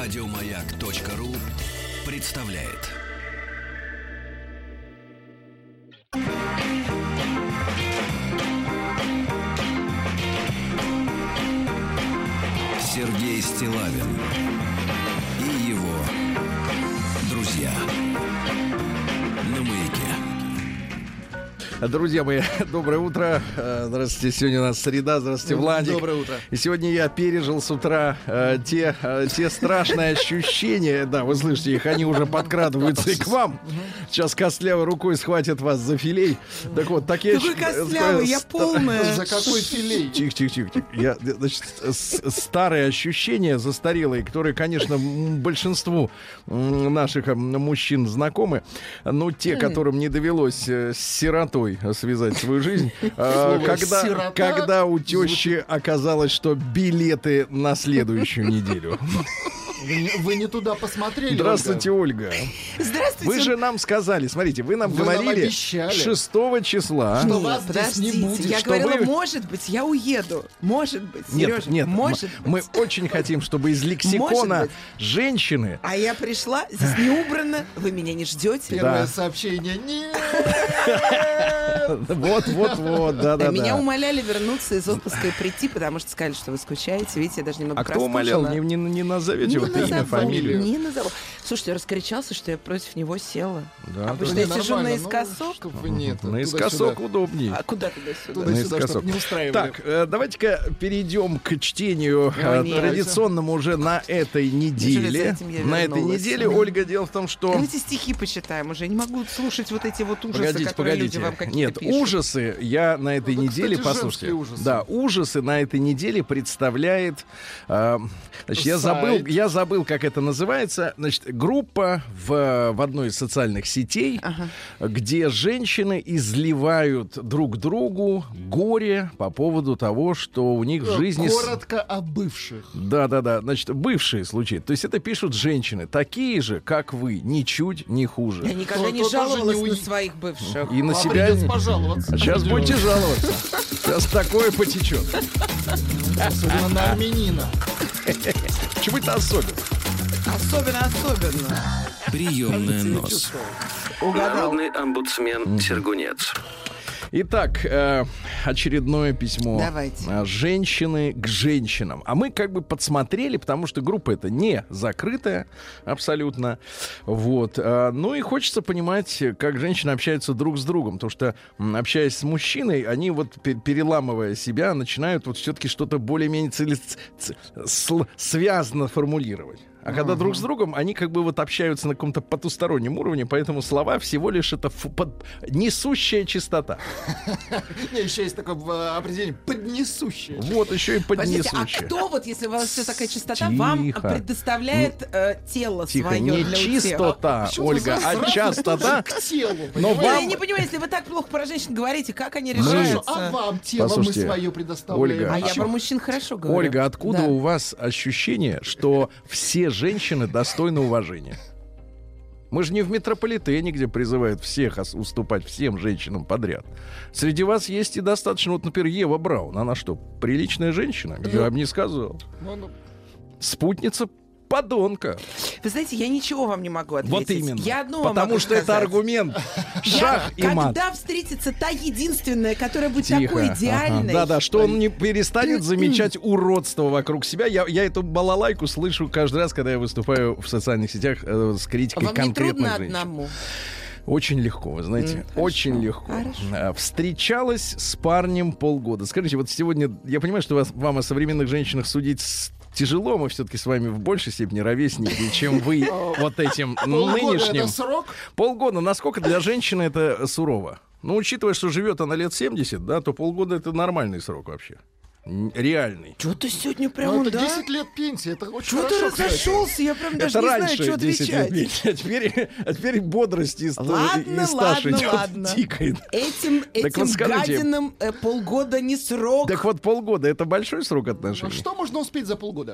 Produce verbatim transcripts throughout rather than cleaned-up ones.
Радиомаяк.ру представляет. Сергей Стиллавин и его друзья на Маяке. Друзья мои, доброе утро. Здравствуйте, сегодня у нас среда. Здравствуйте, Владик. Доброе утро. И сегодня я пережил с утра э, те, э, те страшные ощущения. Да, вы слышите их, они уже подкрадываются и к вам. Сейчас костлявой рукой схватят вас за филей. Так вот, такие... Какой костлявый, я полная. За какой филей? Тихо-тихо-тихо. Я, значит, с- старые ощущения застарелые, которые, конечно, м, большинству м, наших м, мужчин знакомы, но те, которым не довелось э, с сиротой связать свою жизнь, э, Слово когда, «сирота» когда у тещи оказалось, что билеты на следующую неделю. Вы, не- вы не туда посмотрели, Здравствуйте, Ольга. Здравствуйте. Вы же нам сказали, смотрите, вы нам Вы нам говорили обещали. шестого числа. Что Нет, вас здесь подождите, не будет, я что говорила, вы- может быть, я уеду. Может быть, Нет, Сережа, нет, может м- быть. мы очень хотим, чтобы из лексикона Может быть. женщины. А я пришла, здесь не убрано, вы меня не ждете. Первое Да. сообщение. Нет! Вот, вот, вот, да, да, Меня да. умоляли вернуться из отпуска и прийти, потому что сказали, что вы скучаете. Видите, я даже немного А кто умолял? Не, не, не назовете Не вот имя, назову, фамилию? не назову. Слушайте, раскричался, что я против него села. Да, Обычно да. я сижу Нормально, ну, наискосок. чтоб вы не это, Наискосок туда-сюда. удобнее. А куда туда-сюда? Туда-сюда, Наискосок. чтоб не устраивали. Так, э, давайте-ка перейдем к чтению э, Ой, нет. традиционному уже на этой неделе. этим я На этой вернулась. неделе, Ольга, дело в том, что... Давайте стихи почитаем уже. Я не могу слушать вот эти вот ужасы, Погодите, которые погодите. люди вам какие-то Нет, пишут. ужасы я на этой Ну, это, неделе, кстати, послушайте. женские ужасы. Да, ужасы на этой неделе представляет... э, значит, я Сайт. забыл, я забыл, как это называется. Значит, группа в, в одной из социальных сетей, Ага. где женщины изливают друг другу горе по поводу того, что у них в жизни... с- Коротко о бывших. Да-да-да, значит, бывшие случаи. То есть это пишут женщины, такие же, как вы, ничуть не хуже. Я никогда То- не то тоже жаловалась не на уй- своих бывших. И на А себя... придется пожаловаться. А сейчас будете жаловаться. Сейчас такое потечет. Особенно на армянина. Почему это особенно? Особенно, особенно. Приемная нос. Угадал. Народный омбудсмен Сергунец. Итак, э, очередное письмо. Давайте. А, Женщины к женщинам. А мы как бы подсмотрели, потому что группа эта не закрытая абсолютно. Вот. А, ну и хочется понимать, как женщины общаются друг с другом. Потому что, м, общаясь с мужчиной, они вот, пе- переламывая себя, начинают вот все-таки что-то более-менее цели- ц- сл- связно формулировать. А когда друг с другом, они как бы вот общаются на каком-то потустороннем уровне, поэтому слова всего лишь это фу- под- несущая чистота. Не, еще есть такое э, определение. Поднесущее. Вот еще и Подождите, а поднесущая. кто вот, если у вас все такая чистота, Тихо. вам предоставляет э, тело Тихо, свое не для чистота, Почему вы Ольга, сразу а частота. к телу, Но Ой, понимаете? я вам- не понимаю, если вы так плохо про женщин говорите, как они Мы- решаются? А вам тело мы Послушайте, свое предоставляем. Ольга, А я Почему? про мужчин хорошо говорю. Ольга, откуда Да. у вас ощущение, что все женщины достойны уважения? Мы же не в метрополитене, где призывают всех ос- уступать всем женщинам подряд. Среди вас есть и достаточно, вот, например, Ева Браун. Она что, приличная женщина? Я бы не сказал. Ну, ну, Спутница подонка. Вы знаете, я ничего вам не могу ответить. Вот именно. Я одно вам Потому могу что это сказать. аргумент. Я- Шах и мат. Когда встретится та единственная, которая будет Тихо. такой идеальной. Ага. Да-да, что он не перестанет замечать уродство вокруг себя. Я, я эту балалайку слышу каждый раз, когда я выступаю в социальных сетях э, с критикой Вам не конкретных трудно женщин. одному? Очень легко, вы знаете, М, хорошо, очень легко. хорошо. А, Встречалась с парнем полгода. Скажите, вот сегодня, я понимаю, что вас, вам о современных женщинах судить с- тяжело, мы все-таки с вами в большей степени ровесники, чем вы вот этим полгода нынешним. это срок? Полгода. Насколько для женщины это сурово? Ну, учитывая, что живет она лет семьдесят, да, то полгода это нормальный срок вообще. Н- Реальный. Что ты сегодня Ну, прям, это да? десять лет пенсии, это очень Что ты хорошо, кстати. разошелся? Я прям даже это не знаю, раньше что десять лет отвечать. пенсии, а теперь, а теперь бодрости и, ста- Ладно, и стаж ладно, идет, ладно. тикает. Этим, Так этим вот скажите- гадинам э, полгода не срок. Так вот, полгода — это большой срок А отношений? что можно успеть за полгода?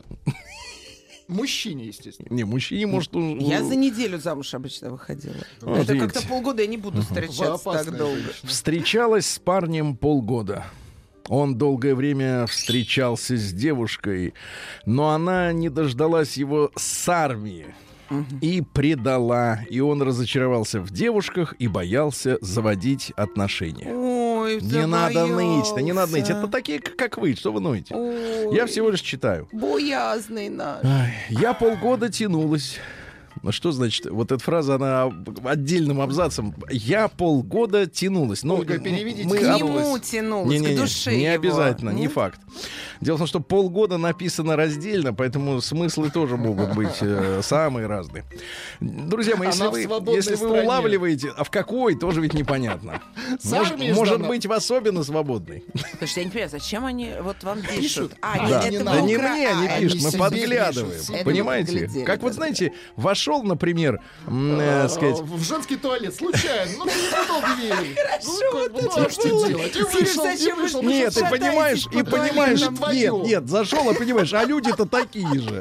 Мужчине, естественно. Не, мужчине, может, он... Я за неделю замуж обычно выходила. Вот Это видите. как-то полгода я не буду Вы встречаться опасная так долго. женщина. Встречалась с парнем полгода. Он долгое время встречался с девушкой, но она не дождалась его с армии и предала. И он разочаровался в девушках и боялся заводить отношения. Ой, Не надо ныть-то, не надо ныть. Это такие, как вы, что вы ноете? Ой, Я всего лишь читаю. буязный наш. Ай, я полгода тянулась. Ну что значит, вот эта фраза, она отдельным абзацем. Я полгода тянулась. Ну, Ольга, переведите. мы К об- нему тянулась, Не-не-не, к душе не его. обязательно, не Нет? факт. Дело в том, что полгода написано раздельно, поэтому смыслы тоже могут быть э, самые разные. Друзья мои, если Она в вы, свободной если вы стране. улавливаете, а в какой, тоже ведь непонятно. С Может, армией может сдана. быть, в особенно свободной. Слушайте, я не понимаю, зачем они вот вам пишут? Пишут. А, Да. нет, Не это надо. Да вы не укра- мне они а, пишут, они мы себе подглядываем. пишут. Это Понимаете? мы подглядели, Как вот, да. знаете, вошел, например, м, э, сказать, В женский туалет, случайно. Ну, не задал дверь. Хорошо, Ну, как бы, вот ну, это а что было. делать? И Сереж, вышел, и зачем вы вышел. что-то нет, ты шатаетесь понимаешь, по и понимаешь, туалету? нет, Твою. нет, зашел, а понимаешь, а люди-то такие же.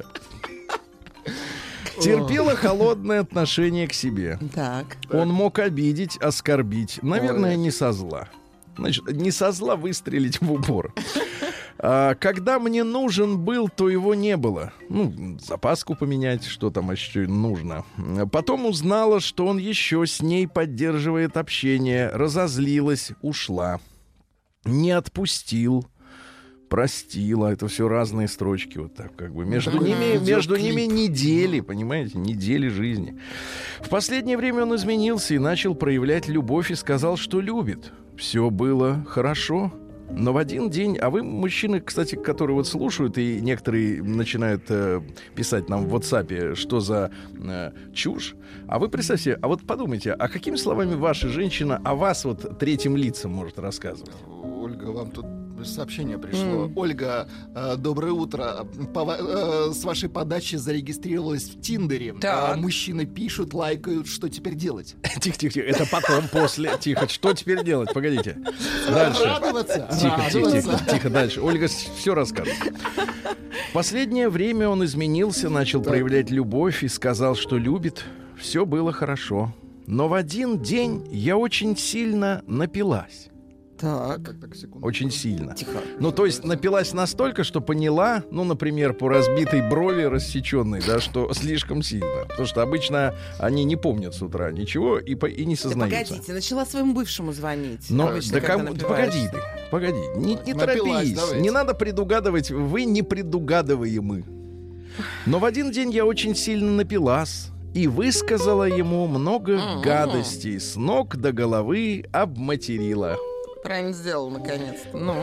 Терпела холодное отношение к себе. Так. Он мог обидеть, оскорбить. Наверное, не со зла. Значит, не со зла выстрелить в упор. А, когда мне нужен был, то его не было. Ну, запаску поменять, что там еще нужно. Потом узнала, что он еще с ней поддерживает общение. Разозлилась, ушла. Не отпустил. Простила. Это все разные строчки. Вот так как бы. Между Такой ними, между видеоклип. ними недели, понимаете? Недели жизни. В последнее время он изменился и начал проявлять любовь и сказал, что любит. Все было хорошо. Но в один день, а вы, мужчины, кстати, которые вот слушают, и некоторые начинают э, писать нам в WhatsApp, что за э, чушь, а вы представьте, а вот подумайте, а какими словами ваша женщина о вас вот третьим лицам может рассказывать? Ольга, вам тут сообщение пришло. Ольга, э, доброе утро. По ва- э, с вашей подачи зарегистрировалась в Тиндере. Так. А мужчины пишут, лайкают. Что теперь делать? Тихо-тихо, это потом, после. Тихо, что теперь делать? Погодите. Дальше. Радоваться. Тихо, тихо, тихо, радоваться. тихо, дальше. Ольга все расскажет. В последнее время он изменился, начал проявлять любовь и сказал, что любит. Все было хорошо. Но в один день я очень сильно напилась. Так. Так, так, секунду. Очень сильно. Тихо. Ну, то есть напилась настолько, что поняла, ну, например, по разбитой брови рассеченной, да, что слишком сильно. Потому что обычно они не помнят с утра ничего и, по- и не Да сознаются. погодите, начала своему бывшему звонить. Но, Обычно, да когда кому, да напиваешься. погоди ты, погоди, не, не Напилась, торопись, давайте. не надо предугадывать, вы не предугадываемы. Но в один день я очень сильно напилась и высказала ему много гадостей, с ног до головы обматерила. Правильно сделал, наконец-то. Ну.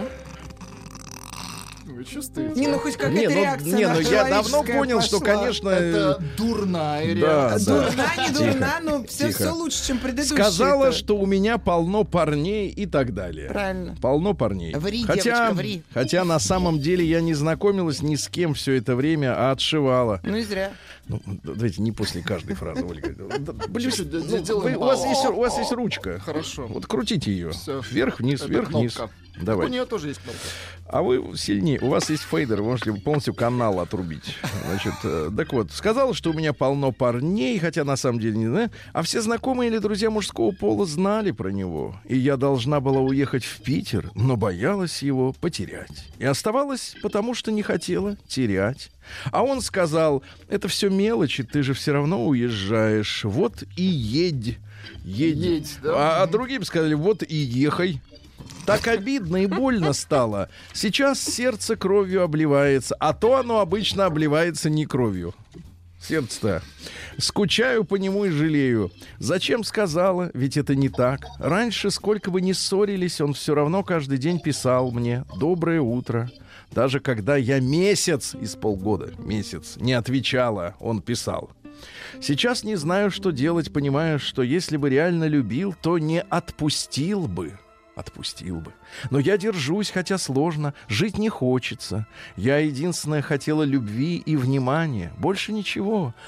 Вы чувствуете? Не, ну хоть какая-то Не, ну, реакция не, ну я давно человеческая понял, что, пошла. конечно, Это дурная да, реакция. да. Дурна, не Тихо, дурна, но все, тихо. все лучше, чем предыдущие. сказала, что у меня полно парней и так далее. Правильно. Полно парней. Ври, хотя, девочка, ври. хотя на самом деле я не знакомилась ни с кем все это время, а отшивала. Ну и зря. Ну, давайте не после каждой фразы, Ольга. Да, блин, Чуть-чуть ну, д- делаем вы- у, вас паузу. есть, у вас есть ручка. Хорошо. Вот крутите ее. Всё. Вверх-вниз, Это вверх-вниз. кнопка. У Давай. нее тоже есть кнопка. А вы сильнее. У вас есть фейдер, вы можете полностью канал отрубить. Значит, э, так вот, сказала, что у меня полно парней, хотя на самом деле не знаю. А все знакомые или друзья мужского пола знали про него. И я должна была уехать в Питер, но боялась его потерять. И оставалась, потому что не хотела терять. А он сказал, это все мелочи, ты же все равно уезжаешь. Вот и едь. Едь. Едь, да. А, а другим сказали, вот и ехай. Так обидно и больно стало. Сейчас сердце кровью обливается, а то оно обычно обливается не кровью. Сердце-то. Скучаю по нему и жалею. Зачем сказала? Ведь это не так. Раньше, сколько бы ни ссорились, он все равно каждый день писал мне «Доброе утро». Даже когда я месяц, из полгода, месяц, не отвечала, он писал. Сейчас не знаю, что делать, понимая, что если бы реально любил, то не отпустил бы. Отпустил бы. Но я держусь, хотя сложно. Жить не хочется. Я единственное хотела любви и внимания. Больше ничего.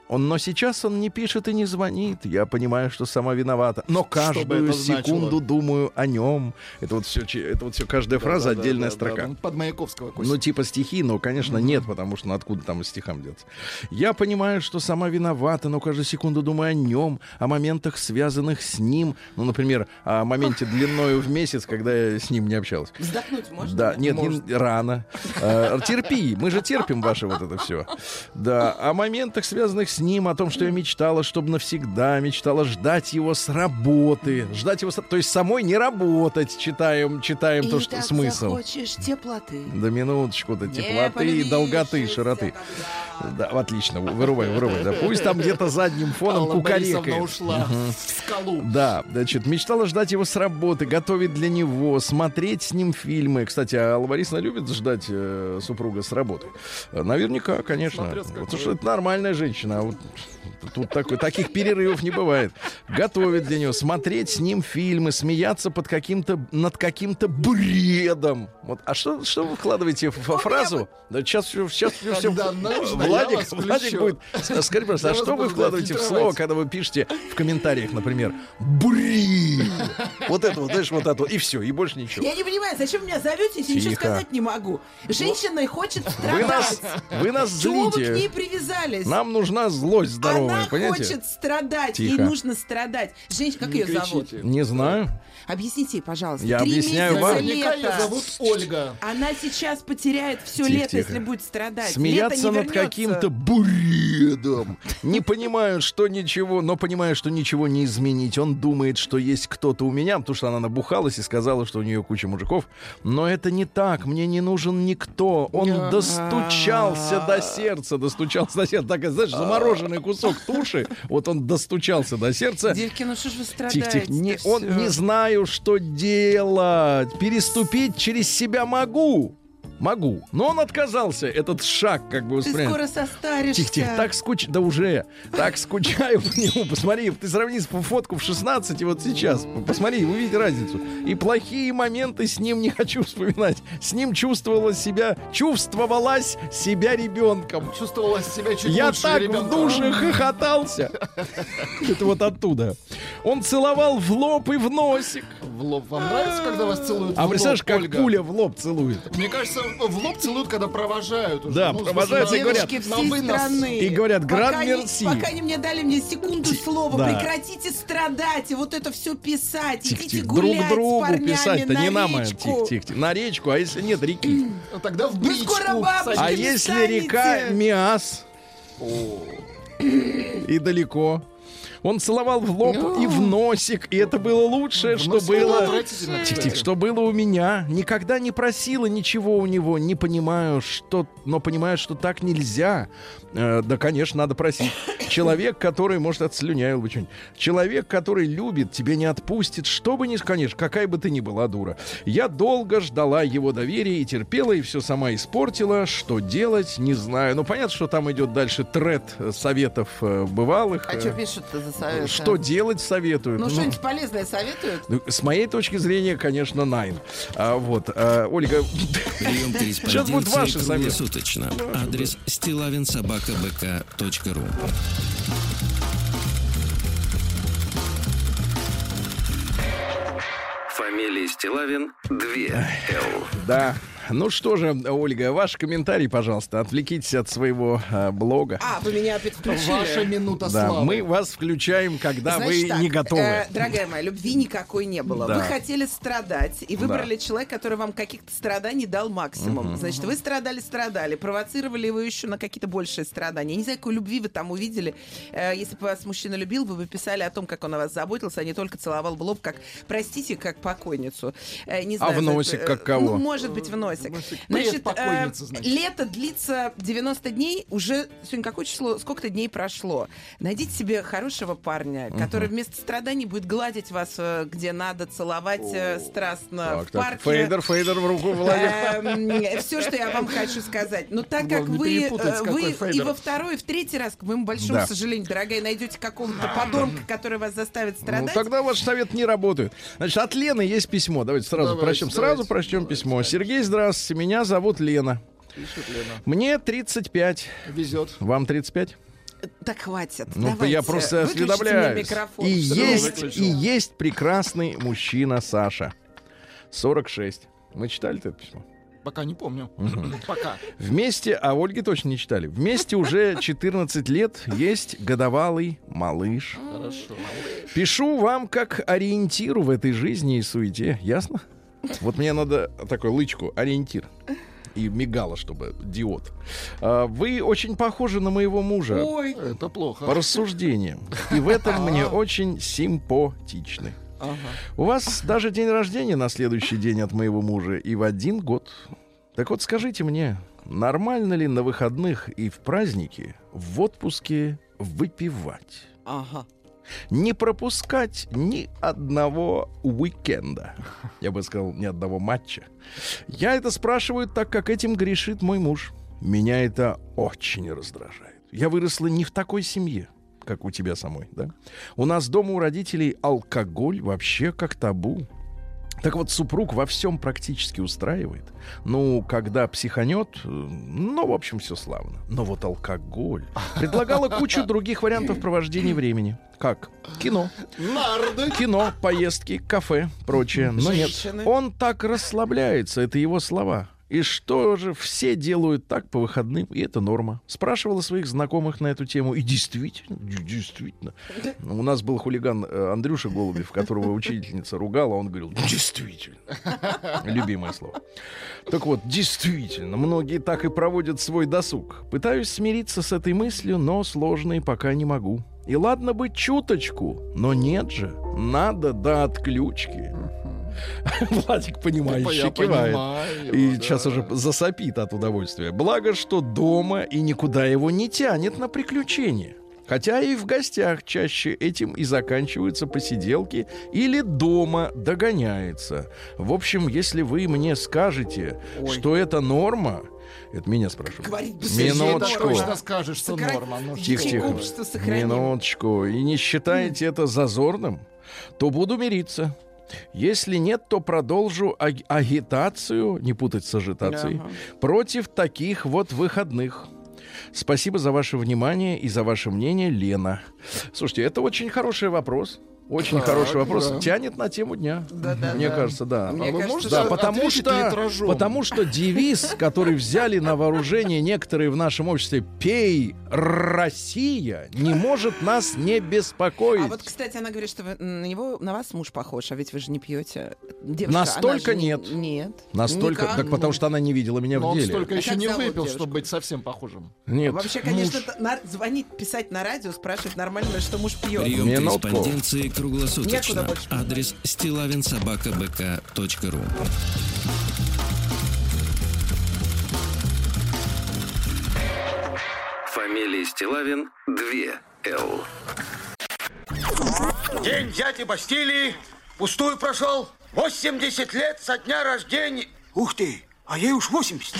Он, но сейчас он не пишет и не звонит. Я понимаю, что сама виновата. Но каждую секунду значило? думаю о нем. Это вот все, это вот все каждая да, фраза, да, отдельная да, строка. Да, да. Под Маяковского. Костя. Ну, типа стихи, но, конечно, mm-hmm. нет, потому что ну, откуда там стихам деться. Я понимаю, что сама виновата, но каждую секунду думаю о нем, о моментах, связанных с ним. Ну, например, о моменте длиною в месяц, когда я с ним не общалась. Вздохнуть можно? Да, нет, не, рано. Э, терпи, мы же терпим ваше вот это все. Да, о моментах, связанных с ним, о том, что я мечтала, чтобы навсегда, мечтала ждать его с работы, ждать его, с... то есть самой не работать, читаем, читаем и то, что так смысл. Захочешь теплоты. Да минуточку-то, теплоты и долготы, широты. Да, отлично, вырубай, вырубай. Да, пусть там где-то задним фоном Алла кукарекает. ушла угу. в скалу. Да, значит, мечтала ждать его с работы, готовить для него, смотреть с ним фильмы. Кстати, а Алла Борисовна любит ждать э, супруга с работы? Наверняка, конечно. Смотрю, потому что это нормальная женщина. А вот тут такой, таких перерывов не бывает. Готовить для него, смотреть с ним фильмы, смеяться под каким-то, над каким-то бредом. Вот. А что, что вы вкладываете в фразу? Да сейчас все, сейчас все, все. Владик, Владик будет. Скажи, просто, а что вы вкладываете в слово, когда вы пишете в комментариях, например, бред? Вот это вот, знаешь, вот это вот, и все, и больше ничего. Я не понимаю, зачем меня зовете, если ничего сказать не могу. Женщина хочет страдать. Вы нас, вы нас злите. Чего вы к ней привязались? Нам нужна злость здоровая, Она понимаете? хочет страдать, Тихо. ей нужно страдать. Женщина, как Не ее кричите. зовут? Не знаю. Объясните ей, пожалуйста. Я Три объясняю месяца вам. лета. Ее зовут Ольга. Она сейчас потеряет все Тихо, лето, тихо. если будет страдать. Смеяться Лето не над вернется. каким-то бредом. Не понимаю, что ничего, но понимаю, что ничего не изменить. Он думает, что есть кто-то у меня, потому что она набухалась и сказала, что у нее куча мужиков. Но это не так. Мне не нужен никто. Он А-а-а. достучался до сердца. Достучался до сердца. Так, знаешь, замороженный кусок туши. Вот он достучался до сердца. Девки, ну что ж вы страдаете? Тихо, тихо. Не, он не знаю, что делать. Переступить через себя могу. Могу. Но он отказался. Этот шаг, как бы, Ты воспринял. скоро состаришься. Тихо, тихо, так скучаю, да уже, так скучаю по нему. Посмотри, ты сравни фотку в шестнадцать и вот сейчас. Посмотри, увидите разницу. И плохие моменты с ним не хочу вспоминать. С ним чувствовала себя, чувствовалась себя ребенком. Чувствовала себя чуть Я лучше так ребенка. в душе хохотался. Это вот оттуда. Он целовал в лоб и в носик. В лоб вам нравится, когда вас целуют в А лоб, представляешь, как Ольга? пуля в лоб целует? Мне кажется, в лоб целуют, когда провожают уже. Да, Ну, провожают и на- говорят, Девочки на всей вынос. страны. И говорят, Пока гран не- мерси. Пока не мне дали мне секунду слова, Да. прекратите страдать и вот это все писать. Тихо, Идите тихо, гулять друг другу с парнями писать-то на не нам, а, речку. тихо, тихо, тихо. На речку, а если нет реки? Ну, Тогда в Вы бричку. скоро бабушками А садитесь. если станете. река Миас? И далеко. Он целовал в лоб и в носик, и это было лучшее, В что носик было было. отвратительно, Тихо, кстати. тихо, что было у меня. Никогда не просила ничего у него. Не понимаю, что, но понимаю, что так нельзя. Э, да, конечно, надо просить. Человек, который, может, отслюняил бы что-нибудь. Человек, который любит, тебе не отпустит, что бы ни, конечно, какая бы ты ни была дура. Я долго ждала его доверия и терпела, и все сама испортила. Что делать, не знаю. Ну, понятно, что там идет дальше тред советов э, бывалых. А Э, что пишут-то за советы? Что делать советуют? Ну, Ну, что-нибудь полезное советуют? ну, с моей точки зрения, конечно, найн. А, вот, а, Ольга, Прием Сейчас будут ваши корреспонденции советы. круглосуточно. Адрес стилавин собака бэ ка точка ру. Фамилия Стилавин две Л. да. Ну что же, Ольга, ваш комментарий, пожалуйста. Отвлекитесь от своего а, блога. А, вы меня опять включили. Ваша минута Да, славы. мы вас включаем, когда Значит вы так, не готовы. э, дорогая моя, любви никакой не было. Да. Вы хотели страдать и выбрали человека, который вам каких-то страданий дал максимум. Значит, вы страдали-страдали, провоцировали его еще на какие-то большие страдания. Я не знаю, какой любви вы там увидели. Э, если бы вас мужчина любил, вы бы писали о том, как он о вас заботился, а не только целовал в лоб, как, простите, как покойницу. Э, не А знаю, в за носик это, как э, кого? Ну, может быть, в носик. Носик. Значит, Привет, покойница, э, значит. лето длится девяносто дней, уже сегодня какое число, сколько-то дней прошло. Найдите себе хорошего парня, который вместо страданий будет гладить вас, э, где надо, целовать э, страстно Так, в так, парке. Фейдер, фейдер в руку Владик. Все, что я вам хочу сказать. Но так как Главное, не вы, перепутать, э, какой вы и Фейдер. во второй, и в третий раз, к моему большому Да. сожалению, дорогая, найдете какого-то подонка, который вас заставит Ну, страдать. тогда ваш совет не работает. Значит, от Лены есть письмо. Давайте сразу Давайте, прочтем. давайте, Сразу прочтем давайте, письмо. давайте. Сергей, здравствуйте. Меня зовут Лена. Пишет Лена. Мне тридцать пять. Везет. Вам тридцать пять? Так хватит. Ну, Давайте. я просто Выключите мне осведомляюсь. микрофон, И что есть, вы и есть прекрасный мужчина Саша. сорок шесть. Мы читали это письмо? Пока не помню. Пока. Вместе, а Ольги точно не читали. Вместе уже четырнадцать лет, есть годовалый малыш. Хорошо. Пишу вам как ориентиру в этой жизни и суете. Ясно? Вот мне надо такой лычку, ориентир. И мигало, чтобы диод. А, вы очень похожи на моего мужа. Ой. Это плохо. По рассуждениям. И в этом мне очень симпатичны. Ага. У вас даже день рождения на следующий день от моего мужа и в один год. Так вот скажите мне, нормально ли на выходных и в праздники в отпуске выпивать? Ага. Не пропускать ни одного уикенда. Я бы сказал, ни одного матча. Я это спрашиваю, так как этим грешит мой муж. Меня это очень раздражает. Я выросла не в такой семье, как у тебя самой, да? У нас дома у родителей алкоголь вообще как табу. Так вот, супруг во всем практически устраивает. Ну, когда психанет, ну, в общем, все славно. Но вот алкоголь. Предлагала кучу других вариантов провождения времени. Как? Кино. Нарды. Кино, поездки, кафе, прочее. Но нет, Женщины. он так расслабляется, это его слова. И что же, все делают так по выходным, и это норма. Спрашивала своих знакомых на эту тему, и действительно, действительно. У нас был хулиган э, Андрюша Голубев, которого учительница ругала, он говорил, действительно. Любимое слово. Так вот, действительно, многие так и проводят свой досуг. Пытаюсь смириться с этой мыслью, но сложно и пока не могу. И ладно бы чуточку, но нет же, надо до отключки. Владик, понимающе Я кивает. понимаю, И да. сейчас уже засопит от удовольствия. Благо, что дома и никуда его не тянет на приключения. Хотя и в гостях чаще этим и заканчиваются посиделки или дома догоняется. В общем, если вы мне скажете, Ой. что это норма, это меня спрашивают. Говорить быстрее. Минуточку. Ты точно скажешь, что Сокра- норма. Ну, Тихо, что тихо. вы. Общество сохраним. Минуточку. И не считаете это зазорным, то буду мириться. Если нет, то продолжу аг- агитацию, не путать с ажитацией, Ага. против таких вот выходных. Спасибо за ваше внимание и за ваше мнение, Лена. Слушайте, это очень хороший вопрос. Очень Так, хороший вопрос. да. Тянет на тему дня. Да-да-да. Мне кажется, да. Мне А вы кажется, можете Да, от- потому ответить что, литражом? потому что девиз, который взяли на вооружение некоторые в нашем обществе, «Пей, Россия», не может нас не беспокоить. А вот, кстати, она говорит, что вы- на него, на вас муж похож, а ведь вы же не пьете. Девушка, Настолько она же не- нет. Нет. Настолько, Никак. так потому что она не видела меня Но в он деле. столько А еще как не зовут выпил, девушку? чтобы быть совсем похожим. Нет. Вообще, конечно, это на- звонить, писать на радио, спрашивать, нормально ли, что муж пьет. Прием Минутку. корреспонденции Некуда круглосуточно. больше писать. Адрес стилавин собака бэ ка точка ру. Фамилия Стилавин два Л. День дяди Бастилии пустую прошел. восемьдесят лет со дня рождения. Ух ты, а ей уж восемьдесят.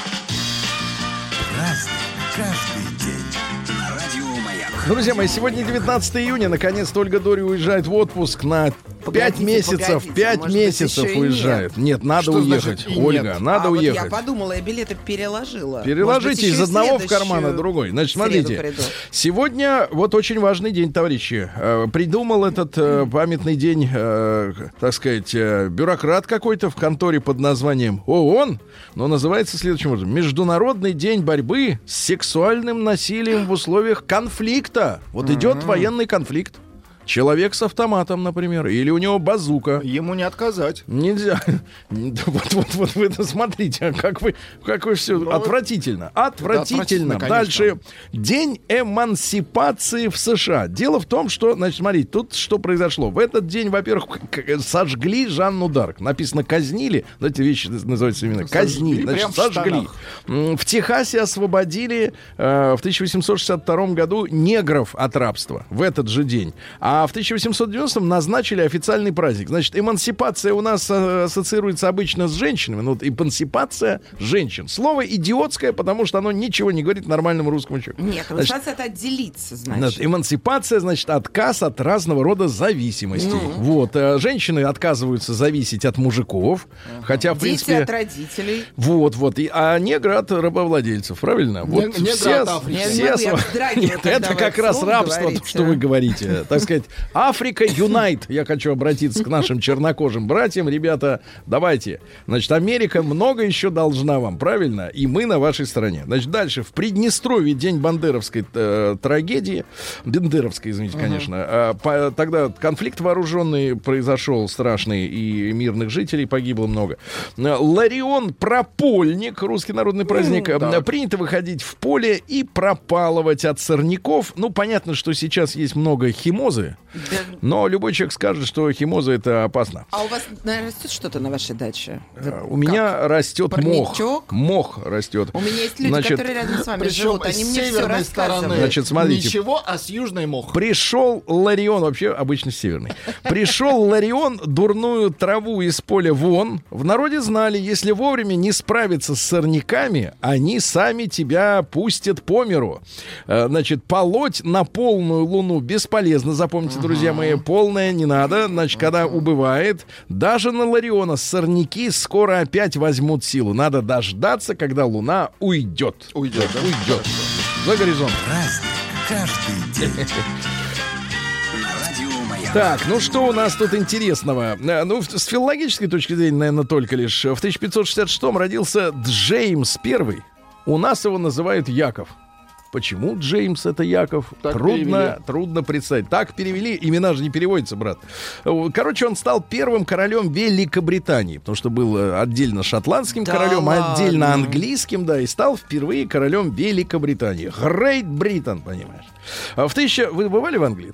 Друзья мои, сегодня девятнадцатое июня. Наконец-то Ольга Дори уезжает в отпуск на пять Погодите, месяцев. погодите, Пять может быть, месяцев еще и уезжает. Нет, надо Что уехать. значит и Ольга, нет? надо а уехать. Вот я подумала, я билеты переложила. Переложите Может быть, из еще одного в следующую карман, а другой. Значит, среду смотрите. приду. Сегодня вот очень важный день, товарищи. Э, Придумал этот э, памятный день, э, так сказать, э, бюрократ какой-то в конторе под названием ООН, но называется следующим образом. Международный день борьбы с сексуальным насилием в условиях конфликта. Вот идет военный конфликт. Человек с автоматом, например, или у него базука. Ему не отказать. Нельзя. Вот, вот, вот вы это смотрите, как вы, как вы все Ну, отвратительно. Отвратительно. отвратительно, конечно. Дальше. День эмансипации в США. Дело в том, что, значит, смотрите, тут что произошло. В этот день, во-первых, к- к- сожгли Жанну Дарк. Написано казнили. Но эти вещи называются именно казнили. Сожгли, Значит, прям в сожгли. штанах. М, В Техасе освободили э, в тысяча восемьсот шестьдесят втором году негров от рабства. В этот же день. А А в тысяча восемьсот девяностом назначили официальный праздник. Значит, эмансипация у нас э, ассоциируется обычно с женщинами. Ну, вот эмансипация женщин. Слово идиотское, потому что оно ничего не говорит нормальному русскому человеку. Нет, эмансипация — это отделиться, значит. Значит, эмансипация, значит, отказ от разного рода зависимостей. Ну. Вот. Э, женщины отказываются зависеть от мужиков. Uh-huh. Хотя, в Дети принципе... от родителей. Вот, вот. И, а негры от рабовладельцев, правильно? Не, вот негры все, от Африки. все Я св... Нет, это как раз рабство, говорите. то, что вы говорите. Так сказать, Африка Юнайт. Я хочу обратиться к нашим чернокожим братьям. Ребята, давайте. Значит, Америка много еще должна вам, правильно? И мы на вашей стороне. Значит, дальше. В Приднестровье день бандеровской э, трагедии. Бендеровской, извините, uh-huh. конечно. А, по, тогда конфликт вооруженный произошел страшный, и мирных жителей погибло много. Ларион Пропольник, русский народный праздник. Mm, принято выходить в поле и пропалывать от сорняков. Ну, понятно, что сейчас есть много химозы, да. Но любой человек скажет, что химоза — это опасно. А у вас, наверное, растет что-то на вашей даче? Вы у меня как? растет Парничок? мох. Мох растет. У меня есть люди, Значит, которые рядом с вами причем живут. Они мне все рассказывают. Значит, смотрите. Ничего, а с южной мох. Пришел Ларион, вообще обычно северный. Пришел Ларион, дурную траву из поля вон. В народе знали, если вовремя не справиться с сорняками, они сами тебя пустят по миру. Значит, полоть на полную луну бесполезно. Запомните, uh-huh. друзья мои, полная не надо. Значит, uh-huh. когда убывает, даже на Лариона сорняки скоро опять возьмут силу. Надо дождаться, когда луна уйдет. Уйдет, да? Уйдет. За горизонт. Праздник каждый день. Так, ну что у нас тут интересного? Ну, с филологической точки зрения, наверное, только лишь. В тысяча пятьсот шестьдесят шестом родился Джеймс Первый. У нас его называют Яков. Почему Джеймс — это Яков? Так трудно, трудно представить. Так перевели, имена же не переводятся, брат. Короче, он стал первым королем Великобритании, потому что был отдельно шотландским да королем, ладно. отдельно английским, да, и стал впервые королем Великобритании. Great Britain, понимаешь. А в тысяча... Вы бывали в Англии?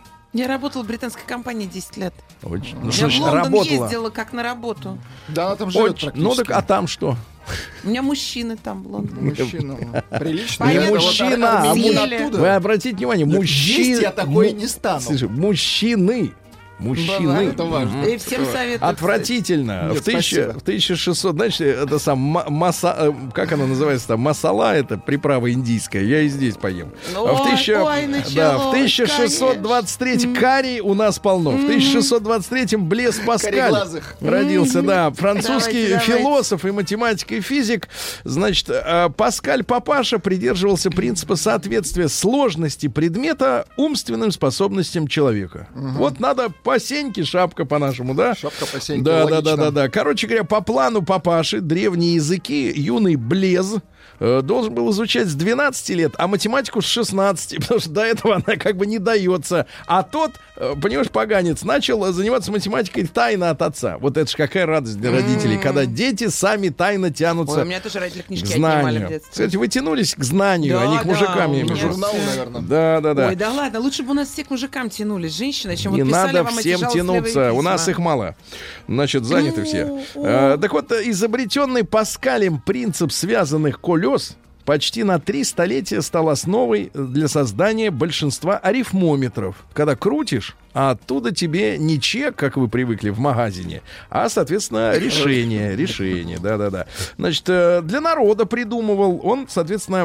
Я работала в британской компании десять лет. Очень. Ну, я в Лондон работала. ездила как на работу. Да, она там живет Очень. практически. Ну так, а там что? У меня мужчины там в Лондоне. Мужчина. Прилично. Не мужчина, а мужчина. Вы обратите внимание, мужчины. Есть я такой не стану. Слушай, мужчины. Мужчины. Это важно. И всем советую. Отвратительно. Нет, в, тысяча, в тысяча шестьсот, знаешь, это сам маса, как она называется там, масала, это приправа индийская. Я и здесь поем. Ну, а в, тысяча, ой, да, в тысяча шестьсот двадцать третьем карри у нас полно. В тысяча шестьсот двадцать третьем Блес Паскаль родился, да, французский давайте, философ давайте. и математик и физик. Значит, Паскаль папаша придерживался принципа соответствия сложности предмета умственным способностям человека. Угу. Вот надо по сеньке шапка по-нашему, да? Шапка по сеньке, да, логично. да, да, да, да. Короче говоря, по плану папаши древние языки юный Блез э, должен был изучать с двенадцати лет, а математику с шестнадцати, потому что до этого она как бы не дается. А тот, э, понимаешь, поганец, начал заниматься математикой тайно от отца. Вот это ж какая радость для родителей, mm-hmm. когда дети сами тайно тянутся. Ой, у меня тоже родители книжки к знанию. отнимали в детстве. Кстати, вы тянулись к знанию, да, а не к да, мужикам. Я журнал, наверное. Да, да, да. Ой, да ладно, лучше бы у нас все к мужикам тянулись, женщины, чем не вот писали надо вам всем эти жалостливые тянуться, письма. у нас их мало. Значит, заняты все. А, так вот, изобретенный Паскалем принцип связанных колес почти на три столетия стал основой для создания большинства арифмометров. Когда крутишь, а оттуда тебе не чек, как вы привыкли в магазине, а, соответственно, решение. Решение, да-да-да. Значит, для народа придумывал он, соответственно...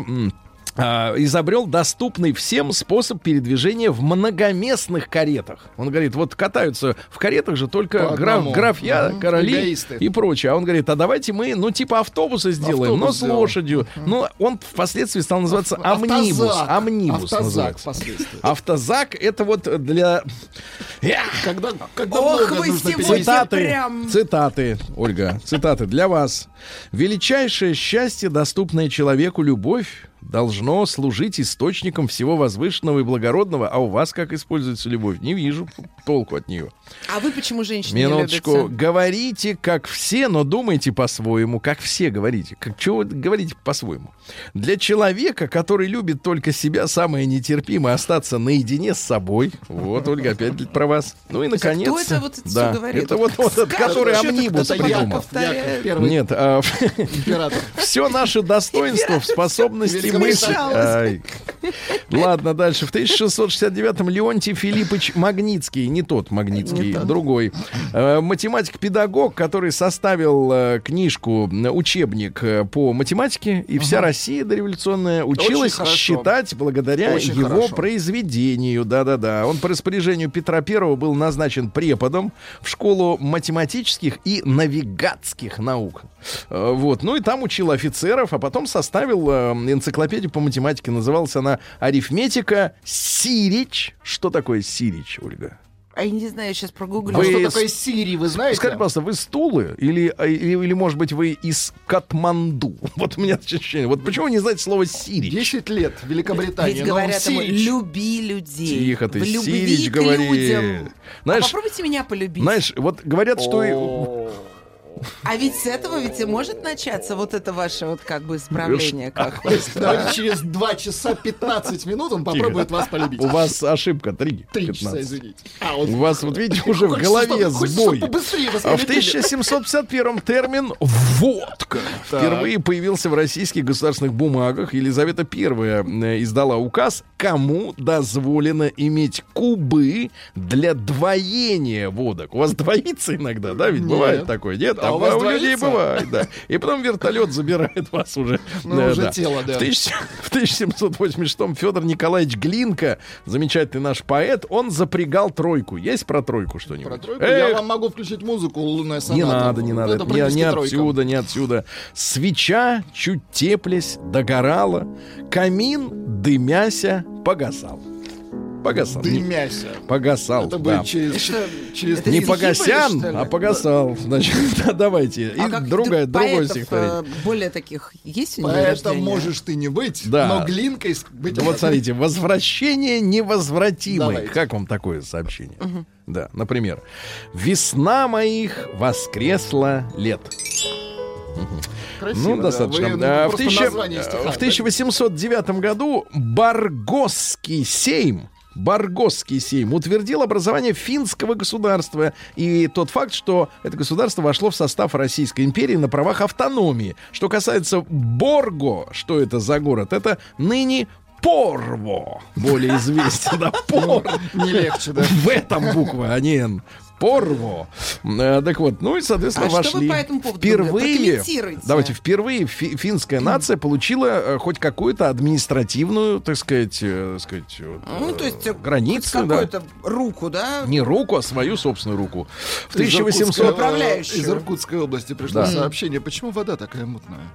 изобрел доступный всем способ передвижения в многоместных каретах. Он говорит, вот катаются в каретах же только граф, графья, угу. короли эгоисты. И прочее. А он говорит, а давайте мы, ну, типа автобуса сделаем, Автобус но с сделал. лошадью. Угу. Ну, он впоследствии стал называться Ав- амнибус. Автозак. Амнибус Автозак называется. Автозак — это вот для... Когда, когда Ох, вы сегодня цитаты, прям... цитаты, Ольга, цитаты для вас. Величайшее счастье, доступное человеку, любовь, должно служить источником всего возвышенного и благородного. А у вас как используется любовь? Не вижу толку от нее. А вы почему женщины Минуточку. не любите? Говорите, как все, но думайте по-своему. Как все говорите. Как, чего вы говорите по-своему? Для человека, который любит только себя, самое нетерпимое остаться наедине с собой. Вот, Ольга, опять про вас. Ну и, наконец... Кто это вот это да, все говорит? это вот, вот этот, который амнибус придумал. Нет, а, все наше достоинство в способности мыслить. Ладно, дальше. В тысяча шестьсот шестьдесят девятом Леонтий Филиппович Магнитский, не тот Магнитский, другой, э, математик-педагог, который составил э, книжку, учебник э, по математике, и вся ага. Россия дореволюционная училась считать благодаря Очень его хорошо. произведению. Да-да-да. Он по распоряжению Петра Первого был назначен преподом в школу математических и навигатских наук. Э, вот. Ну и там учил офицеров, а потом составил э, энциклопедию по математике. Называлась она «Арифметика Сирич». Что такое Сирич, Ольга? А я не знаю, я сейчас прогуглю. Вы... А что такое Сири, вы знаете? Скажите, пожалуйста, вы стулы или, или, или, может быть, вы из Катманду? Вот у меня ощущение. Вот почему вы не знаете слово Сирич? Десять лет, Великобритания. Ведь говорят ему, люби людей. Тихо ты, Сирич говори. Знаешь, а попробуйте меня полюбить. Знаешь, вот говорят, что... А ведь с этого ведь и может начаться вот это ваше вот как бы исправление. Как Давайте через два часа пятнадцать минут он попробует вас полюбить. У вас ошибка три. Три часа, извините. У вас, вот видите, уже в голове сбой. А в тысяча семьсот пятьдесят первом термин «водка» впервые появился в российских государственных бумагах. Елизавета Первая издала указ, кому дозволено иметь кубы для двоения водок. У вас двоится иногда, да? Ведь бывает такое, нет? А, а у, у людей бывает, да. И потом вертолет забирает вас уже. Ну, да, уже да. тело, да. В, тысяча, в тысяча семьсот восемьдесят шестом Федор Николаевич Глинка, замечательный наш поэт, он запрягал тройку. Есть про тройку что-нибудь? Про тройку? Я вам могу включить музыку «Лунная соната». Не надо, не надо. Не, не отсюда, не отсюда. Свеча, чуть теплясь, догорала. Камин, дымяся, погасал. Погасал. Дымяся. Погасал, это да. Через, через... Не погасян, были, а погасал. Значит, да, давайте. А И другая, другое стихотворение. Более таких есть у него Поэтому можешь ты не быть, да. но Глинкой быть. Да, вот смотрите, возвращение невозвратимое. Давайте. Как вам такое сообщение? Угу. Да, например. Весна моих воскресла лет. Красиво, ну, достаточно. Да. Вы, ну, в, тысяча, стиха, в тысяча восемьсот девятом году Баргосский сейм Баргосский сейм утвердил образование финского государства и тот факт, что это государство вошло в состав Российской империи на правах автономии. Что касается Борго, что это за город? Это ныне Порво, более известен. Да, Пор. Не легче, да? В этом буква, а не Н. Порво. А, так вот, ну и, соответственно, а вошли. Что вы по этому поводу впервые, давайте, впервые фи- финская нация получила э, хоть какую-то административную, так сказать, э, сказать э, ну, то есть, границу, да. Какую-то руку, да? Не руку, а свою собственную руку. В тысяча восемьсот... Из Иркутской области пришло да. сообщение, почему вода такая мутная?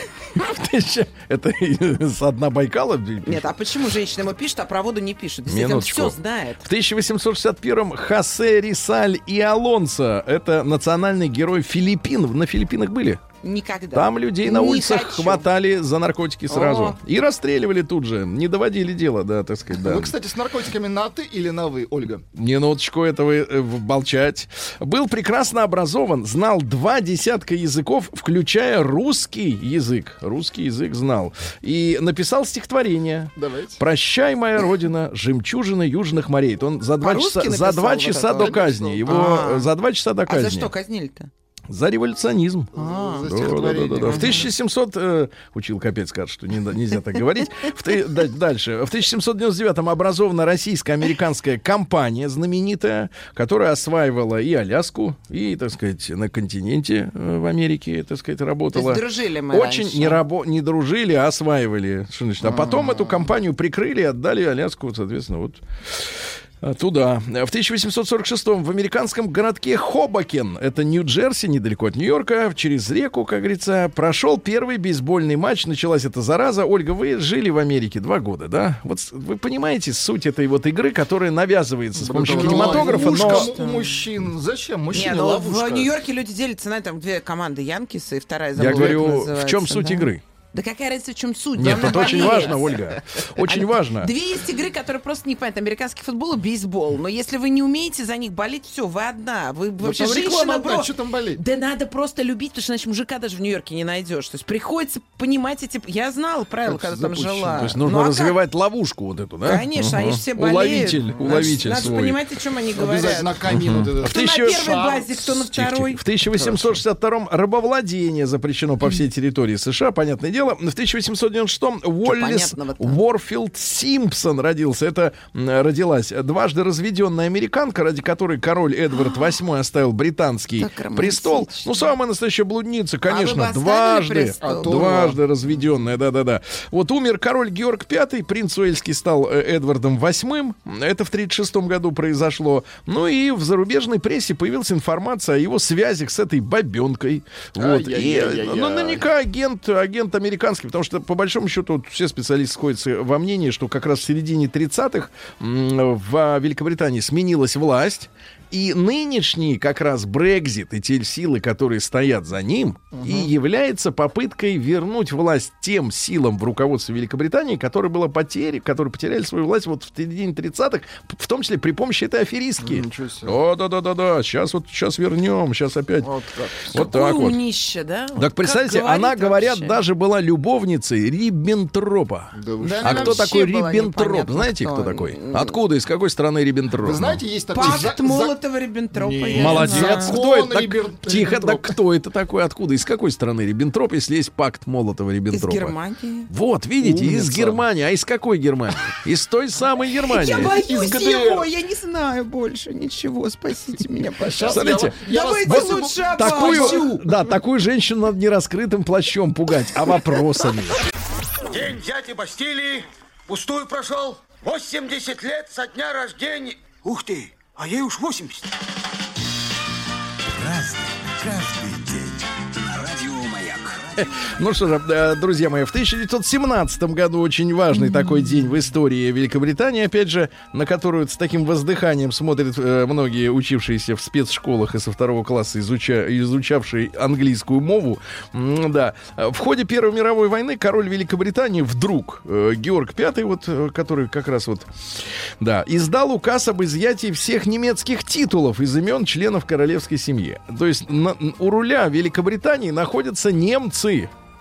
Это с дна Байкала? Нет, а почему женщина ему пишет, а про воду не пишет? Действительно, он все знает. В тысяча восемьсот шестьдесят первом Хосе Рисаль и Алонсо, это национальный герой Филиппин. На Филиппинах были? Никогда. Там людей на не улицах хочу. хватали за наркотики сразу. О. И расстреливали тут же. Не доводили дело, да, так сказать, да. Вы, кстати, с наркотиками на «ты» или на «вы», Ольга? Минуточку этого э, молчать. Был прекрасно образован, знал два десятка языков, включая русский язык. Русский язык знал. И написал стихотворение. Давайте. «Прощай, моя родина, жемчужина южных морей». Это он за два часа, за два часа до казни. Его А-а-а. за два часа до казни. А за что казнили-то? За революционизм. А, да, да, да, да, да. В тысяча семьсот... Э, училка опять скажет, что не, нельзя так говорить. В, да, дальше. В тысяча семьсот девяносто девятом образована российско-американская компания знаменитая, которая осваивала и Аляску, и, так сказать, на континенте э, в Америке, так сказать, работала. То есть дружили мы Очень раньше. не, рабо- не дружили, а осваивали. Что значит? А потом эту компанию прикрыли и отдали Аляску, соответственно, вот... Туда. В тысяча восемьсот сорок шестом в американском городке Хобокен, это Нью-Джерси, недалеко от Нью-Йорка, через реку, как говорится, прошел первый бейсбольный матч. Началась эта зараза. Ольга, вы жили в Америке два года, да? Вот вы понимаете суть этой вот игры, которая навязывается с помощью но кинематографа, но... у мужчин. Зачем? Мужчины Не, ловушка. В Нью-Йорке люди делятся на там две команды Янкисы и вторая забыла. Я говорю, в чем суть да? игры? Да какая разница, в чем суть? Нет, Главное, это очень поверить. важно, Ольга. Очень а важно. Две есть игры, которые просто не понятны. Американский футбол и бейсбол. Но если вы не умеете за них болеть, все, вы одна. Вы да вообще женщина, бро. Что там болеть? Да надо просто любить, потому что иначе мужика даже в Нью-Йорке не найдешь. То есть приходится понимать эти... Я знала правила, как когда там жила. То есть нужно ну, а развивать как? ловушку вот эту, да? Конечно, угу. они же все болеют. Уловитель, уловитель Надо, свой. надо понимать, о чем они говорят. Обязательно камин. Угу. Вот этот. В Кто тысяча... на первой базе, кто на второй. В тысяча восемьсот шестьдесят втором рабовладение запрещено по всей территории США. Понятное дело, дело. В тысяча восемьсот девяносто шестом Уоллис Уорфилд Симпсон родился. Это родилась дважды разведенная американка, ради которой король Эдвард восьмой оставил британский престол. Ну, самая настоящая блудница, конечно, а дважды, дважды разведенная, да-да-да. Вот умер король Георг пятый, принц Уэльский стал Эдвардом восьмым. Это в тридцать шестом году произошло. Ну и в зарубежной прессе появилась информация о его связях с этой бабенкой. Вот. И, ну, наверняка агент, агент американский, потому что, по большому счету, вот, все специалисты сходятся во мнении, что как раз в середине тридцатых в Великобритании сменилась власть. И нынешний как раз Брексит и те силы, которые стоят за ним, uh-huh. и является попыткой вернуть власть тем силам в руководстве Великобритании, которые, было потери, которые потеряли свою власть вот в середине тридцатых, в том числе при помощи этой аферистки. О, да-да-да-да, сейчас вот сейчас вернем, сейчас опять. Вот так, вот так вот. Умнище, да? Так вот представьте, она, говорят, вообще даже была любовницей Риббентропа. Да, да, а кто такой Риббентроп? Знаете, кто, кто такой? Откуда, из какой страны Риббентроп? Вы знаете, есть такой... Пакт Молотова-Риббентропа. Молодец. Кто это? Так, тихо, так кто это такой? Откуда? Из какой страны Риббентроп, если есть пакт Молотова-Риббентропа? Из Германии. Вот, видите, Умница. Из Германии. А из какой Германии? Из той самой Германии. Я боюсь его, я не знаю больше ничего. Спасите меня, пожалуйста. Смотрите, я давайте вас... лучше такую, да, такую женщину надо не раскрытым плащом пугать, а вопросами. День взятия Бастилии пустую прошел. восемьдесят лет со дня рождения. Ух ты, а ей уж восемьдесят. Разный, каждый день. На радио Маяк. Ну что же, друзья мои, в тысяча девятьсот семнадцатом году очень важный такой день в истории Великобритании, опять же, на которую с таким воздыханием смотрят э, многие учившиеся в спецшколах и со второго класса изуча, изучавшие английскую мову. М- да. В ходе Первой мировой войны король Великобритании вдруг, э, Георг пятый, вот, э, который как раз вот, да, издал указ об изъятии всех немецких титулов из имен членов королевской семьи. То есть на, у руля Великобритании находятся немцы.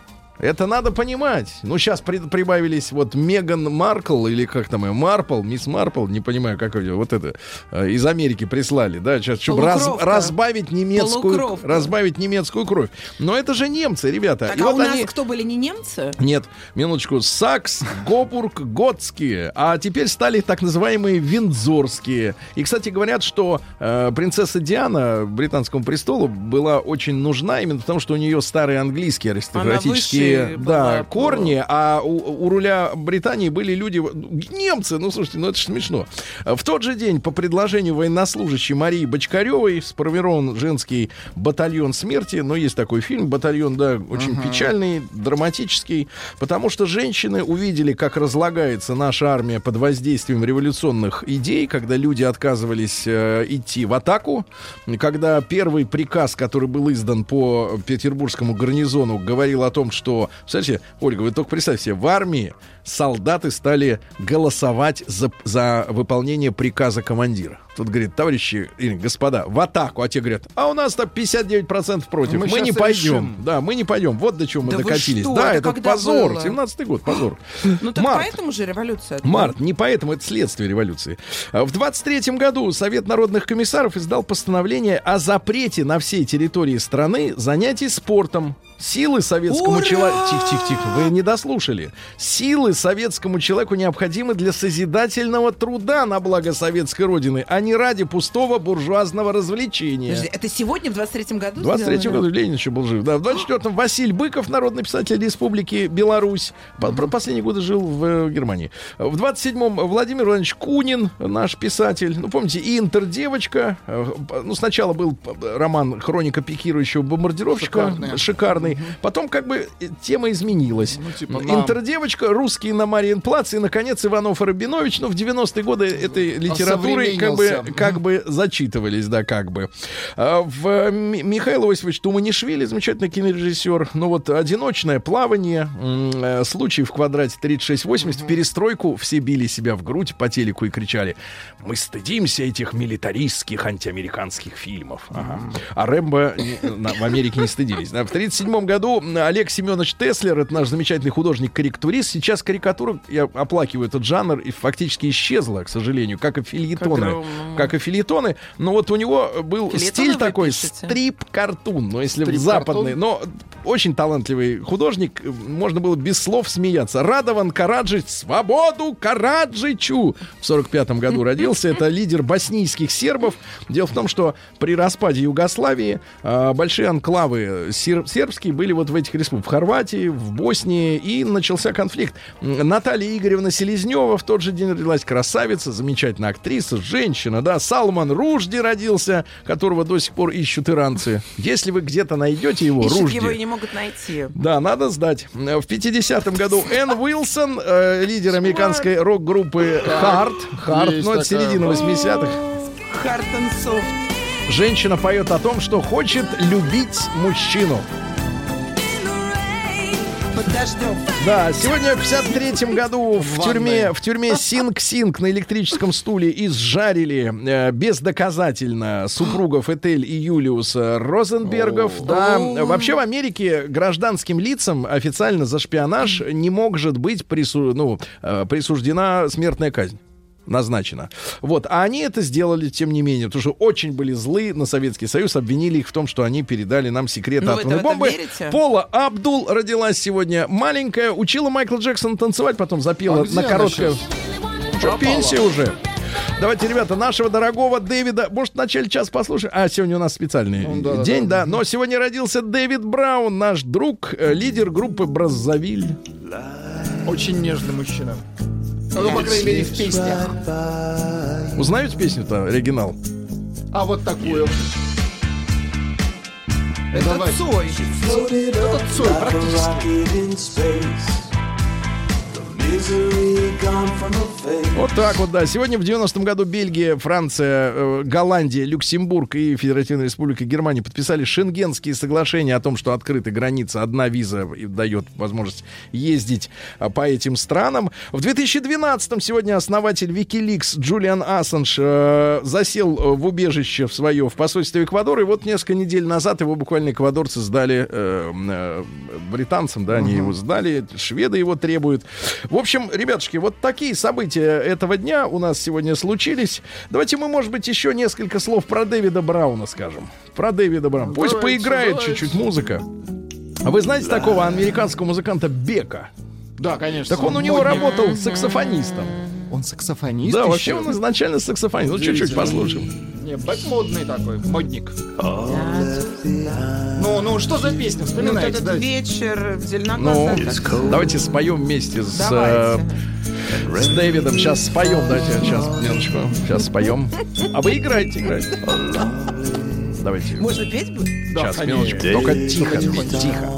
Это надо понимать. Ну, сейчас при, прибавились вот Меган Маркл, или как там ее, Марпл, мисс Марпл, не понимаю, как ее, вот это, э, из Америки прислали, да, сейчас, чтобы раз, разбавить немецкую, разбавить немецкую кровь. Но это же немцы, ребята. Так, и а вот у нас они... кто были, не немцы? Нет, минуточку, Сакс, Гобург, Готские, а теперь стали так называемые Виндзорские. И, кстати, говорят, что э, принцесса Диана британскому престолу была очень нужна именно потому, что у нее старые английские аристократические да, корни, а у, у руля Британии были люди, немцы, ну, слушайте, ну, это же смешно. В тот же день по предложению военнослужащей Марии Бочкаревой сформирован женский батальон смерти, но есть такой фильм, батальон, да, очень uh-huh. печальный, драматический, потому что женщины увидели, как разлагается наша армия под воздействием революционных идей, когда люди отказывались э, идти в атаку, когда первый приказ, который был издан по петербургскому гарнизону, говорил о том, что Представляете, Ольга, вы только представьте себе, в армии солдаты стали голосовать за, за выполнение приказа командира. Тут говорит, товарищи, или господа, в атаку. А те говорят, а у нас так пятьдесят девять процентов против. Мы, мы не пойдем. Решим. Да, мы не пойдем. Вот до чего мы да докатились. Да, это, это позор. Было? семнадцатый год, позор. Ну так Март. Поэтому же революция. Март, не поэтому, это следствие революции. В двадцать третьем году Совет народных комиссаров издал постановление о запрете на всей территории страны занятий спортом. Силы советскому человеку... Тихо-тихо-тихо, вы не дослушали. Силы советскому человеку необходимы для созидательного труда на благо советской родины, а не ради пустого буржуазного развлечения. Подожди, это сегодня, в двадцать третьем году? В двадцать третьем году Ленин еще был жив. Да, в двадцать четвёртом Василий Быков, народный писатель Республики Беларусь. Mm-hmm. Последние годы жил в э, Германии. В двадцать седьмом Владимир Владимирович Кунин, наш писатель. Ну, помните, Интер-девочка. Э, ну, сначала был роман «Хроника пикирующего бомбардировщика». Шикарный. Шикарный. Mm-hmm. Потом как бы тема изменилась. Ну, типа, Интер-девочка, русские на Мариенплац и, наконец, Иванов и Рабинович. Но в девяностые годы этой литературой как бы, как бы зачитывались, да, как бы. А в Михаил Иосифович Туманишвили, замечательный кинорежиссер. Ну вот «Одиночное плавание», м- случай в квадрате тридцать шесть восемьдесят. Mm-hmm. В перестройку все били себя в грудь по телеку и кричали: мы стыдимся этих милитаристских антиамериканских фильмов. Ага. Mm-hmm. А Рэмбо в Америке не стыдились. В тридцать седьмом седьмом году Олег Семенович Теслер, это наш замечательный художник-корректурист. Сейчас карикатура, я оплакиваю этот жанр, и фактически исчезла, к сожалению, как и фельетоны. Как, как и фельетоны. Но вот у него был фельетоны стиль такой, стрип-картун. Но если стрип западный, но очень талантливый художник, можно было без слов смеяться. Радован Караджич, свободу Караджичу! В сорок пятом году родился. Это лидер боснийских сербов. Дело в том, что при распаде Югославии э, большие анклавы сер- сербские были вот в этих республиках. В Хорватии, в Боснии. И начался конфликт. Наталья Игоревна Селезнева в тот же день родилась. Красавица, замечательная актриса, женщина, да. Салман Ружди родился, которого до сих пор ищут иранцы. Если вы где-то найдете его, ищут Ружди... его и не могут найти. Да, надо сдать. В пятидесятом году Энн Уилсон, э, лидер американской рок-группы Hard. Hard, ну это середина восьмидесятых. Hard and Soft. Женщина поет о том, что хочет любить мужчину. Да, сегодня в пятьдесят третьем году в тюрьме, в тюрьме Синг-Синг на электрическом стуле изжарили э, бездоказательно супругов Этель и Юлиуса Розенбергов. Да, вообще в Америке гражданским лицам официально за шпионаж не может быть прису, ну, э, присуждена смертная казнь. Назначено. Вот. А они это сделали, тем не менее, потому что очень были злы на Советский Союз, обвинили их в том, что они передали нам секреты ну, атомной бомбы. Пола Абдул родилась сегодня маленькая, учила Майкла Джексона танцевать, потом запела а на короткое... Что, пенсия уже? Давайте, ребята, нашего дорогого Дэвида, может, в начале часа послушаем? А, сегодня у нас специальный ну, да, день, да, да. Но сегодня родился Дэвид Браун, наш друг, лидер группы Браззавиль. Очень нежный мужчина. Ну, по крайней мере, в песнях. Узнаете песню-то, оригинал? А вот такую. Это Давай. Цой. Это Цой, практически. Вот так вот, да. Сегодня в девяностом году Бельгия, Франция, э, Голландия, Люксембург и Федеративная Республика Германия подписали Шенгенские соглашения о том, что открыта граница, одна виза и дает возможность ездить а, по этим странам. В две тысячи двенадцатом сегодня основатель Wikileaks Джулиан Ассанж э, засел в убежище в свое в посольстве Эквадора, и вот несколько недель назад его буквально эквадорцы сдали э, э, британцам, да, они uh-huh. его сдали, шведы его требуют. В общем, ребятушки, вот такие события этого дня у нас сегодня случились. Давайте мы, может быть, еще несколько слов про Дэвида Брауна скажем. Про Дэвида Брауна. Пусть давайте, поиграет давайте. чуть-чуть музыка. А вы знаете да. такого американского музыканта Бека? Да, конечно. Так он у него работал саксофонистом. Он саксофонист? Да, вообще он изначально саксофонист. Ну, чуть-чуть послушаем. Не, Бек модный такой, модник. Ну, ну, что за песня? Вспоминайте. Ну, этот да. вечер в зеленоглазах. Ну, давайте споем вместе с, э, с Дэвидом. Сейчас споем, давайте, сейчас, минуточку. Сейчас споем. А вы играете, играете. Давайте. Можно петь будет? Сейчас, да, минуточку. Только тихо, тихо, тихо.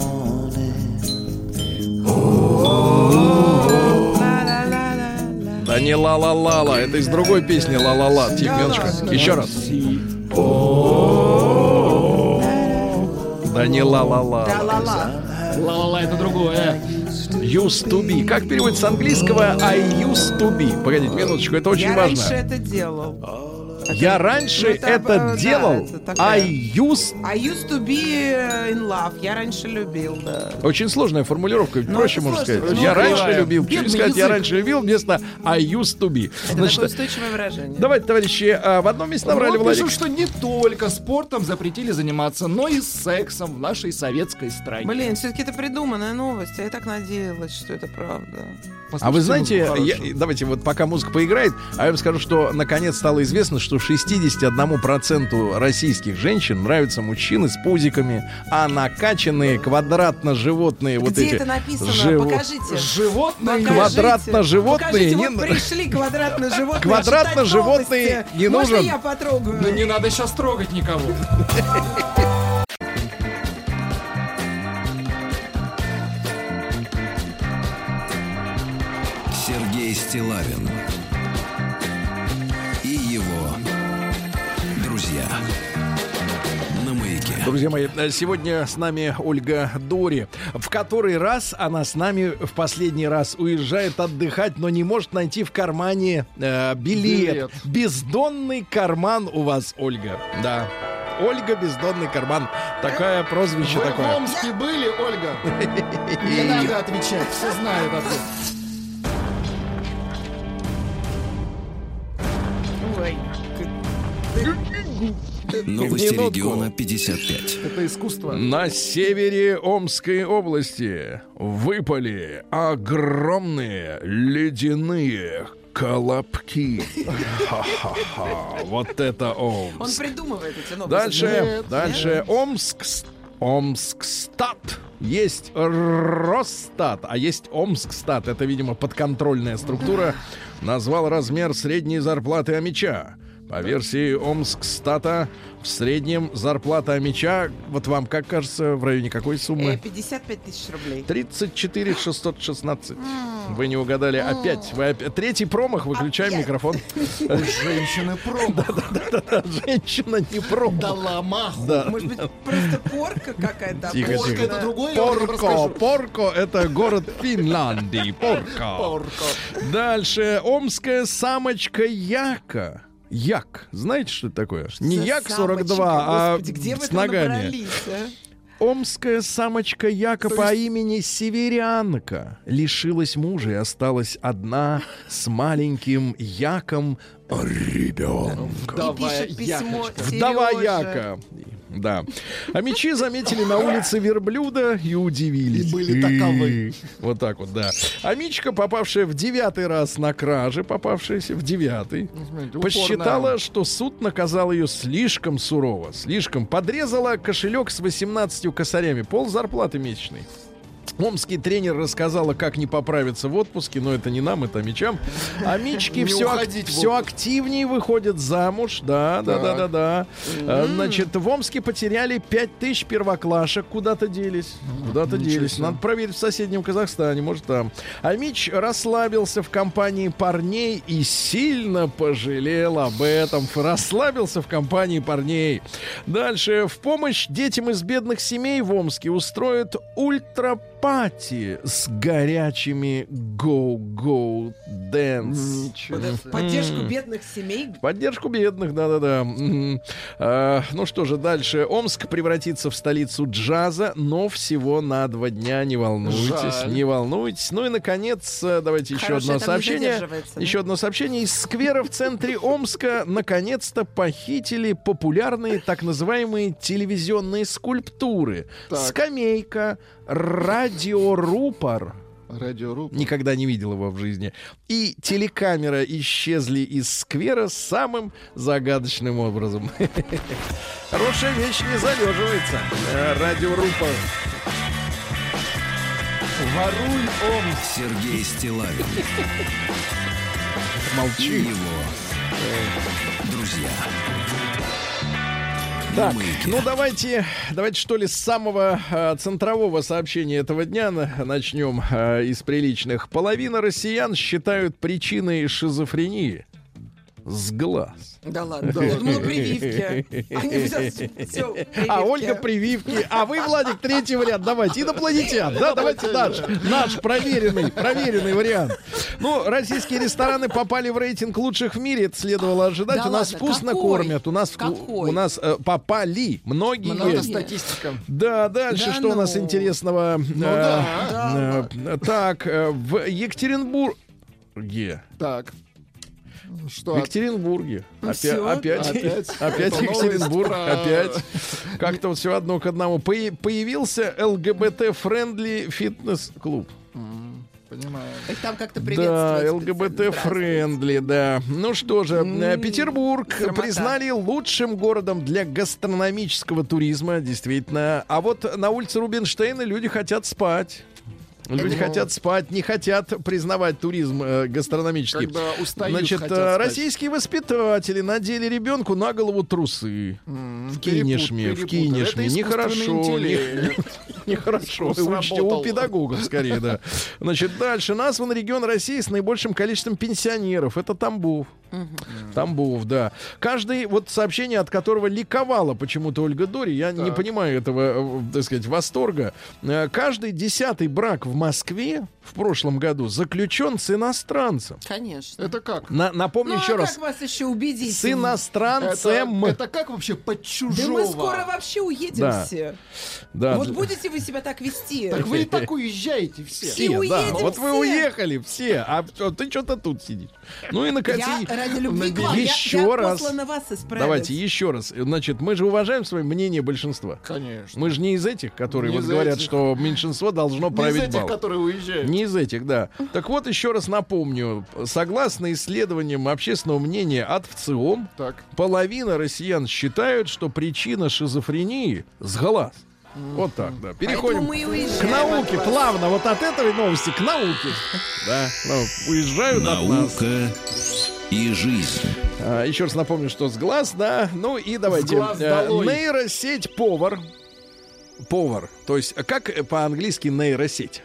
Да не ла-ла-ла-ла, это из другой песни ла-ла-ла. Тихо, минуточку. Еще раз. Да не ла-ла-ла. Да ла-ла. Ла-ла-ла это другое. Used to be. Как переводится с английского I used to be? Погодите, минуточку, это очень Я важно. Я раньше это делал. Я раньше ну, это, это делал. Да, это I used... I used to be in love. Я раньше любил, да. Очень сложная формулировка. Но проще можно сказать. Ну, я раньше бывает. любил. Чуть сказать, язык. Я раньше любил вместо I used to be. Это Значит, такое устойчивое выражение. Давайте, товарищи, в одном месте набрали вот Владик. пишут, что не только спортом запретили заниматься, но и сексом в нашей советской стране. Блин, все-таки это придуманная новость. Я так надеялась, что это правда. Послушайте, а вы знаете, я, давайте вот пока музыка поиграет, а я вам скажу, что наконец стало известно, что шестьдесят один процент российских женщин нравятся мужчины с пузиками, а накачанные квадратно-животные вот Где эти... это написано? Живо... Покажите. Животные? Квадратно-животные... Покажите, не... вот пришли квадратно-животные. Квадратно-животные не нужен. Можно я потрогаю? Ну не надо сейчас трогать никого. Сергей Стиллавин и его друзья на Маяке. Друзья мои, сегодня с нами Ольга Дори. В который раз она с нами в последний раз уезжает отдыхать, но не может найти в кармане э, билет. билет. Бездонный карман у вас, Ольга. Да. Ольга Бездонный карман. Такое прозвище Вы в такое. Омске были, Ольга? Не надо отвечать, все знают ответ. Ой. Новости Минутку. региона пятьдесят пять. Это искусство. На севере Омской области выпали огромные ледяные колобки. Ха-ха-ха. Вот это Он Омск. придумывает эти новости. Дальше, Нет, дальше Омск, Омскстат. Есть Росстат, а есть Омскстат. Это, видимо, подконтрольная структура. Назвал размер средней зарплаты Амича. По версии Омскстата, в среднем зарплата Амича, вот вам как кажется, в районе какой Э, суммы? пятьдесят пять тысяч рублей. тридцать четыре шестьсот шестнадцать. Вы не угадали. Опять. Вы опять. Третий промах. Выключаем микрофон. Женщины промах. Женщина не промах. Дала маху. Да. Может быть, просто порка какая-то? Тихо, Порка тихо. это другое, я вам Порко. расскажу. Порко — это город Финляндии. Порко. Порко. Дальше. Омская самочка Яка. Як. Знаете, что это такое? Не За Як самочка, сорок два, а Господи, где вы с это ногами. набрались, а? Омская самочка Яка То по есть- имени Северянка лишилась мужа и осталась одна с маленьким Яком ребенком. И Вдова пишет письмо Якочка. Вдова Серёжа. Яка. Да. А мечи заметили на улице верблюда и удивились. И были таковы. Вот так вот, да. А Мичка, попавшая в девятый раз на краже, попавшаяся в девятый, Смотрите, посчитала, упорная. что суд наказал ее слишком сурово, слишком. Подрезала кошелек с восемнадцатью косарями, пол зарплаты месячной. Омский тренер рассказала, как не поправиться в отпуске, но это не нам, это Мичам. А Мички Не все, уходить в все отпуск. активнее выходят замуж. Да, да, да, да, да. А, Значит, в Омске потеряли пять тысяч первоклашек. Куда-то делись. Куда-то Ничего делись. себе. Надо проверить в соседнем Казахстане, может там. А Мич расслабился в компании парней и сильно пожалел об этом. Расслабился в компании парней. Дальше. В помощь детям из бедных семей в Омске устроят ультрапати с горячими go-go dance. Ничего. В поддержку бедных семей. В поддержку бедных, да-да-да. Мгм. А, ну что же, дальше. Омск превратится в столицу джаза, но всего на два дня. Не волнуйтесь, Жаль. не волнуйтесь. Ну и, наконец, э, давайте еще Хорошее одно там не сообщение. задерживается, да? Еще одно сообщение. Из сквера в центре Омска наконец-то похитили популярные так называемые телевизионные скульптуры. Так. Скамейка, радиорупор. Радиоруб. Никогда не видел его в жизни. И телекамера исчезли из сквера самым загадочным образом. Хорошая вещь не залеживается. Э, Радиорупор. Воруй, Омск. Сергей Стиллавин и Молчи. его э, друзья. Так, Маяки. ну давайте, давайте что ли с самого э, центрового сообщения этого дня на- начнем э, из приличных. Половина россиян считают причиной шизофрении сглаз. Да ладно. Я думала, прививки. Они все, все, А Ольга прививки. А вы, Владик, третий вариант. Давайте, инопланетян. Да, давайте наш, наш проверенный, проверенный вариант. Ну, российские рестораны попали в рейтинг лучших в мире. Это следовало ожидать. Да у нас ладно, вкусно какой? кормят. У нас, вку- Какой? у нас э, попали многие. Ну, это статистика. Да, дальше Да что у нас ну. интересного? Ну Э, да. э, Так, э, в Екатеринбурге. Так. Что? В Екатеринбурге. Опя- всё? Опять, Опять? опять Это Екатеринбург. новость про- Опять. Как-то вот все одно к одному. Пои- Появился ЛГБТ-френдли фитнес-клуб. М, Понимаю. Их там как-то Да, приветствуют. ЛГБТ-френдли, да. Ну что же, э, Петербург срамота. признали лучшим городом для гастрономического туризма, действительно. А вот на улице Рубинштейна люди хотят спать. Люди Ну. хотят спать, не хотят признавать туризм э, гастрономический. Когда устают, Значит, хотят э, спать. российские воспитатели надели ребенку на голову трусы. М, В перепут- кинешме, в перепутали. кинешме. Это Нехорошо. искусственный не- интеллект. Нехорошо. Вы учите Сработало. у педагогов скорее, да. Значит, дальше назван регион России с наибольшим количеством пенсионеров. Это Тамбов. Тамбов, да. Каждый вот сообщение, от которого ликовала почему-то Ольга Дори, я так. не понимаю этого, так сказать, восторга. Каждый десятый брак в Москве в прошлом году заключен с иностранцем. Конечно. Это как? На, напомню ну, еще а раз. Как вас еще убедить? С иностранцем. Это, это как вообще под чужого? Да мы скоро вообще уедем да. все. Да. Вот будете вы себя так вести? Так вы и так уезжаете все. Все, и да. уедем Вот все. вы уехали все, а ты что-то тут сидишь. Ну и наконец. Я ради любви к вам. Еще я, я раз. послана вас исправить. Давайте еще раз. Значит, мы же уважаем свое мнение большинства. Конечно. Мы же не из этих, которые Не вот из говорят, этих. что меньшинство должно Не править из этих, бал. которые уезжают. Не из этих, да. Так вот, еще раз напомню. Согласно исследованиям общественного мнения от ВЦИОМ, Так. половина россиян считают, что причина шизофрении — сглаз. Вот так, да. Переходим мы и уезжаем к науке. от вас. Плавно вот от этой новости к науке. Да, ну, уезжают от нас. Наука и жизнь. А, еще раз напомню, что с глаз, да. Ну и давайте. С глаз А, долой. нейросеть повар. Повар. То есть, как по-английски нейросеть?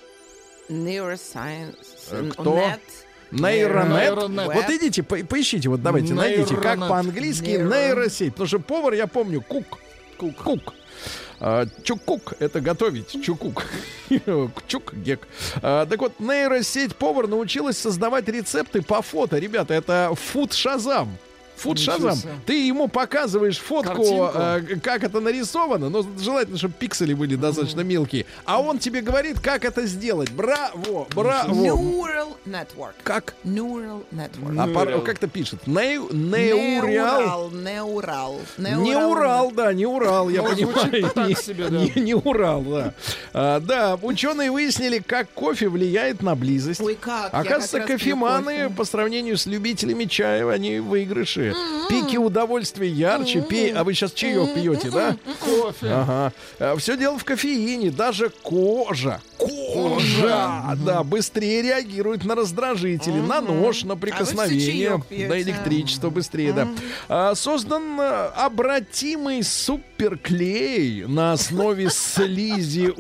Neuroscience. Э, кто? Net. Нейронет. Нейронет. Вот идите, по- поищите, вот давайте, найдите, как Нейронет. по-английски Нейрон. нейросеть. Потому что повар, я помню, кук. Кук. Кук. А, чукук — это готовить. Чукук. Чук, гек. А, так вот, нейросеть повар научилась создавать рецепты по фото. Ребята, это Food Shazam. Food Ничего Shazam. себе. Ты ему показываешь фотку, Картинку. э, как это нарисовано, но желательно, чтобы пиксели были достаточно мелкие. А он тебе говорит, как это сделать. Браво, браво. Neural network. Как? Neural network. А пар- как-то пишет. Неу- Неурал. Неурал. Неурал. Не Урал, да, не Урал, я Ну, звучит понимаю. так Не, себе, да. не- не Урал, да. А, да, ученые выяснили, как кофе влияет на близость. Ой, как? Я Оказывается, как раз пью кофеманы кофе. по сравнению с любителями чая, они выигрыши. Пики удовольствия ярче. Пей, а вы сейчас чаек пьете, да? Кофе. Ага. Все дело в кофеине. Даже кожа. Кожа, да, быстрее реагирует на раздражители, на нож, на прикосновение, чаек пьете. на электричество быстрее, да. А, создан а, обратимый суперклей на основе слизи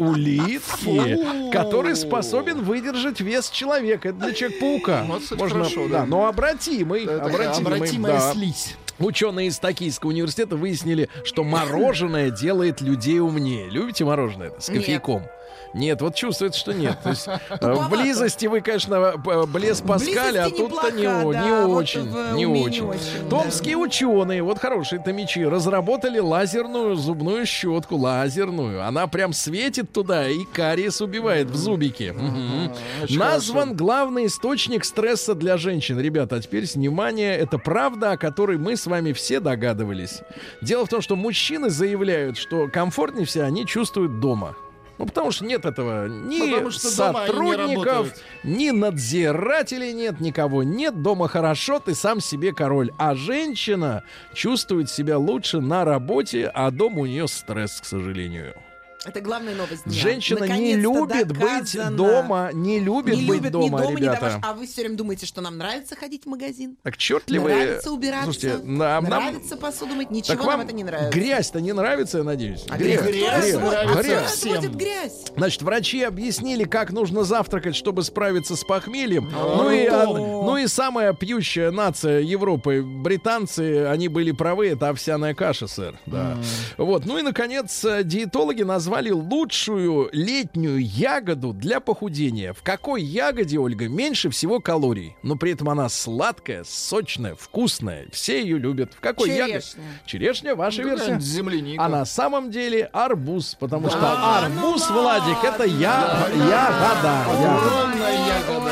улитки, который способен выдержать вес человека. Это для Человека-паука. Вот, кстати, хорошо, да, да. но обратимый. Это обратимый, обратимая да. слизь. Ученые из Токийского университета выяснили, что мороженое делает людей умнее. Любите мороженое с кофейком? Нет, вот чувствуется, что нет. То есть, э, в близости вы, конечно, п- блес Паскаль, а Близости тут-то не, неплоха, о- да, не вот очень, в не уме не очень. очень, Томские ученые, вот хорошие томичи, разработали лазерную зубную щетку, лазерную. Она прям светит туда и кариес убивает в зубике. Мгм. очень Назван хорошо. главный источник стресса для женщин. Ребята, а теперь внимание, это правда, о которой мы с вами все догадывались. Дело в том, что мужчины заявляют, что комфортнее всего они чувствуют дома. Ну, потому что нет этого ни Потому что дома они не сотрудников, работают. ни надзирателей нет, никого нет. Дома хорошо, ты сам себе король. А женщина чувствует себя лучше на работе, а дома у нее стресс, к сожалению. Это главная новость дня. Женщина не Наконец-то любит доказано. быть дома, не любит Не быть любит дома, ни дома, ни ребята. домаш. А вы все время думаете, что нам нравится ходить в магазин? Так черт ли вы... Нравится убираться? Слушайте, нам, нам- Нравится посуду мыть? Ничего так нам вам это не нравится. грязь-то не нравится, я надеюсь? А Грязь. грязь, Грязь кто разводит? нравится Кто всем. разводит грязь? Значит, врачи объяснили, как нужно завтракать, чтобы справиться с похмельем. Ну и, а, ну и самая пьющая нация Европы, британцы, они были правы, это овсяная каша, сэр. Да. Вот. Ну и, наконец, э, диетологи назвали лучшую летнюю ягоду для похудения. В какой ягоде, Ольга, меньше всего калорий? Но при этом она сладкая, сочная, вкусная. Все ее любят. В какой ягоде? Черешня. Черешня, ваша версия? Какая-нибудь земляника. А на самом деле арбуз, потому что А, арбуз, ну Владик, это я, ягода. Огромная ягода.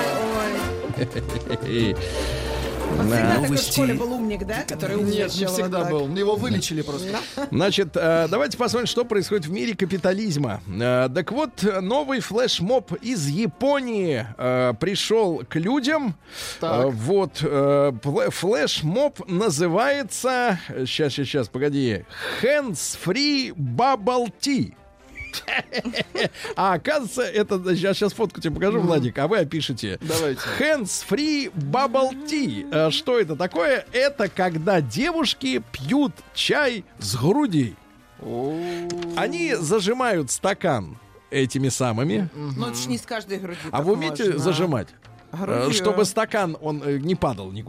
Ой. Он Да. всегда такой в Новости. школе был умник, да? Который Нет, не умничал вот всегда так. был. Его вылечили просто. Значит, э, давайте посмотрим, что происходит в мире капитализма. Э, так вот, новый флешмоб из Японии э, пришел к людям. Так. Э, вот, э, флэ- флешмоб называется... Сейчас, сейчас, сейчас, погоди. Hands-free Bubble Tea. А оказывается, это... Сейчас, сейчас фотку тебе покажу, Владик, а вы опишите. Давайте. Hands-free Bubble Tea. Э, Что это такое? Это когда девушки пьют чай с грудей. Они зажимают стакан этими самыми. Ну, это ж не с каждой груди А так вы умеете можно. зажимать? Э, Грудью. Чтобы стакан, он э, не падал никуда.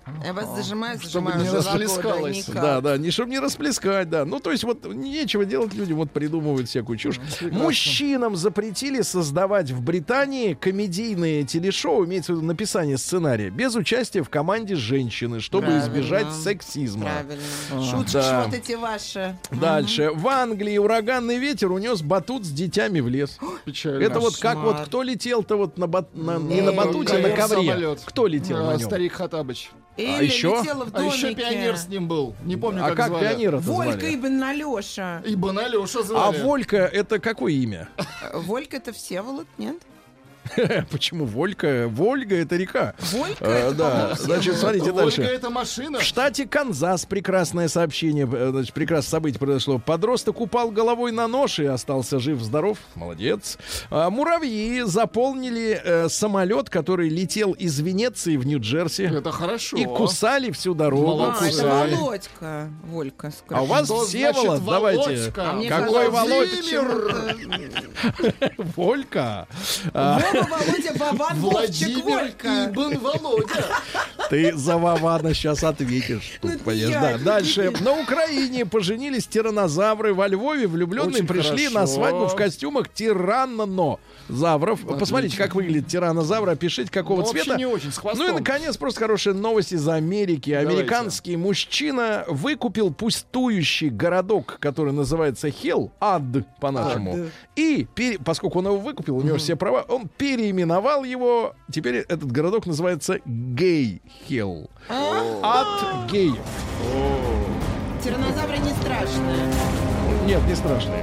Я вас зажимаю, Чтобы зажимаю не уже два года, расплескалось. никак. Да, да, не чтобы не расплескать, да. Ну, то есть вот нечего делать, люди вот придумывают всякую чушь. Прекрасно. Мужчинам запретили создавать в Британии комедийные телешоу, имеется в виду написание сценария, без участия в команде женщины, чтобы Правильно. избежать сексизма. Правильно. Шутки, да. вот эти ваши. Дальше. В Англии ураганный ветер унес батут с детьми в лес. Печально. Это вот как Кошмар. вот кто летел-то вот на, бат- на- не Эй, на батуте, а на ковре. самолет. Кто летел А, на нем? Старик Хаттабыч. Или еще? летела в А домике. еще пионер с ним был. Не помню, А как, как звали. пионера-то Волька звали? Ибн Алёша. Ибн Алёша А звали. Волька это какое имя? Волька это Всеволод, нет? Почему Волька? Вольга это река. Волька А, это, да, по-моему, значит, Всеволод. смотрите Вольга дальше. это машина. В штате Канзас прекрасное сообщение, э, значит, прекрасное событие произошло. Подросток упал головой на нож и остался жив-здоров. Молодец. А, муравьи заполнили э, самолет, который летел из Венеции в Нью-Джерси. Это хорошо. И кусали всю дорогу. Молодцы. А, это Кусали. Володька. Волька. А у вас Что Всеволод, значит давайте. Володька? А мне Какой кажется, Володь? почему-то- Волька. А, Вова, Володя, Вован, Вовчик, Владимир Волька. Ибн Володя. ты за Вована сейчас ответишь. Ну, Тут, это понимаешь, я, да. это Дальше. не- На Украине поженились тираннозавры. Во Львове влюбленные Очень пришли хорошо. на свадьбу в костюмах тираннозавров. Посмотрите, как выглядит тираннозавр. Опишите, какого Ну, вообще цвета. не очень, с хвостом. Ну и, наконец, просто хорошая новость из Америки. Давайте. Американский мужчина выкупил пустующий городок, который называется Хелл, ад по-нашему. Ад. И, пере- поскольку он его выкупил, у него все права, он переименовал его. Теперь этот городок называется Гей Хелл. Ад геев. Тираннозавры не страшные. Нет, не страшный.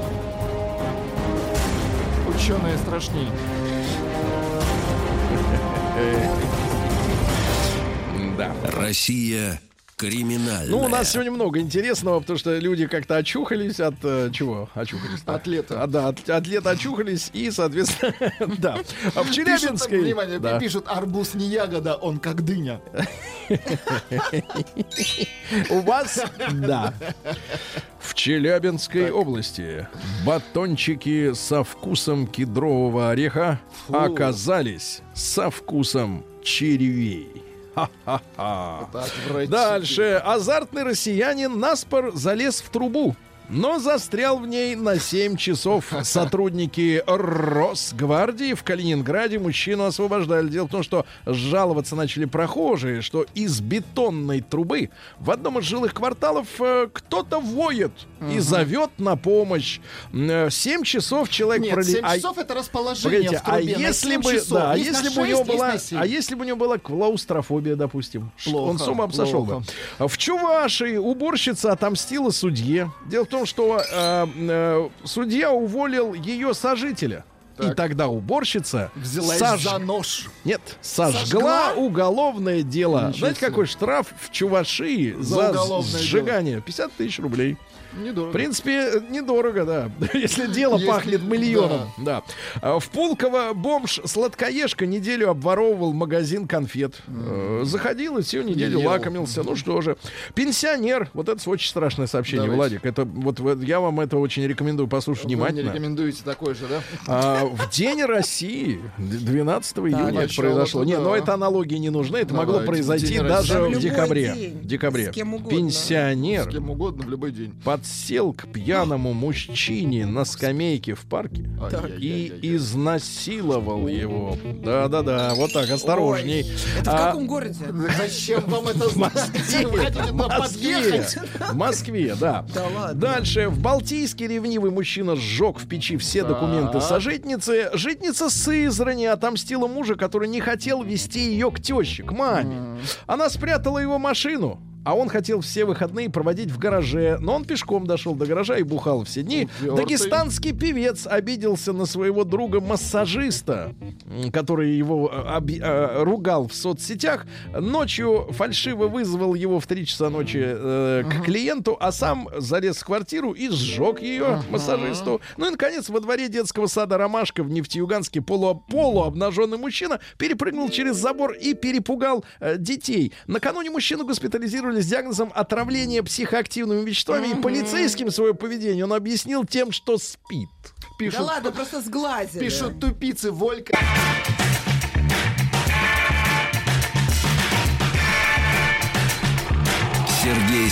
Ученые страшнее. Да. Россия криминальная. Ну, у нас сегодня много интересного, потому что люди как-то очухались от э, чего? Очухались. От лета. А, да, от, от лета очухались и, соответственно, да. А в Пишут, Челябинской... внимание, Да. пишут, арбуз не ягода, он как дыня. У вас, да. В Челябинской области батончики со вкусом кедрового ореха Фу. оказались со вкусом червей. Ха-ха-ха. Это отвратительно. Дальше. Азартный россиянин наспор залез в трубу, но застрял в ней на семь часов. Сотрудники Росгвардии в Калининграде мужчину освобождали. Дело в том, что жаловаться начали прохожие, что из бетонной трубы в одном из жилых кварталов э, кто-то воет и зовет на помощь. Э, Семь часов человек Нет, пролетел. семь часов это расположение Погодите, в трубе а на если семь бы, часов. да, а Есть если на бы у него шесть, есть была, на семь. а если бы у него была клаустрофобия, допустим, Плохо, он с ума бы сошел бы. плохо. В Чувашии уборщица отомстила судье. Дело в том, что э, э, судья уволил ее сожителя. И Так. тогда уборщица Взялась сож- за нож. Нет, сожгла, Сожгла? уголовное дело. Ничего Знаете, себе. какой штраф в Чувашии За за, уголовное сжигание? пятьдесят тысяч рублей. Недорого. В принципе, недорого, да. Если дело Если- пахнет миллионом. Да. А В Пулково бомж-сладкоежка неделю обворовывал магазин конфет. Э, Заходил и всю неделю Ел. лакомился. Ну что же. Пенсионер. Вот это очень страшное сообщение, Давайте. Владик. Это вот вот я вам это очень рекомендую послушать Вы не внимательно. рекомендуете такой же, да? А, в День России, двенадцатого июня это начало-то произошло. Не, да. но это аналогии не нужны. Это могло Давайте, произойти День даже России. в В любой декабре. день. В декабре. С кем угодно. Пенсионер С кем угодно в любой день. подсел к пьяному мужчине на скамейке в парке и Ай-яй-яй-яй. изнасиловал его. Да-да-да, вот так, осторожней. Ой, это в А, каком городе? Зачем вам это знать? Вы хотите В туда Москве, подъехать? в Москве, да. Да ладно. Дальше. В Балтийске ревнивый мужчина сжег в печи все Так. документы сожительницы. Житница Сызрани отомстила мужа, который не хотел вести ее к теще, к маме. Она спрятала его машину. А он хотел все выходные проводить в гараже. Но он пешком дошел до гаража и бухал все дни. Упертый. Дагестанский певец обиделся на своего друга-массажиста, м, который его э, оби- э, ругал в соцсетях. Ночью фальшиво вызвал его в три часа ночи э, к клиенту, а сам залез в квартиру и сжег ее, массажисту. Ну и, наконец, во дворе детского сада «Ромашка» в Нефтеюганске полу- полуобнаженный мужчина перепрыгнул через забор и перепугал э, детей. Накануне мужчину госпитализировали с диагнозом отравления психоактивными веществами, и полицейским свое поведение он объяснил тем, что спит. Да Пишут, ладно, просто сглазили. пишут тупицы, Волька.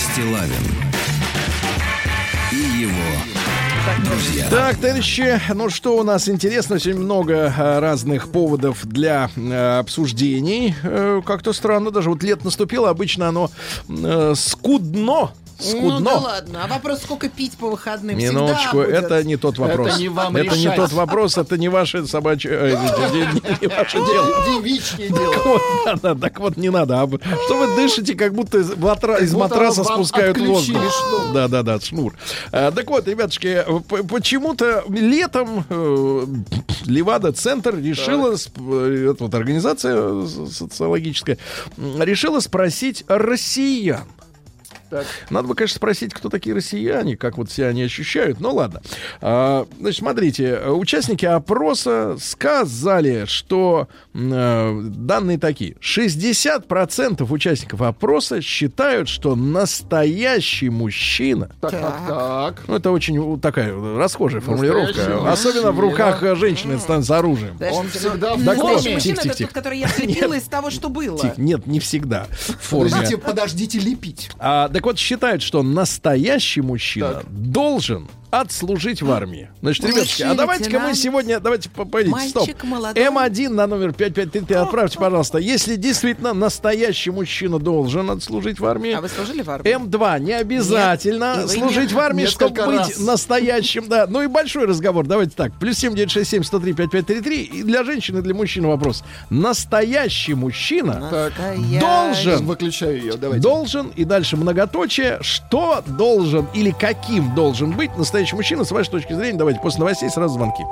Стиллавин и его друзья. Так, товарищи, ну что у нас интересно? Сегодня много а, разных поводов для а, обсуждений. Э, как-то странно, даже вот лето наступило, обычно оно э, скудно. Скудно. Ну да ладно, а вопрос, сколько пить по выходным? Минуточку, Всегда будет. это не тот вопрос. Это не вам Это не решать. тот вопрос, это не ваше собачье, э, не, не ваше дело. Девичье Так дело. вот, да, да, так вот не надо. А вы- что вы дышите, как будто из, матра- из будто матраса вам спускают отключили воздух. шнур. Да, да, да, шнур. А, так вот, ребятушки, п- почему-то летом э, Левада-центр решила, сп- э, это вот организация социологическая, м, решила спросить россиян. Так. Надо бы, конечно, спросить, кто такие россияне, как вот все они ощущают. Ну ладно. А, значит, смотрите, участники опроса сказали, что э, данные такие. шестьдесят процентов участников опроса считают, что настоящий мужчина... Так, так, так. Ну, это очень у- такая расхожая формулировка. Настоящий Особенно в мужчина. руках э, женщины с оружием. Подожди, Он подожди. всегда в Так вот, Настоящий форме. мужчина тихо, это тихо, тот, который я слепила из того, что было. Тихо, нет, не всегда в форме. Подождите, подождите лепить. А, так вот, считают, что настоящий мужчина Так. должен отслужить в армии. Значит, ребятушки, а Мужчина, давайте-ка мы лейтенант. сегодня, давайте по- пойдите, стоп. Мальчик молодой. эм один на номер пять пять три три отправьте, пожалуйста. Если действительно настоящий мужчина должен отслужить в армии. А вы служили в армии? эм два не обязательно Нет, и вы служить не. в армии, чтобы Несколько быть раз. настоящим, да. Ну и большой разговор. Давайте так. Плюс семь девять шесть семь сто три пять пять три три. И для женщины, и для мужчины вопрос. Настоящий мужчина Настоящий. должен Выключаю ее, давайте. должен, и дальше многоточие, что должен или каким должен быть настоящий мужчина, с вашей точки зрения. Давайте после новостей сразу звонки.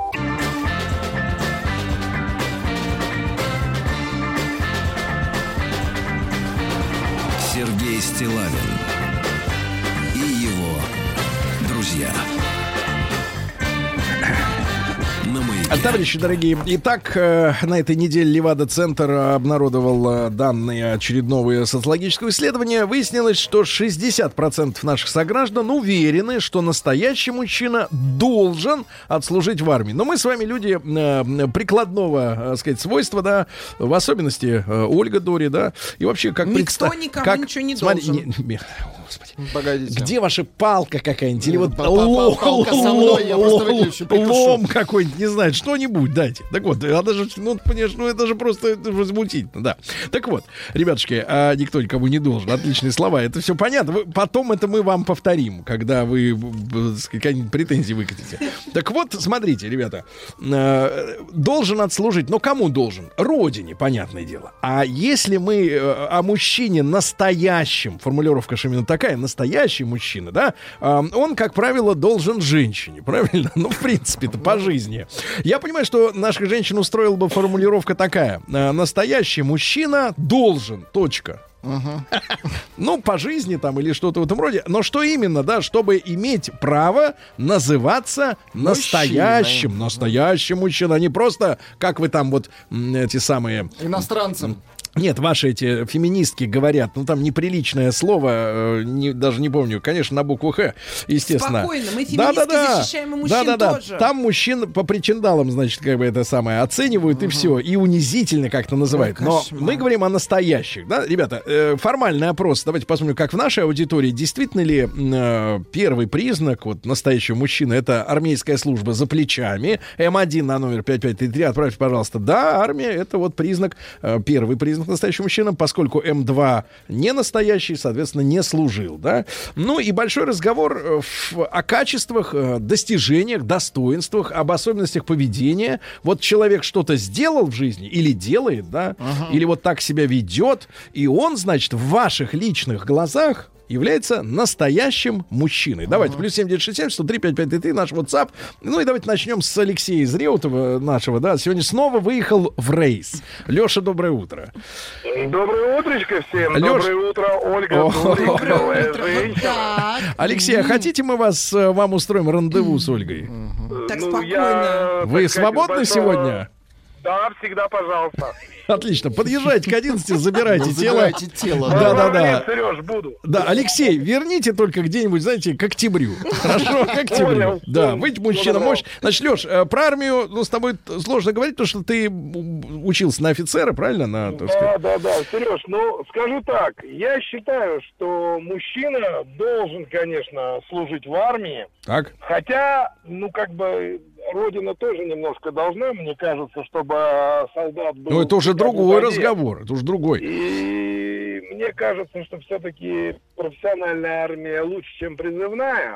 Сергей Стиллавин и его друзья. На маяке. Товарищи дорогие, итак, э, на этой неделе Левада-центр обнародовал э, данные очередного социологического исследования. Выяснилось, что шестьдесят процентов наших сограждан уверены, что настоящий мужчина должен отслужить в армии. Но мы с вами люди э, прикладного, э, сказать, свойства, да, в особенности э, Ольга Дори, да, и вообще как Никто предста- никому как- ничего не Смотри, должен. не- не- Господи. Погодите. Где ваша палка какая-нибудь? Или вот Па- па- лом, палка со мной, я просто выключу, притушу. лом какой-нибудь, не знаю, что-нибудь дайте. Так вот, она же, ну, понимаешь, ну это же просто это же возмутительно, да. Так вот, ребятушки, а никто никому не должен. Отличные слова, это все понятно. Вы- потом это мы вам повторим, когда вы б- б- какие-нибудь претензии выкатите. Так вот, смотрите, ребята, э, должен отслужить, но кому должен? Родине, понятное дело. А если мы э, о мужчине настоящем, формулировка же именно такая, настоящий мужчина, да, э, он, как правило, должен женщине, правильно? Ну, в принципе-то, по жизни. Я понимаю, что наших женщин устроила бы формулировка такая. э, Настоящий мужчина должен, точка. Ну, по жизни там или что-то в этом роде. Но что именно, да, чтобы иметь право называться настоящим, настоящим мужчиной, а не просто, как вы там вот м, эти самые... Иностранцам. Нет, ваши эти феминистки говорят, ну там неприличное слово, э, не, даже не помню, конечно, на букву Х, естественно. Спокойно, мы феминистки защищаем и мужчин Да-да-да. тоже. Там мужчин по причиндалам, значит, как бы это самое, оценивают и все, и унизительно как-то называют. Ой, Но кошмар. мы говорим о настоящих, да, ребята, э, формальный опрос, давайте посмотрим, как в нашей аудитории, действительно ли э, первый признак вот настоящего мужчины — это армейская служба за плечами, эм один на номер пять пять три три, отправьте, пожалуйста. Да, армия — это вот признак, э, первый признак настоящего мужчины, поскольку эм два не настоящий, соответственно, не служил, да. Ну и большой разговор э, в- о качествах, э, достижениях, достоинствах, об особенностях поведения. Вот человек что-то сделал в жизни или делает, да, или вот так себя ведет, и он, значит, в ваших личных глазах является настоящим мужчиной. Давайте, плюс семь девять шесть семь сто три пять пять три три, наш WhatsApp. Ну и давайте начнем с Алексея из Реутова нашего, да. Сегодня снова выехал в рейс. Леша, доброе утро. Доброе утречко всем. Лёш. Доброе утро, Ольга. О. Доброе клёвая Утро. женщина. Так, Алексей, а хотите мы вас, э, вам устроим рандеву с Ольгой? так Ну, спокойно. я, Вы так сказать, свободны из большого- сегодня? Да, всегда, пожалуйста. Отлично. Подъезжайте к одиннадцати, забирайте тело. Забирайте тело. Да, да, да. Сереж, буду. Да, Алексей, верните только где-нибудь, знаете, к октябрю. Хорошо, к октябрю. Понял. Да, быть мужчина Добро. мощь. Значит, Леш, э, про армию, ну, с тобой т- сложно говорить, потому что ты м, учился на офицера, правильно? На, так Да, сказать. да, да. Сереж, ну, скажу так. Я считаю, что мужчина должен, конечно, служить в армии. Так. Хотя, ну, как бы, Родина тоже немножко должна, мне кажется, чтобы э, солдат был... Ну, это уже как бы другой в воде. разговор. Это уже другой. И мне кажется, что все-таки профессиональная армия лучше, чем призывная.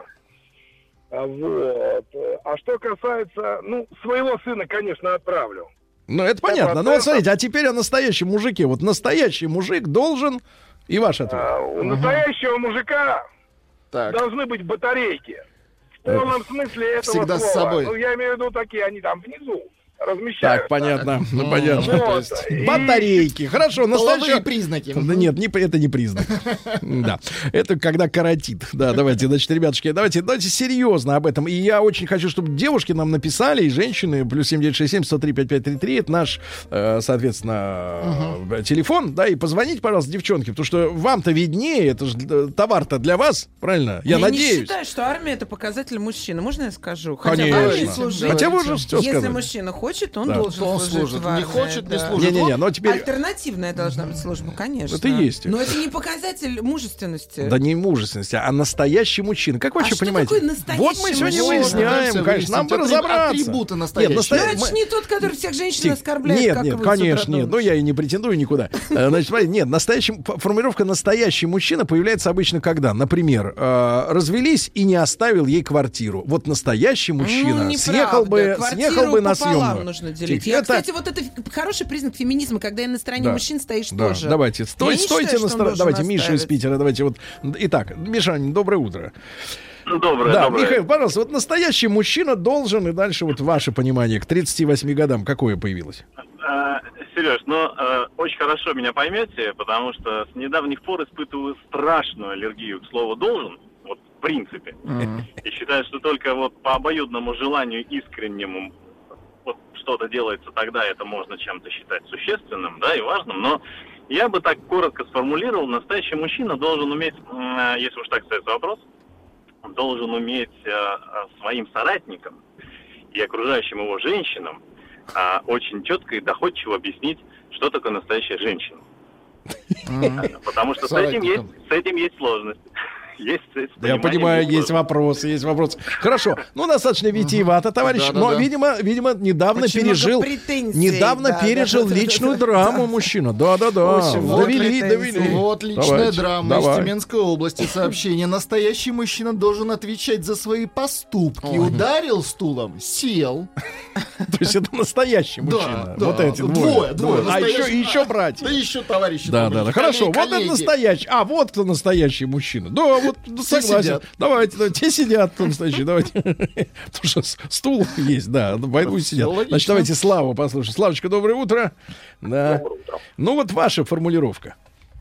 А, Вот. А что касается, ну, своего сына, конечно, отправлю. Ну, это понятно. Ну, вот смотрите, а теперь о настоящем мужике. Вот настоящий мужик должен... И ваш ответ. А, у настоящего мужика Так. должны быть батарейки. В полном смысле этого Всегда слова. с собой. Ну, я имею в виду такие, они там внизу размещаются. Так, понятно. Ну, понятно. Вот. То есть И- Батарейки. Хорошо, Половые настоящий... признаки. Да нет, не, это не признак. Да. Это когда каротит. Да, давайте, значит, ребятушки, давайте, давайте серьезно об этом. И я очень хочу, чтобы девушки нам написали, и женщины, плюс семь девять шесть семь сто три пять пять три три, это наш, э, соответственно, э, телефон, да, и позвоните, пожалуйста, девчонки, потому что вам-то виднее, это же э, товар-то для вас, правильно? Я, Я надеюсь. не считаю, что армия — это показатель мужчины. Можно я скажу? Хотя в Конечно. армии служить. Хотя вы уже все Если сказали. мужчина хочет, он Да. должен То он служить служит. в армии. Не хочет, не да. служит. Не-не-не, но теперь... Альтернативная должна быть служба, конечно. Это и есть. Но это не показатель мужественности. Да не мужественности, а настоящий мужчина. Как вы А вообще что понимаете? такое настоящий Вот мы сегодня мужчина? выясняем, Давайте конечно, нам бы выяснить разобраться. атрибуты Нет, настоящего. настоя- Ну, это мы- ж не тот, который всех женщин Тих- оскорбляет, Нет, как нет, вы, конечно, Супер нет. Ну, я и не претендую никуда. Э, Значит, смотри, нет, настоящий, ф- формулировка «настоящий мужчина» появляется обычно когда? Например, э, развелись и не оставил ей квартиру. Вот настоящий мужчина Ну, съехал бы, неправда. съехал бы на пополам съемную. нужно делить. Тих, Я, это- кстати, вот это ф- хороший признак феминизма, когда я на стороне Да. мужчин стоишь Да, тоже. давайте, стой, Я не стойте считаю, на что он стороне. должен Давайте, Миша из оставить. Питера, давайте вот. Итак, Мишань, доброе утро. Доброе, Да, доброе. Михаил, пожалуйста, вот настоящий мужчина должен, и дальше вот ваше понимание, к тридцати восьми годам какое появилось? А, Сереж, ну, э, очень хорошо меня поймете, потому что с недавних пор испытываю страшную аллергию к слову «должен», вот в принципе. И считаю, что только вот по обоюдному желанию искреннему вот что-то делается, тогда это можно чем-то считать существенным, да, и важным, но я бы так коротко сформулировал: настоящий мужчина должен уметь, э, если уж так ставится вопрос, он должен уметь э, э, своим соратникам и окружающим его женщинам а, очень четко и доходчиво объяснить, что такое настоящая женщина. Потому что с этим есть, с этим есть сложность. Есть, с- с Я пониманием понимаю, есть сложность. вопросы, есть вопросы. Хорошо, ну достаточно витиевато, товарищ, Да-да-да. но, видимо, видимо, недавно Очень много пережил, претензий, недавно да, пережил да, да, личную да, да. драму мужчина. Да-да-да, Очень много довели, претензий. довели. Вот личная Давайте, драма давай. из Тюменской области. Сообщение. Настоящий мужчина должен отвечать за свои поступки. Ударил стулом, сел. То есть это настоящий Да, мужчина. да. Вот эти двое. Двое, двое. А еще, Настоящий- еще братья. Да еще товарищи. Да, там да, были, да. Хорошо, вот коллеги. это настоящий. А, вот кто настоящий мужчина. Да, вот ну, Все согласен. сидят. Давайте, давайте. Те сидят, кто настоящий. Давайте. Потому что с- стул есть, да. Поэтому и сидят. логично. Значит, давайте Славу послушаем. Славочка, доброе утро. Да. Ну, вот ваша формулировка.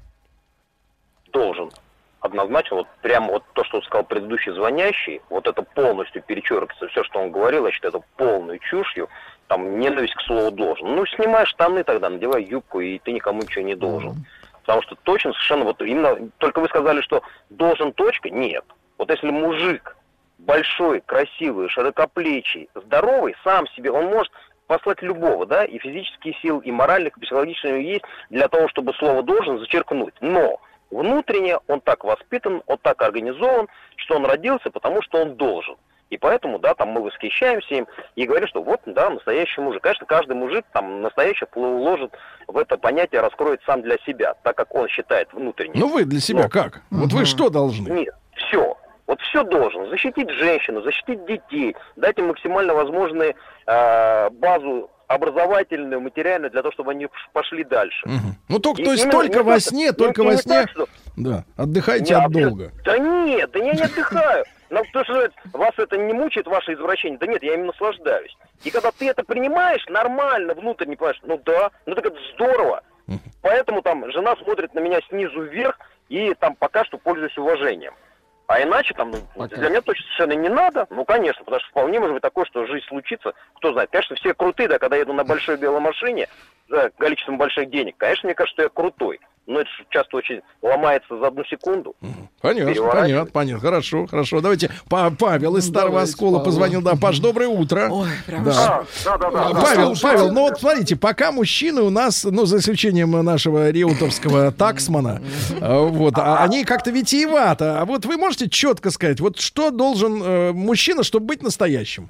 Должен. Однозначно, вот прямо вот то, что сказал предыдущий звонящий, вот это полностью перечеркивается. Все, что он говорил, я считаю, это полной чушью. Там ненависть к слову должен. Ну, снимай штаны тогда, надевай юбку, и ты никому ничего не должен. Потому что точно совершенно вот именно, только вы сказали, что должен точка, нет. Вот если мужик большой, красивый, широкоплечий, здоровый, сам себе, он может послать любого, да, и физические силы, и моральных, и психологических у него есть для того, чтобы слово должен зачеркнуть. Но внутренне он так воспитан, он так организован, что он родился, потому что он должен. И поэтому, да, там мы восхищаемся им и говорим, что вот, да, настоящий мужик. Конечно, каждый мужик там настоящий вложит в это понятие, раскроет сам для себя, так как он считает внутренне. Ну, вы для себя Но- как? Вот вы что должны? Нет, все. Вот все должен. Защитить женщину, защитить детей, дать им максимально возможную э, базу образовательную, материальную, для того, чтобы они пошли дальше. Мгм. Ну, только, И то есть именно только не во так, сне, не- только не во так, сне. что- Да, отдыхайте Не, от абсолютно- долга. Да нет, да я не отдыхаю. Но то, что вас это не мучает, ваше извращение, да нет, я им наслаждаюсь. И когда ты это принимаешь нормально, внутренне понимаешь, ну да, ну так это здорово. Поэтому там жена смотрит на меня снизу вверх и там пока что пользуюсь уважением. А иначе там, ну, для меня точно совершенно не надо. Ну, конечно, потому что вполне может быть такое, что жизнь случится. Кто знает, конечно, все крутые, да, когда я еду на большой белой машине за количеством больших денег. Конечно, мне кажется, что я крутой. Но это часто очень ломается за одну секунду. Понятно, понятно, понятно. Хорошо, хорошо. Давайте па- Павел из Старого Давайте, Оскола Павел. позвонил. Да, Паш, доброе утро. Ой, прям Да. Да, да, да. А, да. Павел, Павел, ну вот смотрите, пока мужчины у нас, ну, за исключением нашего риэлторского таксмана, э, вот, а они как-то витиевато. А вот вы можете четко сказать, вот что должен э, мужчина, чтобы быть настоящим?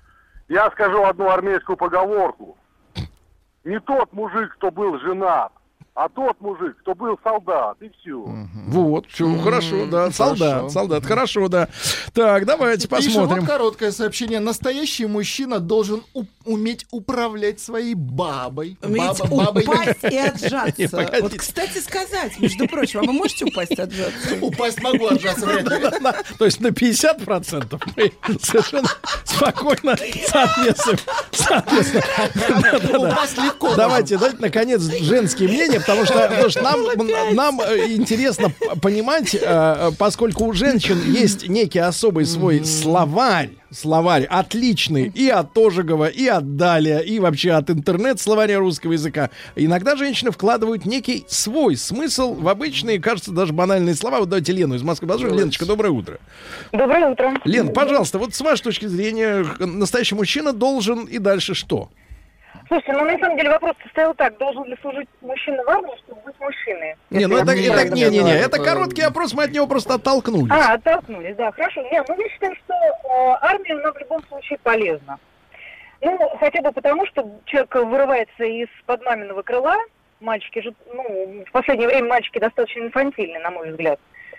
Я скажу одну армейскую поговорку. Не тот мужик, кто был женат, а тот мужик, кто был солдат, и все. Вот, все, хорошо, да, солдат, хорошо. солдат, хорошо, да. Так, давайте Пишем, вот посмотрим. короткое сообщение. Настоящий мужчина должен у- уметь управлять своей бабой. Уметь Баба- бабой- упасть и Не, отжаться. погодите. Вот, кстати сказать, между прочим, а вы можете упасть и отжаться? Упасть могу, отжаться вряд ли. На- То есть на пятьдесят процентов мы совершенно спокойно соответствуем. соответствуем. Да-да-да. Упасть легко. Давайте, давайте, наконец, женские мнения, потому что, потому что нам, нам э, интересно п- понимать, э, поскольку у женщин есть некий особый свой словарь, словарь отличный и от Ожегова, и от Даля, и вообще от интернет-словаря русского языка. Иногда женщины вкладывают некий свой смысл в обычные, кажется, даже банальные слова. Вот давайте Лену из Москвы позвоним. Леночка, доброе утро. Доброе утро. Лен, пожалуйста, вот с вашей точки зрения, настоящий мужчина должен и дальше что? Слушайте, ну на самом деле вопрос стоял так: должен ли служить мужчина в армии, чтобы быть мужчиной? Не, ну это, Нет, это, нет, не, не, не, нет, это это- короткий опрос, мы от него просто оттолкнулись. А, оттолкнулись, да, хорошо. Нет, ну я считаю, что э, армия, она в любом случае полезна. Ну, хотя бы потому, что человек вырывается из-под маминого крыла. Мальчики же, ну, в последнее время мальчики достаточно инфантильны, на мой взгляд.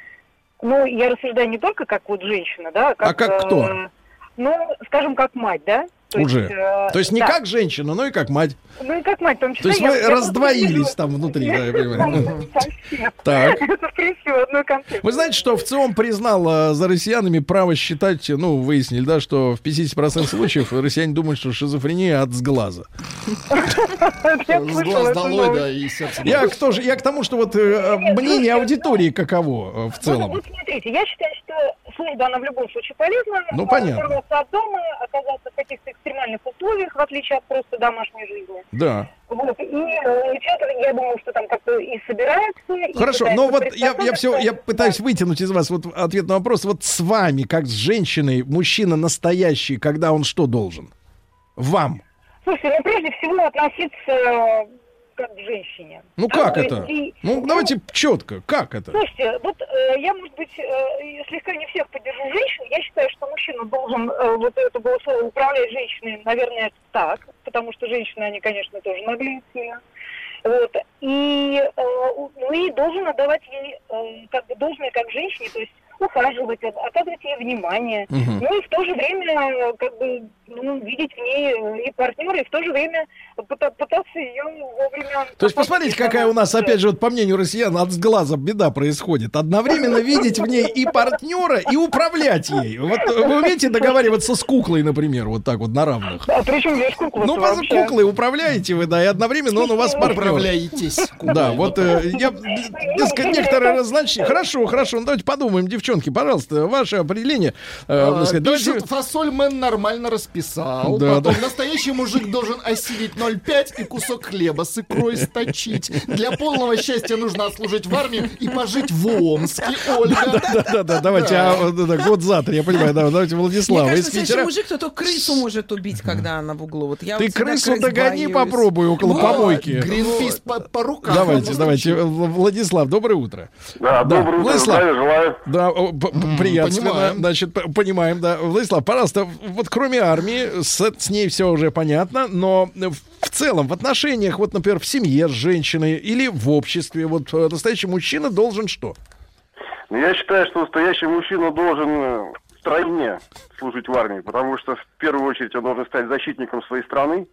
Ну, я рассуждаю не только как вот женщина, да, как... А как кто? э, ну, скажем, как мать, да? То Уже. Есть, э, То есть не да. как женщина, но и как мать. Ну и как мать, в том числе. То есть я- вы я просто раздвоились вижу- там внутри, да, я понимаю. Совсем. Так. Это, в принципе, в одной концепции. Вы знаете, что ВЦИОМ признал э, за россиянами право считать, ну, выяснили, да, что в пятьдесят процентов случаев россияне думают, что шизофрения от сглаза. Я С слышала глаз эту долой, новость. да, и сердце. Я, к тоже, я к тому, что вот э, мнение аудитории каково э, в Вот, целом. вот смотрите, я считаю, что служба, она в любом случае полезна. Ну, Э, понятно. Оторваться от дома, оказаться в каких-то экстремальных условиях, в отличие от просто домашней жизни. Да. Вот. И э, человек, я думаю, что там как-то и собирается. И Хорошо, пытается но вот я, я приспособиться. все, я пытаюсь вытянуть из вас вот ответ на вопрос. Вот с вами, как с женщиной, мужчина настоящий, когда он что должен? Вам. Слушайте, ну прежде всего относиться э, как к женщине. Ну Да, как то это? есть и- Ну давайте четко, как это? Слушайте, вот э, я, может быть, э, слегка не всех поддержу женщин. Я считаю, что мужчина должен, э, вот это было слово, управлять женщиной, наверное, так, потому что женщины, они, конечно, тоже наглеют сильно. Вот. И, э, у- ну, и должен отдавать ей э, как бы должное как женщине, то есть ухаживать, от- оказывать ей внимание. Мгм. Ну и в то же время э, как бы ну, видеть в ней э, и партнера, и в то же время пыта- пытаться ее вовремя... То есть посмотрите, какая у нас, опять же, вот по мнению россиян, от сглаза беда происходит. Одновременно видеть в ней и партнера, и управлять ей. Вот вы умеете договариваться с куклой, например, вот так вот на равных? А при чем здесь кукла? Ну, по куклой управляете вы, да, и одновременно он у вас партнер. Управляетесь. Да, вот э, я несколько некоторые разночтения. Хорошо, хорошо, ну давайте подумаем, девчонки, пожалуйста, ваше определение. э, так А, сказать, давайте- Пишет, фасоль мэн нормально расписал. Да, Потом да. настоящий мужик должен осилить ноль пять и кусок хлеба с икрой сточить. Для полного счастья нужно отслужить в армии и пожить в Омске, Ольга. Да-да-да, давайте, а, да, да, год за три, я понимаю, да, давайте Мне Владислава из кажется, настоящий Питера. мужик, кто только крысу может убить, когда она в углу. Вот я Ты вот всегда крысу крыс догони, боюсь. попробуй около Вот. помойки. Гринпис по, по рукам. Давайте, давайте, В- Владислав, доброе утро. Да, Да, доброе утро, Владислав. здравия желаю. Да, о, п- п- приятственно, понимаем. значит, п- понимаем, да. Владислав, пожалуйста, вот кроме армии, с, с ней все уже понятно, но в в целом, в отношениях, вот, например, в семье с женщиной или в обществе, вот э, настоящий мужчина должен что? Ну, я считаю, что настоящий мужчина должен э, втройне служить в армии, потому что в первую очередь он должен стать защитником своей страны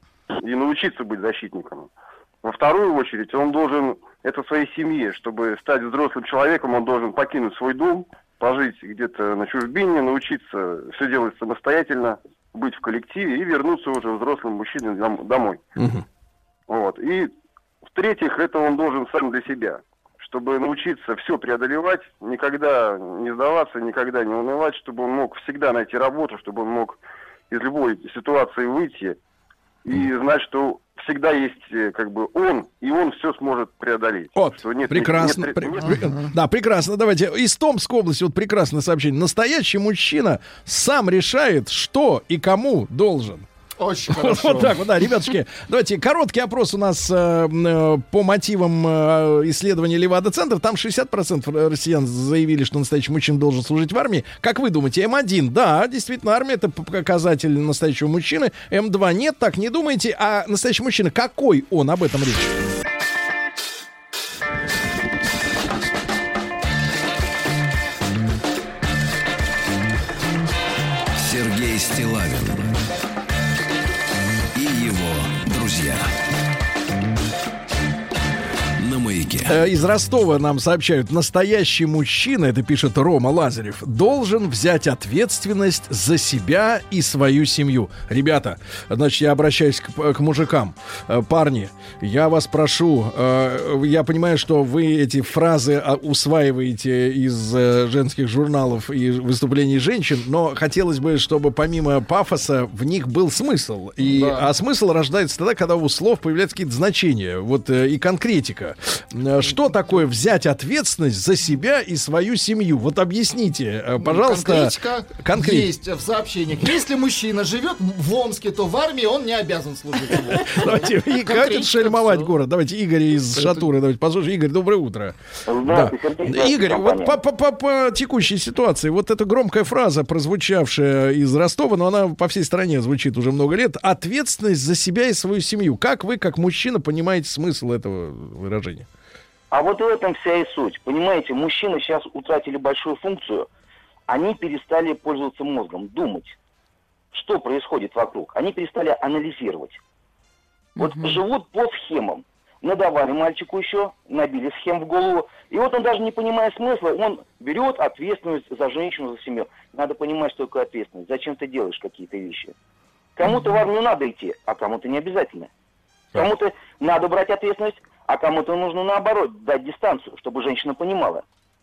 и научиться быть защитником. Во вторую очередь он должен это своей семье, чтобы стать взрослым человеком, он должен покинуть свой дом, пожить где-то на чужбине, научиться все делать самостоятельно, быть в коллективе и вернуться уже взрослым мужчиной дом- домой. Вот. И в-третьих, это он должен сам для себя, чтобы научиться все преодолевать, никогда не сдаваться, никогда не унывать, чтобы он мог всегда найти работу, чтобы он мог из любой ситуации выйти и знать, что всегда есть как бы он, и он все сможет преодолеть. Вот, что нет, прекрасно. Нет, При, нет, при, да, прекрасно. Давайте. Из Томской области вот прекрасное сообщение. Настоящий мужчина сам решает, что и кому должен. Очень вот, хорошо. Вот так вот, да, ребятушки. Давайте, короткий опрос у нас э, э, по мотивам э, исследования Левада-центра. Там шестьдесят процентов россиян заявили, что настоящий мужчина должен служить в армии. Как вы думаете, эм один? Да, действительно, армия — это показатель настоящего мужчины. эм два нет, так не думаете. А настоящий мужчина, какой он? Об этом речь. Сергей Стиллавин и его друзья. На маяке. Из Ростова нам сообщают: настоящий мужчина, это пишет Рома Лазарев, должен взять ответственность за себя и свою семью. Ребята, значит, я обращаюсь к, к мужикам. Парни, я вас прошу, я понимаю, что вы эти фразы усваиваете из женских журналов и выступлений женщин, но хотелось бы, чтобы помимо пафоса в них был смысл. И, да. А смысл рождается тогда, когда у слов появляются какие-то значения, вот, и конкретика. Что такое взять ответственность за себя и свою семью? Вот объясните, пожалуйста. Конкретика конкрет... есть в сообщениях. Если мужчина живет в Омске, то в армии он не обязан служить. Давайте, и хватит шельмовать город. Давайте Игорь из Шатуры. Давайте послушаем. Игорь, доброе утро. Да. Игорь, вот по, по, по, по текущей ситуации, вот эта громкая фраза, прозвучавшая из Ростова, но она по всей стране звучит уже много лет. Ответственность за себя и свою семью. Как вы, как мужчина, понимаете смысл этого выражения? А вот в этом вся и суть. Понимаете, мужчины сейчас утратили большую функцию. Они перестали пользоваться мозгом, думать, что происходит вокруг. Они перестали анализировать. Вот mm-hmm. живут по схемам. Надавали мальчику еще, набили схем в голову. И вот он, даже не понимая смысла, он берет ответственность за женщину, за семью. Надо понимать, что такое ответственность. Зачем ты делаешь какие-то вещи? Кому-то mm-hmm. в армию надо идти, а кому-то не обязательно. Кому-то надо брать ответственность, а кому-то нужно, наоборот, дать дистанцию, чтобы женщина понимала.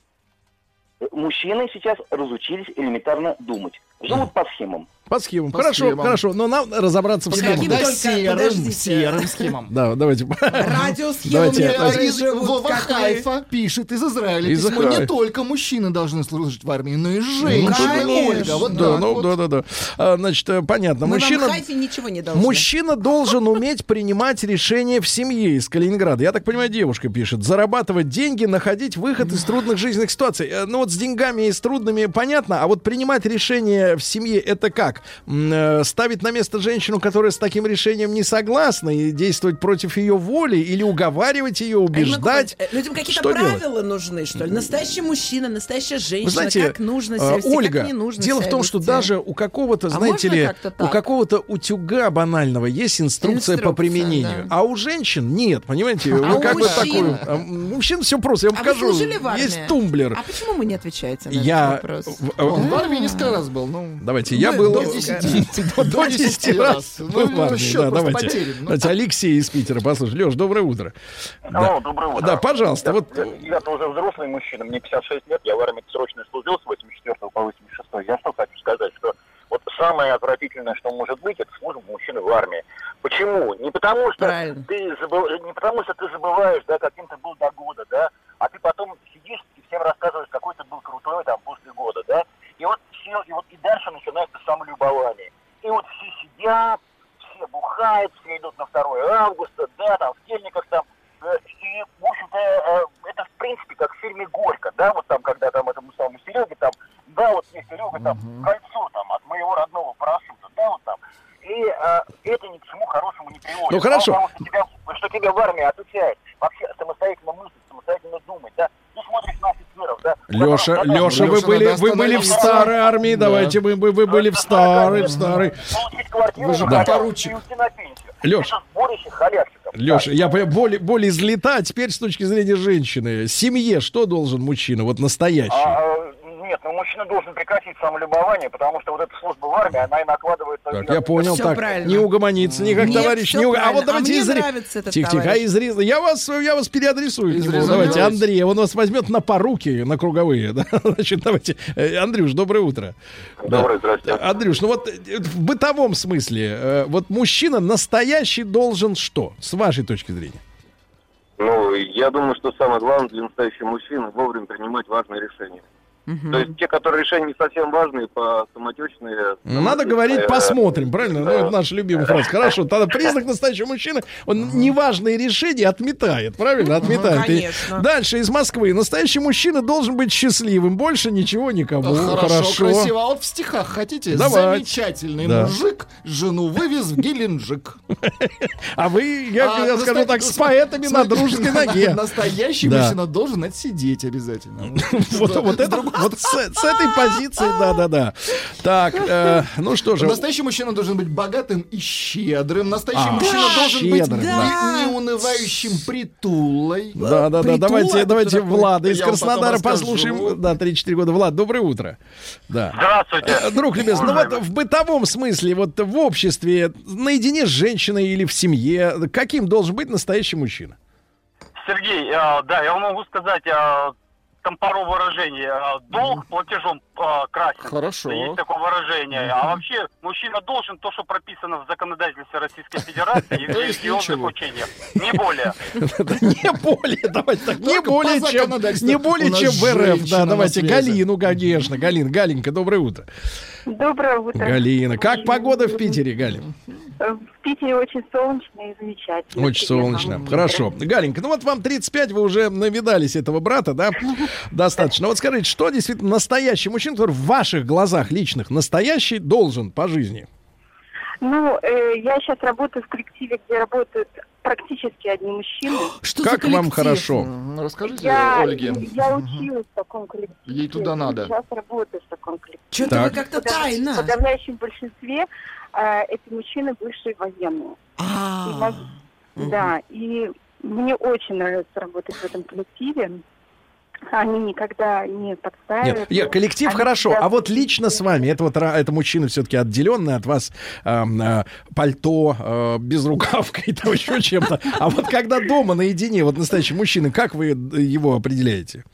Мужчины сейчас разучились элементарно думать. Живут по схемам. По схемам. По хорошо, схемам. хорошо, но нам разобраться в схемах. Да, серым, серым схемам. Да, давайте. Радиосхема. Вова Хайфа пишет из Израиля из письмо. Израиля. Не только мужчины должны служить в армии, но и женщины. Ну, Ольга, вот да, так ну, вот. да, да, да. А, значит, понятно. Мы Мужчина, вам в Хайфе ничего не должны. Мужчина должен уметь принимать решения в семье из Калининграда. Я так понимаю, девушка пишет. Зарабатывать деньги, находить выход из трудных жизненных ситуаций. Ну вот с деньгами и с трудными понятно, а вот принимать решения в семье — это как? Ставить на место женщину, которая с таким решением не согласна, и действовать против ее воли, или уговаривать ее, убеждать? А людям какие-то что правила делать? Нужны, что ли? Настоящий мужчина, настоящая женщина, знаете, как нужно себя вести, Ольга, как не нужно дело себя в том, вести. что даже у какого-то, знаете ли, у какого-то утюга банального есть инструкция, инструкция по применению, да. А у женщин нет, понимаете? А ну, у как мужчин? бы такой, а, у мужчин все просто, я вам а покажу. Вы служили в армии? Есть тумблер. А почему вы не отвечаете на я... этот вопрос? В, Он в армии несколько раз был. Ну, давайте, я был до десяти. До десяти раз. Был в армии, да, давайте. Давайте, Алексей из Питера, послушай. Леш, доброе утро. Алло, доброе утро. Да, пожалуйста. Я, вот... я-то уже взрослый мужчина, мне пятьдесят шесть лет, я в армии срочно служил с восемьдесят четвёртого по восемьдесят шестой. Я что хочу сказать, что вот самое отвратительное, что может быть, это служба мужчины в армии. Почему? Не потому, что ты забыв... не потому, что ты забываешь, да, каким ты был до года, да, а ты потом сидишь и всем рассказываешь, какой ты был крутой там после года, да, и вот все, и вот и дальше начинается самолюбование. И вот все сидят, все бухают, все идут на второе августа, да, там в тельниках там. И, в общем-то, это, в принципе, как в фильме «Горько», да, вот там, когда там этому самому Сереге там, да, вот есть Серега там, кольцо там от моего родного парашюта, да, вот там. И а, это ни к чему хорошему не приводит. Ну, хорошо. Потому что тебя, что тебя в армии отучают вообще самостоятельно мыслить, самостоятельно думать, да. Ты смотришь на офицеров, да. Леша, потом, Леша, вы были, вы были в старой армии, да. Давайте, вы, вы, вы были в старой, в старой. Вы же поручик. Леша, Леша, я понимаю, более, более излета, а теперь с точки зрения женщины. Семье что должен мужчина, вот настоящий? А, нет, но мужчина должен прекратить самолюбование, потому что вот эта служба в армии, она и накладывает... Так, я понял, Всё так, правильно. не угомониться никак, Нет, товарищ. всё Не уг... А правильно. вот давайте А мне изри... нравится этот Тихо, тихо, а товарищ. изри... я, вас, я вас переадресую. Из к нему. Рязани. Давайте, Давайте. Андрей, он вас возьмет на поруки, на круговые. Да? Значит, давайте. Э, Андрюш, доброе утро. Доброе, здрасте. Андрюш, ну вот э, в бытовом смысле, э, вот мужчина настоящий должен что, с вашей точки зрения? Ну, я думаю, что самое главное для настоящего мужчины вовремя принимать важные решения. То есть те, которые решения не совсем важные, по самотечные... Надо говорить э, посмотрим, правильно? Ну, это наша любимая фраза. Хорошо, тогда признак настоящего мужчины, он неважные решения отметает, правильно? Отметает. И Конечно. дальше из Москвы. Настоящий мужчина должен быть счастливым, больше ничего никому. Хорошо, красиво. А вот в стихах хотите? Давай. Замечательный Да. мужик жену вывез в Геленджик. А вы, я, А я скажу наста- так, с см- поэтами на смотри, дружеской на- ноге. Настоящий Да. мужчина должен отсидеть обязательно. Вот, вот это, вот с, с этой позиции, да-да-да. Так, э, ну что же. Настоящий мужчина должен быть богатым и щедрым. Настоящий А, мужчина да, должен щедрым, быть да. не- неунывающим притулой. Да-да-да, Притула, давайте, это давайте такой- Влада из я вам потом Краснодара расскажу. послушаем. Да, три-четыре года. Влад, доброе утро. Да. Здравствуйте. Э, Друг любезный, ну вот в бытовом смысле, вот в обществе, наедине с женщиной или в семье, каким должен быть настоящий мужчина? Сергей, э, да, я вам могу сказать, э, там пару выражений. Э, долг платежом э, красен. Хорошо. Есть такое выражение. А вообще, мужчина должен то, что прописано в законодательстве Российской Федерации и в То есть религиозных ничего. учениях. Не более. Не более, давайте так, не Только более по чем, законодательству. не более У нас чем в эр эф. женщина Да, на давайте связи. Галину, конечно, Галин, Галенька, доброе утро. Доброе утро. Галина, как погода в Питере, Галя? В Питере очень солнечно и замечательно. Очень солнечно. Хорошо. Галенька, ну вот вам тридцать пять, вы уже навидались этого брата, да? Достаточно. Вот скажите, что действительно настоящий мужчина, который в ваших глазах личных настоящий должен по жизни? Ну, э, я сейчас работаю в коллективе, где работают практически одни мужчины. Что Как за вам коллектив? хорошо? М, Расскажите Я, Ольге. я училась в таком коллективе. Ей туда надо. Сейчас работаю в таком коллективе. Что-то вы Так. как-то В подав- В тайно. подавляющем большинстве э, эти мужчины бывшие военные. И А, воз- Да, и мне очень нравится работать в этом коллективе. Они никогда не подставят. Нет, я, коллектив Они хорошо, всегда- а вот лично с вами, это вот ра- это мужчина все-таки отделенный от вас эм, э, пальто, э, безрукавкой, там еще чем-то. А вот когда дома наедине, вот настоящий мужчина, как вы его определяете?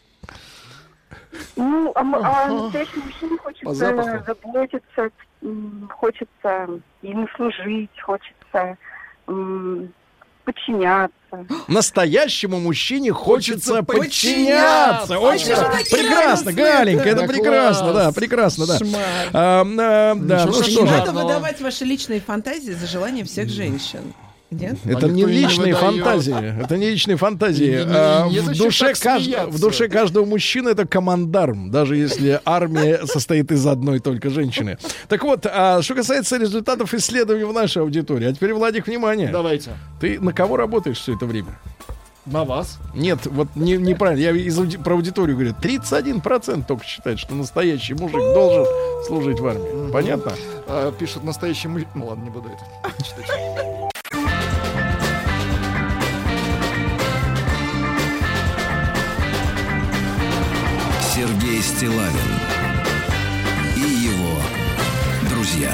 Ну, а, м- а настоящему мужчине По хочется запаху. заботиться, м, хочется ему служить, хочется м, подчиняться. Настоящему мужчине хочется, Хочется подчиняться. подчиняться. Очень Ой, хорошо. вы такие Прекрасно, радостные, Галенька, это да, прекрасно, класс. да, прекрасно, да. Шмар. А, а, да, Ничего ну себе. что Не же. надо но- выдавать ваши личные фантазии за желание всех женщин. Нет? Это А не никто и не личные выдает. фантазии. Это не личные фантазии. Не- не- А, не в, зачем душе так кажд- смеяться? в душе каждого мужчины это командарм, даже если армия состоит из одной только женщины. Так вот, а что касается результатов исследований в нашей аудитории, а теперь, Владик, внимание. Давайте. Ты на кого работаешь все это время? На вас. Нет, вот не, неправильно. Я из ауди- про аудиторию говорю. тридцать один процент только считает, что настоящий мужик должен служить в армии. Понятно? А, пишут настоящий мужчина. Ну ладно, не буду это читать. Сергей Стиллавин и его друзья.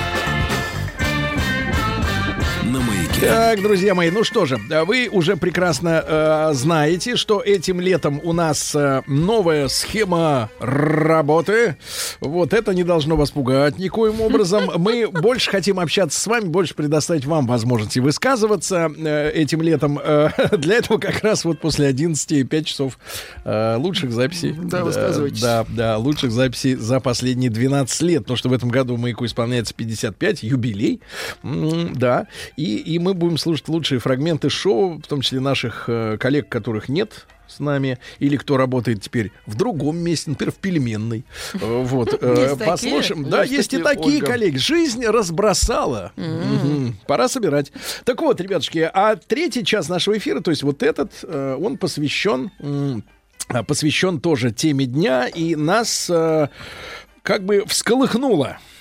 На маяке. Так, друзья мои, ну что же, вы уже прекрасно э, знаете, что этим летом у нас э, новая схема работы. Вот это не должно вас пугать никоим образом. Мы больше хотим общаться с вами, больше предоставить вам возможности высказываться э, этим летом. Э, для этого как раз вот после одиннадцати пять часов э, лучших записей. Да, высказывайтесь. Да, да, лучших записей за последние двенадцать лет. Потому что в этом году маяку исполняется пятьдесят пять, юбилей. М, Да. И, и мы будем слушать лучшие фрагменты шоу, в том числе наших э, коллег, которых нет с нами, или кто работает теперь в другом месте, например, в пельменной. Э, Вот. э, Есть такие? Послушаем. Да, Есть есть и такие, такие Ольга. коллеги. Жизнь разбросала. Мгм. Пора собирать. Так вот, ребятушки, а третий час нашего эфира, то есть вот этот, э, он посвящен... м, а, посвящен тоже теме дня, и нас э, как бы всколыхнуло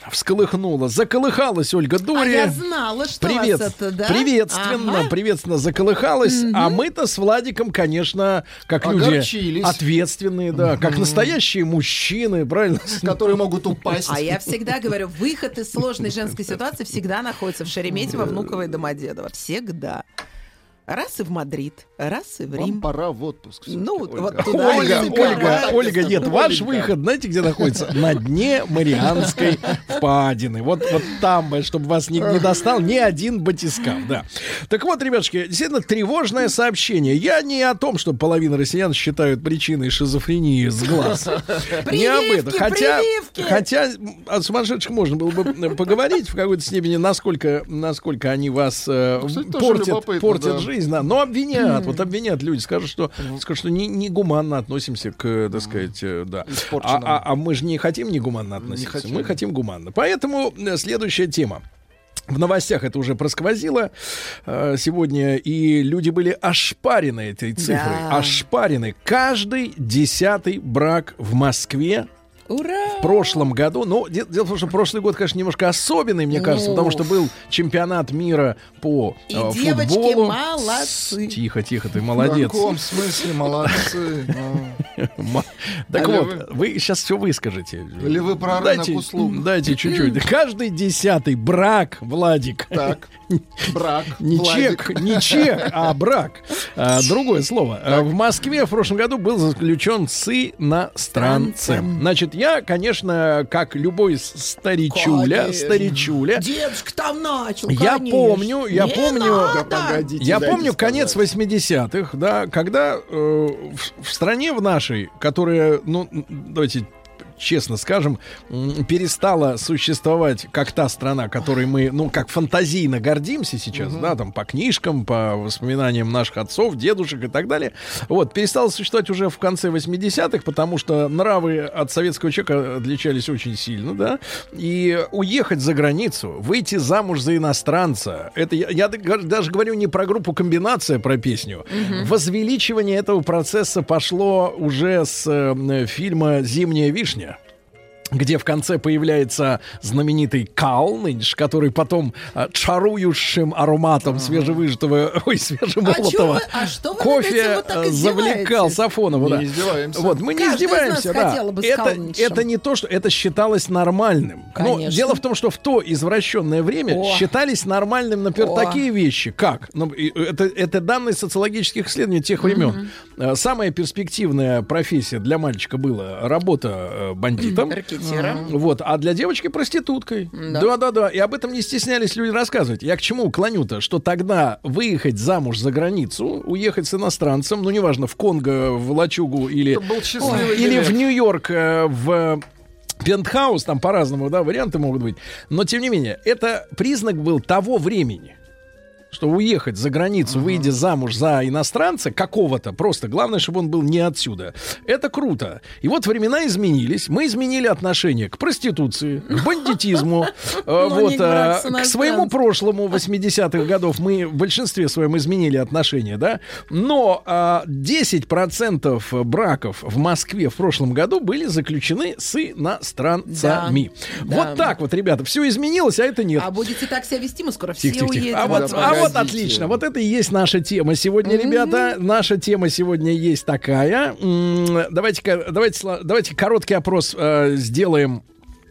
всколыхнула. Заколыхалась Ольга Дури. А я знала, что Привет. вас это, да? Приветственно, Ага. приветственно заколыхалась. Мгм. А мы-то с Владиком, конечно, как Огорчились. люди ответственные, да, как настоящие мужчины, правильно? Которые могут упасть. А я всегда говорю, выход из сложной женской ситуации всегда находится в Шереметьево, Внуково и Домодедово. Всегда. Раз и в Мадрид, раз и в Рим. Вам пора в отпуск. Ну, Ольга. вот туда Ольга, и Ольга, собирайтесь. Ольга, нет, ваш Оленька. выход, знаете, где находится? На дне Марианской впадины. Вот, вот там, бы, чтобы вас не, не достал ни один батискаф, да. Так вот, ребятушки, действительно тревожное сообщение. Я не о том, что половина россиян считают причиной шизофрении с глаз. Не об этом. Прививки, Хотя, прививки. хотя о сумасшедших можно было бы поговорить в какой-то степени, насколько, насколько они вас э, Кстати, тоже портят, любопытно, портят да. жизнь. Да. Но обвинят, вот обвинят люди, скажут, что, скажут, что не, не гуманно относимся к, так сказать, э, да. А, Испорченному. а- а мы же не хотим негуманно относиться, хотим. мы хотим гуманно. Поэтому э, следующая тема. В новостях это уже просквозило э, сегодня, и люди были ошпарены этой цифрой. Да. Ошпарены. Каждый десятый брак в Москве Ура! в прошлом году. Ну, де- дело в том, что прошлый год, конечно, немножко особенный, мне кажется, Ну. потому что был чемпионат мира по И э, девочки футболу. молодцы. Тихо, тихо, ты В молодец. каком смысле молодцы? Ну. М- Так Или вот, вы сейчас все выскажете. Или вы про дайте, рынок услуг? Дайте чуть-чуть. Каждый десятый брак, Владик. Так, брак. Не Владик. чек, не чек, а брак. А, другое слово. А, В Москве в прошлом году был заключен с иностранцем. Значит, я, конечно, как любой с- старичуля, Конечно. старичуля, Дедушка там начал, я конечно. помню, я Не помню, надо. Погодите, я дайте помню конец сказать. восьмидесятых, да, когда э, в, в стране в нашей, которая, ну, давайте честно скажем, м, перестала существовать как та страна, которой мы, ну, как фантазийно гордимся сейчас, да, там, по книжкам, по воспоминаниям наших отцов, дедушек и так далее. Вот, перестала существовать уже в конце восьмидесятых, потому что нравы от советского человека отличались очень сильно, да, и уехать за границу, выйти замуж за иностранца, это я, я даже говорю не про группу «Комбинация», про песню. Возвеличивание этого процесса пошло уже с э, фильма «Зимняя вишня», где в конце появляется знаменитый кал, нынче, который потом а, чарующим ароматом свежевыжатого, ой, А, чё свежемолотого вы- а что вы над кофе этим вот так а, завлекал издеваетесь? Сафонова. Не да. издеваемся. Вот, мы не Каждый из нас издеваемся, да. хотела бы с Это, калничем. это не то, что это считалось нормальным. Но Конечно. дело в том, что в то извращенное время О. считались нормальным, например, О. такие вещи, как, ну, и это, это данные социологических исследований тех времен. Э, Самая перспективная профессия для мальчика была работа э, бандитом. Ракетиром. Вот, а для девочки проституткой. Да. Да-да-да. И об этом не стеснялись люди рассказывать. Я к чему клоню-то? Что тогда выехать замуж за границу, уехать с иностранцем, ну, неважно, в Конго, в лачугу или, Это был счастливый или билет. в Нью-Йорк, э, в пентхаус, там по-разному, да, варианты могут быть. Но, тем не менее, это признак был того времени, что уехать за границу, выйдя замуж за иностранца какого-то, просто главное, чтобы он был не отсюда. Это круто. И вот времена изменились. Мы изменили отношение к проституции, к бандитизму, э, Но вот, не к браку с э, к иностранцем. своему прошлому восьмидесятых годов мы в большинстве своем изменили отношения, да. Но э, десять процентов браков в Москве в прошлом году были заключены с иностранцами. Да, Вот да. так вот, ребята, все изменилось, а это нет. А будете так себя вести, мы скоро Тихо, все тихо, тихо. уедем. А вот, Да, а вот погодите. отлично. Вот это и есть наша тема сегодня, ребята. Наша тема сегодня есть такая. М, Давайте-ка, давайте, сла- давайте короткий опрос э, сделаем.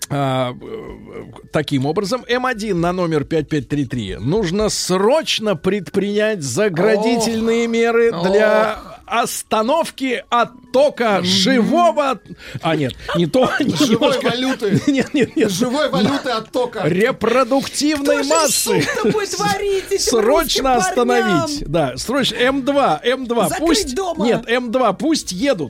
а, э, таким образом, эм один на номер пять пять три три. Нужно срочно предпринять заградительные меры для остановки оттока живого... А, нет, не то. не Живой немножко. валюты. Нет, нет, нет. Живой валюты оттока. Репродуктивной массы. Что вы творите этим Срочно русским парням? остановить. Да, срочно. эм два, эм два. Закрыть Пусть... дома. Нет, эм два, пусть едут.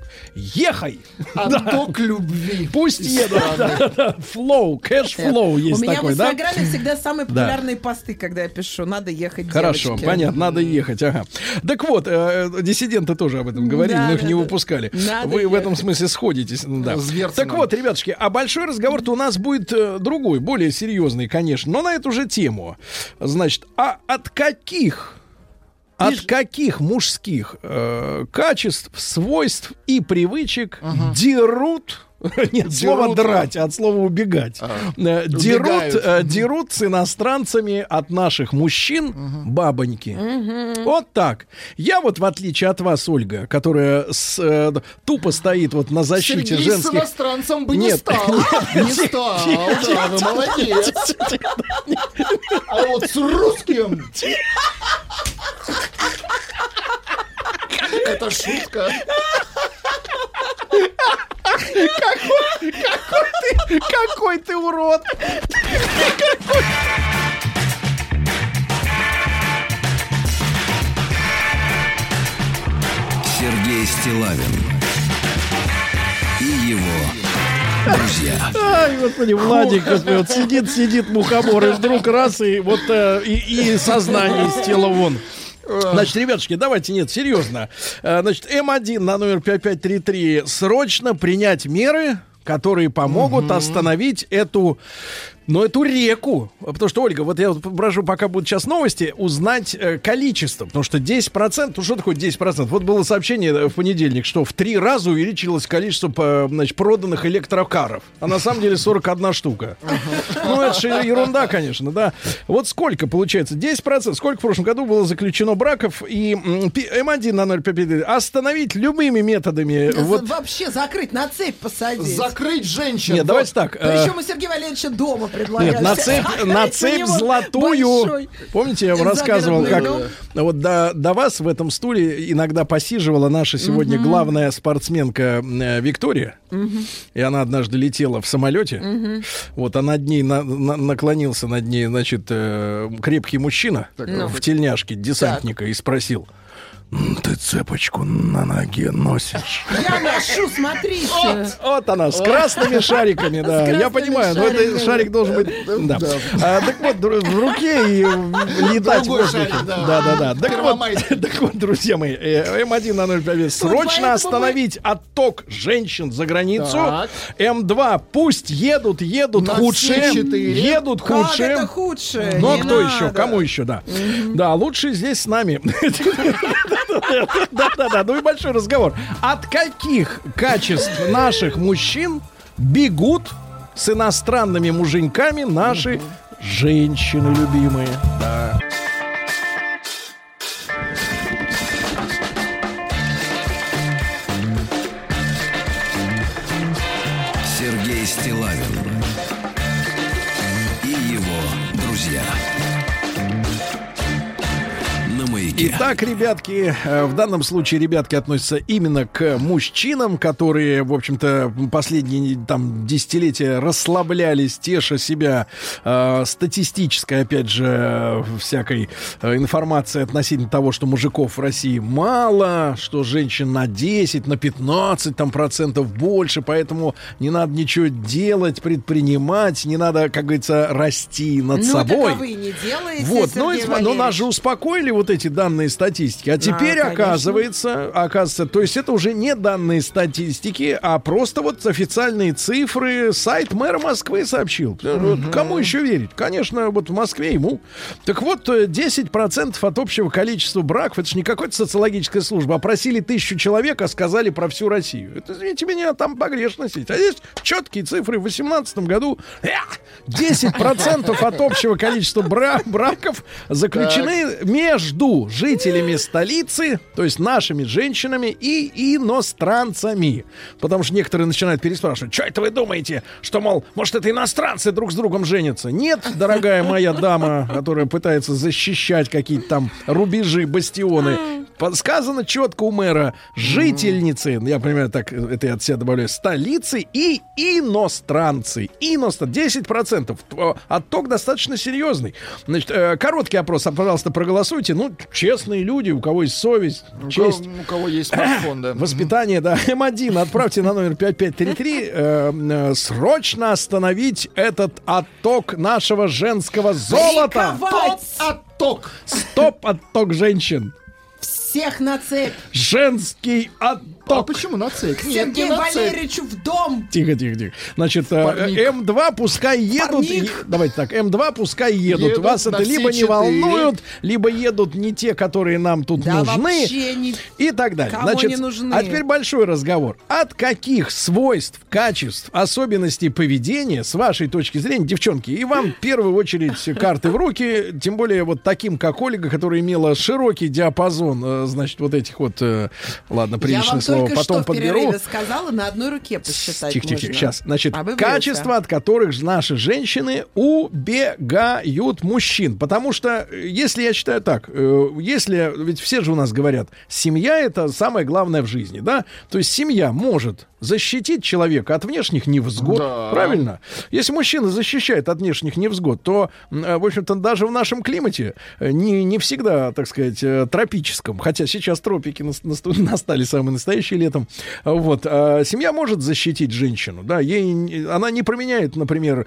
Ехай. Отток любви. Пусть из едут. страны. Да, да, флоу, кэшфлоу есть У меня такой, в да? Инстаграме всегда самые популярные посты, когда я пишу, надо ехать, Хорошо, девочки. понятно, надо ехать, ага. Так вот, э, диссиденты тоже об этом говорили, Да, но их да, не да. выпускали. Надо Вы в этом ехать. смысле сходитесь. Да. С Герценом. Так вот, ребятушки, а большой разговор-то у нас будет э, другой, более серьезный, конечно, но на эту же тему. Значит, а от каких... От каких мужских э, качеств, свойств и привычек дерут Нет, слово драть, от слова убегать. Дерут, дерут с иностранцами от наших мужчин бабоньки. Вот так. Я вот, в отличие от вас, Ольга, которая с, э, тупо стоит вот на защите Сергей женских... с иностранцем бы не Нет. стал. Не стал, да, вы молодец. А вот с русским... Это шутка. Какой, какой ты, какой ты урод! Какой... Сергей Стиллавин и его друзья. Ай, господи, Владик, господи, вот сидит, сидит мухомор, и вдруг раз, и вот э, и, и сознание из тела вон. Значит, ребятушки, давайте, нет, серьезно. Значит, эм один на номер пять пять три три. Срочно принять меры, которые помогут угу. остановить эту... Но эту реку, потому что, Ольга, вот я вот прошу, пока будут сейчас новости, узнать э, количество, потому что десять процентов, ну что такое десять процентов? Вот было сообщение в понедельник, что в три раза увеличилось количество, по, значит, проданных электрокаров, а на самом деле сорок одна штука. Ну это же ерунда, конечно, да. Вот сколько получается? десять процентов. Сколько в прошлом году было заключено браков? И эм один на ноль пять пять остановить любыми методами. Вот. Вообще закрыть, на цепь посадить. Закрыть женщин. Нет, давайте так. Причем у Сергея Валерьевича дома. Нет, на цепь, на цепь золотую. Помните, я вам рассказывал, как вот до, до вас в этом стуле иногда посиживала наша сегодня uh-huh. главная спортсменка э, Виктория. Uh-huh. И она однажды летела в самолете. Uh-huh. Вот, а над ней на, на, наклонился над ней, значит, э, крепкий мужчина no. в тельняшке десантника так. и спросил: ты цепочку на ноге носишь? Я ношу, смотрите. Вот, вот она, с красными шариками, да. Я понимаю, но этот шарик должен быть... Да. А, так вот, в руке и летать в воздухе. Да, да, да. Так вот, так вот, друзья мои, эм один на ноль пять срочно остановить отток женщин за границу. эм два пусть едут, едут худшие. Едут худшие. Как это худшие? Но кто еще? Кому еще, да. Да, лучше здесь с нами. Да-да-да, ну и большой разговор. От каких качеств наших мужчин бегут с иностранными муженьками наши женщины любимые? Да. Сергей Стиллавин и его друзья. Итак, ребятки, в данном случае ребятки относятся именно к мужчинам, которые, в общем-то, последние там десятилетия расслаблялись, теша себя э, статистической, опять же, всякой э, информацией относительно того, что мужиков в России мало, что женщин на десять, на пятнадцать там, процентов больше, поэтому не надо ничего делать, предпринимать, не надо, как говорится, расти над ну, собой. Ну, вы не делаете, вот, но, но нас же успокоили вот эти данные статистики. А теперь а, оказывается, оказывается, то есть это уже не данные статистики, а просто вот официальные цифры. Сайт мэра Москвы сообщил. Mm-hmm. Кому еще верить? Конечно, вот в Москве ему. Так вот, десять процентов от общего количества браков, это же не какая-то социологическая служба, опросили тысячу человек, а сказали про всю Россию. Это, извините меня, там погрешность. А здесь четкие цифры. В восемнадцатом году десять процентов от общего количества бра- браков заключены так. между жителями столицы, то есть нашими женщинами и иностранцами. Потому что некоторые начинают переспрашивать: что это вы думаете, что, мол, может, это иностранцы друг с другом женятся? Нет, дорогая моя дама, которая пытается защищать какие-то там рубежи, бастионы. Сказано четко у мэра: жительницы, я понимаю, так это я от себя добавляю, столицы и иностранцы. Иностранцы. десять процентов. Отток достаточно серьезный. Значит, короткий опрос, пожалуйста, проголосуйте. Ну, честные люди, у кого есть совесть, у честь. Кого, у кого есть смартфон, да. Воспитание, да. эм один отправьте на номер пять пять три три. Э, э, срочно остановить этот отток нашего женского золота. Стоп, отток. Стоп, отток женщин. Всех на цепь. Женский отток. А почему на цепь? К Сергею Валерьевичу в дом. Тихо, тихо, тихо. Значит, э, эм два пускай едут. Е, давайте так, эм два пускай едут. едут Вас это либо не волнуют, либо едут не те, которые нам тут да нужны. Не... И так далее. Кому Значит, не нужны? А теперь большой разговор. От каких свойств, качеств, особенностей поведения, с вашей точки зрения, девчонки, и вам в первую очередь карты в руки, тем более вот таким, как Ольга, которая имела широкий диапазон, значит, вот этих вот, ладно, приличное слово, только потом что подберу. В сказала, на одной руке посчитать Тихо, тихо, можно. сейчас. Значит, Обывился. Качества, от которых наши женщины убегают мужчин. Потому что, если я считаю так, если, ведь все же у нас говорят, семья — это самое главное в жизни, да? То есть семья может защитить человека от внешних невзгод, да. Правильно? Если мужчина защищает от внешних невзгод, то, в общем-то, даже в нашем климате, не, не всегда, так сказать, тропическом, хотя сейчас тропики настали самые настоящие летом, вот, а семья может защитить женщину, да, ей, она не променяет, например,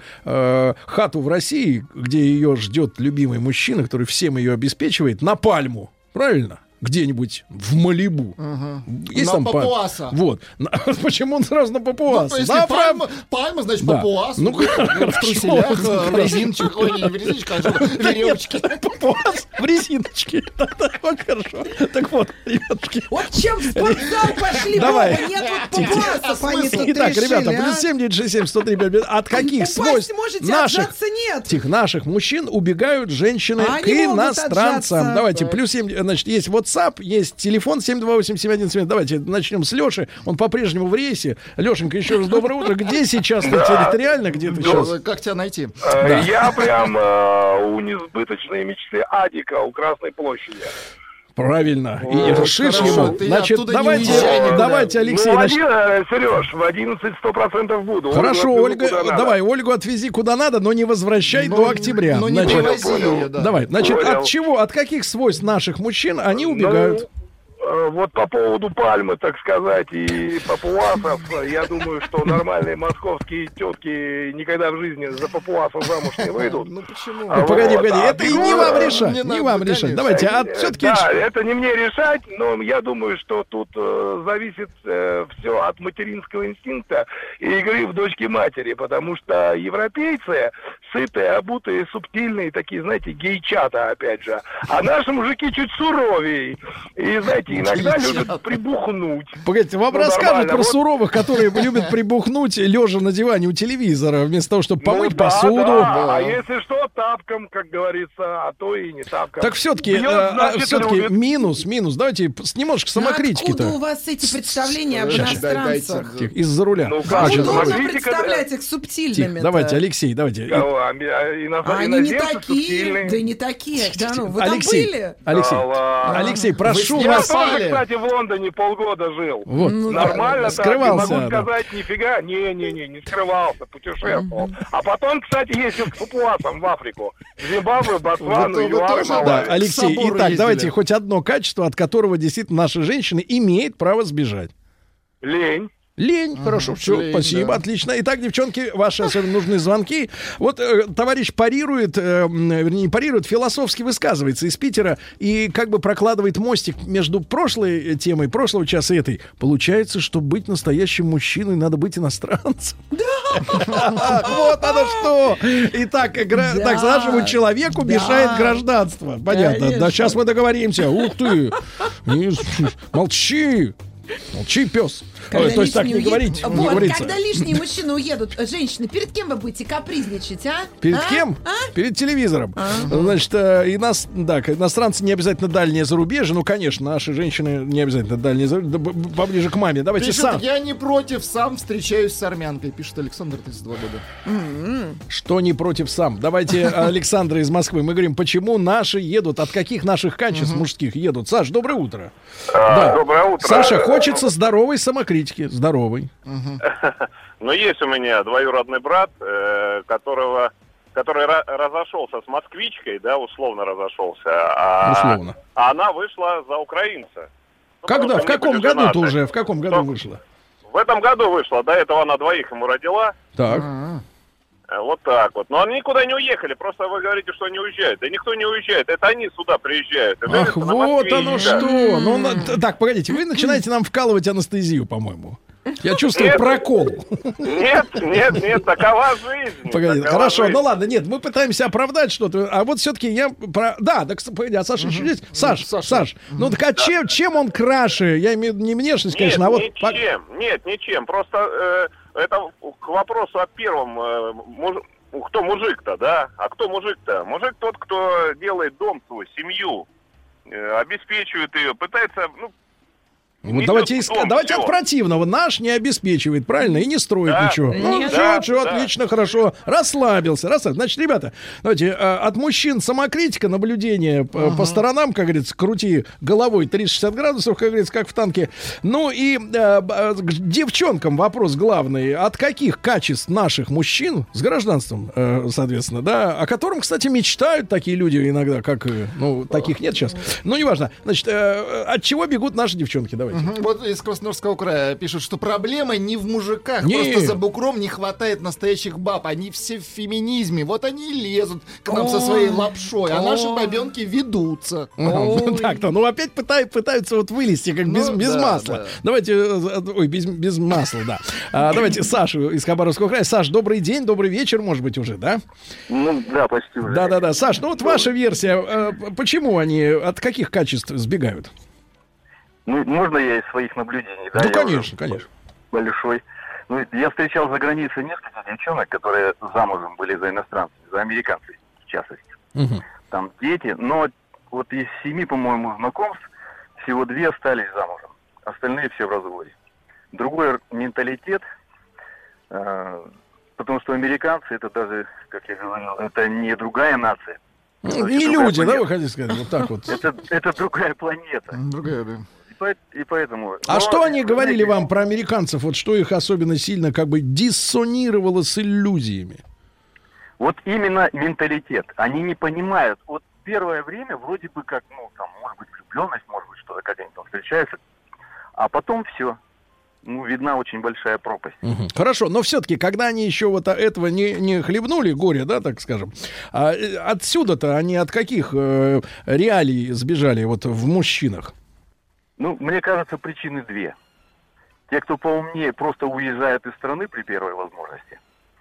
хату в России, где ее ждет любимый мужчина, который всем ее обеспечивает, на пальму, правильно? Где-нибудь в Малибу. Ага. Есть на там Папуаса. Паль... Вот. Почему он сразу на Папуаса? Ну, если да, пальма, пальма, значит, да. Папуас. Ну, в труселях, в резиночках. Ой, не в резиночках, а в веревочке. Папуас в резиночке. Вот хорошо. Так вот, ребятушки. Вот чем в спортзал пошли, Давай. Нет вот Папуаса. Итак, ребята, плюс семь девять шесть семь сто три пять. От каких свойств наших тех наших мужчин убегают женщины к иностранцам? Давайте, плюс семь, значит, есть вот WhatsApp, есть телефон семь два восемь семь один семь. Давайте начнем с Леши. Он по-прежнему в рейсе. Лешенька, еще раз доброе утро. Где сейчас ты территориально? Где ты сейчас? Как тебя найти? Да. Я прям э, у несбыточной мечты Адика у Красной площади. Правильно. О, и решишь ему. Значит, давайте, давайте, Алексей. Ну, значит... один, Сереж, в одиннадцать сто процентов буду. Хорошо, Ольгу Ольга, давай, Ольгу отвези куда надо, но не возвращай но, до октября. Но значит, не привози ее, да. Давай, значит, Понял. От чего, от каких свойств наших мужчин они убегают? Ну, вот по поводу пальмы, так сказать, и папуасов, я думаю, что нормальные московские тетки никогда в жизни за папуасов замуж не выйдут. Ну почему? А, погоди, вот, погоди, а это и не вам решать, не, не вам надо, решать. конечно. Давайте, а все-таки... Да, это не мне решать, но я думаю, что тут э, зависит э, все от материнского инстинкта и игры в дочки матери, потому что европейцы сытые, обутые, субтильные, такие, знаете, гейчата, опять же, а наши мужики чуть суровее, и, знаете, иногда любят прибухнуть. Погодите, вам ну, расскажут про вот. суровых, которые любят прибухнуть, лежа на диване у телевизора, вместо того, чтобы помыть ну, да, посуду. Да. Да. А если что, тапком, как говорится, а то и не тапком. Так все-таки, Бьет, э, значит, все-таки любит. минус, минус. Давайте с немножко самокритики-то. Откуда у вас эти представления об Сейчас, иностранцах? Тихо, из-за руля. Ну, а, как? сейчас, Нужно самокритика, представлять да. их субтильными. Давайте, Алексей, давайте. Кого? А, ино- А они не такие, субтильные. да не такие. Да ну, вы Алексей, там были? Алексей, Да ладно. Алексей, прошу Я вас. тоже, кстати, в Лондоне полгода жил. Вот. Ну, Нормально, скрывался, так, не могу да. сказать, нифига. Не-не-не, не скрывался, путешествовал. А потом, кстати, ездил к папуасам в Африку. Зимбабве, Ботсвану, Вы- вы ЮАР, тоже, Малави. Да, К Алексей, собору итак, ездили. давайте хоть одно качество, от которого действительно наши женщины имеют право сбежать. Лень. Лень, ага, хорошо, все, лень, спасибо, да. отлично. Итак, девчонки, ваши особенно нужны звонки. Вот э, товарищ парирует, э, вернее, не парирует, философски высказывается из Питера и как бы прокладывает мостик между прошлой темой, прошлого часа и этой. Получается, что быть настоящим мужчиной надо быть иностранцем. Да! Вот оно что! Итак, так нашему человеку мешает гражданство. Понятно. Да, сейчас мы договоримся. Ух ты! Молчи! Молчи, пес. Когда Ой, то есть так не лишние говорить. уедут- не Вот, говорится. когда лишние мужчины уедут, женщины, перед кем вы будете капризничать, а? Перед А? кем? А? Перед телевизором. Значит, э, и нас, да, к- иностранцы не обязательно дальние зарубежья. Ну, конечно, наши женщины не обязательно дальние зарубежья. Да, б- поближе к маме. Давайте Пишет, сам. я не против, сам встречаюсь с армянкой, пишет Александр, тридцать два года. Что не против сам. Давайте Александра из Москвы. Мы говорим, почему наши едут, от каких наших качеств мужских едут. Саш, доброе утро. А, доброе утро. Саша, хочется здоровой самокритики. Здоровой. Но есть у меня двоюродный брат, э, которого, который ра- разошелся с москвичкой, да, условно разошелся, а, Условно. а она вышла за украинца. Ну, Когда? просто В каком они были году-то женаты. уже? В каком году Только вышла? В этом году вышла, до этого она двоих ему родила. Так. Вот так вот. Но они никуда не уехали, просто вы говорите, что они уезжают. Да никто не уезжает, это они сюда приезжают. И Ах, женятся на вот Москве, оно да. что. Ну, на- т- так, погодите, вы начинаете нам вкалывать анестезию, по-моему. Я чувствую Нет. прокол. Нет, нет, нет, такова жизнь. Погоди, такова хорошо, жизнь. ну ладно, нет, мы пытаемся оправдать что-то, а вот все-таки я про... Да, так, погоди, а Саша еще есть? Саш, Саш, ну так а чем, чем он краше? Я имею в виду не внешность, Нет, конечно, а вот... ничем, нет, ничем. Просто э, это к вопросу о первом. Э, муж- кто мужик-то, да? А кто мужик-то? Мужик тот, кто делает дом свой, семью, э, обеспечивает ее, пытается, ну, Вот несет давайте, в иск- дом давайте всё. от противного. Наш не обеспечивает, правильно? И не строит Да. ничего. Ну, Нет. все, Да, все, да. отлично, хорошо. Расслабился, расслабился. Значит, ребята, давайте, э, от мужчин самокритика, наблюдение по- по сторонам, как говорится, крути головой триста шестьдесят градусов, как говорится, как в танке. Ну и э, б- э, к девчонкам вопрос главный. От каких качеств наших мужчин с гражданством, э, соответственно, да, о котором, кстати, мечтают такие люди иногда, как, э, ну, таких нет сейчас. Ну, неважно. Значит, э, от чего бегут наши девчонки? Давайте. Мгм. Вот из Краснодарского края пишут, что проблема не в мужиках. Не. Просто за бугром не хватает настоящих баб. Они все в феминизме. Вот они и лезут к нам со своей лапшой. А наши бабенки ведутся. Так-то, ну опять пытай- пытаются вот вылезти, как без, Ну, без да, масла. да. Давайте, э, ой, без, без масла, да. А, давайте Сашу из Хабаровского края. Саш, добрый день, добрый вечер, может быть, уже, да? Ну, да, почти уже. Да-да-да. Саш, ну вот ваша версия, э, почему они, от каких качеств сбегают? Ну, можно я из своих наблюдений, да? Ну, Я конечно, уже конечно. Большой. Ну, я встречал за границей несколько девчонок, которые замужем были за иностранцев, за американцев, в частности. Там дети, но вот из семи, по-моему, знакомств, всего две остались замужем. Остальные все в разводе. Другой менталитет, э, потому что американцы, это даже, как я говорил, это не другая нация. Это Не вообще другая люди, да, планета. вы хотите сказать? Вот так вот. Это, это другая планета. Другая, да. И, по- и поэтому... А Но, что они вы говорили знаете, вам про американцев? Вот что их особенно сильно как бы диссонировало с иллюзиями? Вот именно менталитет. Они не понимают. Вот первое время вроде бы как, ну, там, может быть, влюбленность, может быть, что-то как-нибудь там встречается. А потом все. Ну, видна очень большая пропасть. Мгм. Хорошо, но все-таки, когда они еще вот этого не, не хлебнули, горе, да, так скажем, а, э, отсюда-то они от каких э, реалий сбежали вот в мужчинах? Ну, мне кажется, причины две. Те, кто поумнее, просто уезжают из страны при первой возможности.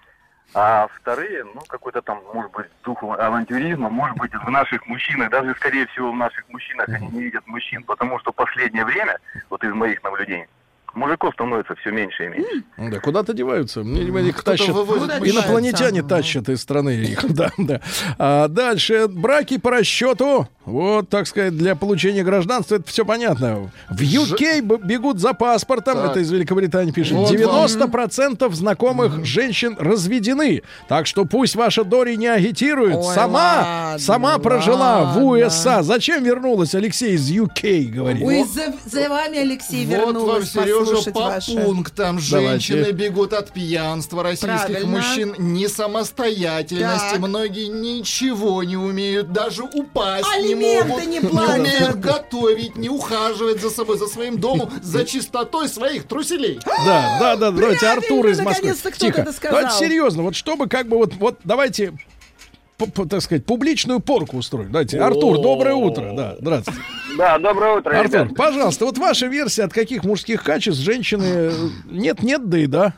А вторые, ну, какой-то там, может быть, дух авантюризма, может быть, в наших мужчинах, даже, скорее всего, в наших мужчинах они не видят мужчин, потому что в последнее время, вот из моих наблюдений, мужиков становится все меньше и меньше. Да, куда-то деваются. Мне видимо, их Кто-то тащат. вывозит Куда мужчин. Инопланетяне тащат из страны их. Да, да. А дальше браки по расчету. Вот, так сказать, для получения гражданства это все понятно. В ю кей б- бегут за паспортом. Так. Это из Великобритании пишет. Вот вам. девяносто процентов знакомых женщин разведены. Так что пусть ваша Дори не агитирует. Ой, сама, ладно, сама прожила в ладно. ю эс эй. Зачем вернулась, Алексей из ю кей, говорит. Ой, за, за вами, Алексей, Вот вам, вернулась Сережа, послушать по ваше. пунктам. Давайте. Женщины бегут от пьянства российских Правильно. мужчин, несамостоятельности. Так. Многие ничего не умеют, даже упасть не Алименты могут. не Не платят. умеют готовить, не ухаживать за собой, за своим домом, за чистотой своих труселей. Да, да, да, давайте Правильно, Артур из Москвы. наконец-то кто-то Тихо. это сказал. Давайте серьезно, вот чтобы как бы вот, вот давайте, п- п- так сказать, публичную порку устроим. Давайте, Артур, доброе утро. Да, здравствуйте. Да, доброе утро, Артур, ребят. пожалуйста, вот ваша версия, от каких мужских качеств женщины э, нет-нет, да и да.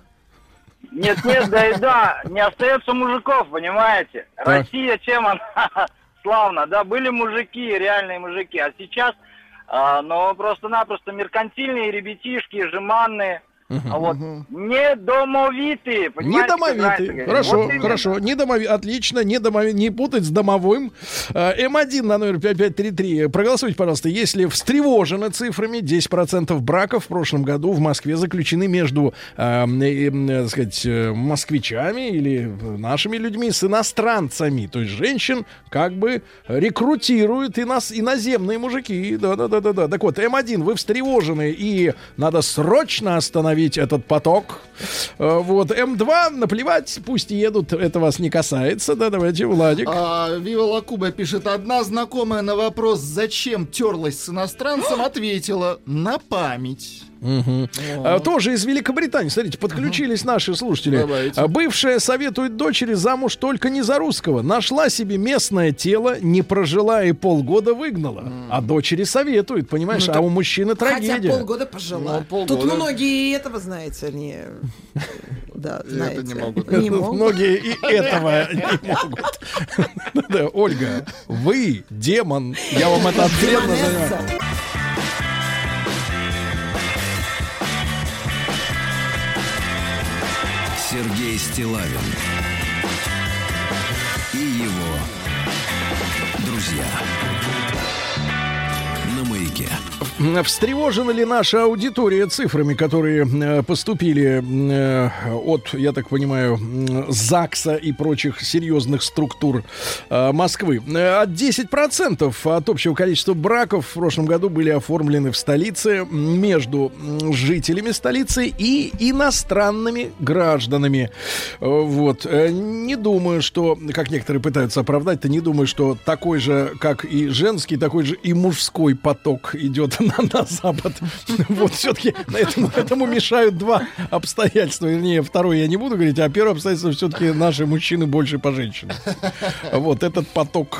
Нет, нет, да и да, не остается мужиков, понимаете? Так. Россия, чем она славна, да, были мужики, реальные мужики, а сейчас, а, ну, просто-напросто меркантильные ребятишки, жеманные, а вот недомовитые, понимаете? как раньше Недомовитый. говорили. Хорошо, Вот именно. хорошо. Недомови... Отлично. Недомови... Не путать с домовым. Э, эм один на номер пять пять три три. Проголосуйте, пожалуйста. Если встревожены цифрами, десять процентов браков в прошлом году в Москве заключены между, э, э, э, так сказать, э, москвичами или нашими людьми с иностранцами. То есть женщин как бы рекрутируют и нас иноземные мужики. Да-да-да-да. Так вот, эм один, вы встревожены, и надо срочно остановить этот поток. Э, Вот, эм два, наплевать, пусть едут, это вас не касается. Да, давайте, Владик. А, Вива Лакуба пишет, одна знакомая на вопрос, зачем терлась с иностранцем, ответила, на память. Угу. А, тоже из Великобритании. Смотрите, подключились угу. наши слушатели. Давайте. А, бывшая советует дочери замуж только не за русского. Нашла себе местное тело, не прожила и полгода выгнала. Mm. А дочери советует, понимаешь? Ну, а у мужчины трагедия. Хотя полгода пожила. Ну, полгода. Тут многие и этого, знаете, не... Да, знаете. Это не могут. Не могут. Многие и этого не могут. Да, Ольга, вы демон. Я вам это откровенно занимаю. Сергей Стиллавин и его друзья на Маяке. Встревожена ли наша аудитория цифрами, которые э, поступили э, от, я так понимаю, ЗАГСа и прочих серьезных структур э, Москвы? От десять процентов от общего количества браков в прошлом году были оформлены в столице между жителями столицы и иностранными гражданами. Вот. Не думаю, что, как некоторые пытаются оправдать-то, не думаю, что такой же, как и женский, такой же и мужской поток идет на, на Запад. Вот все-таки этому, этому мешают два обстоятельства. Вернее, второе я не буду говорить, а первое обстоятельство все-таки наши мужчины больше по женщинам. Вот этот поток.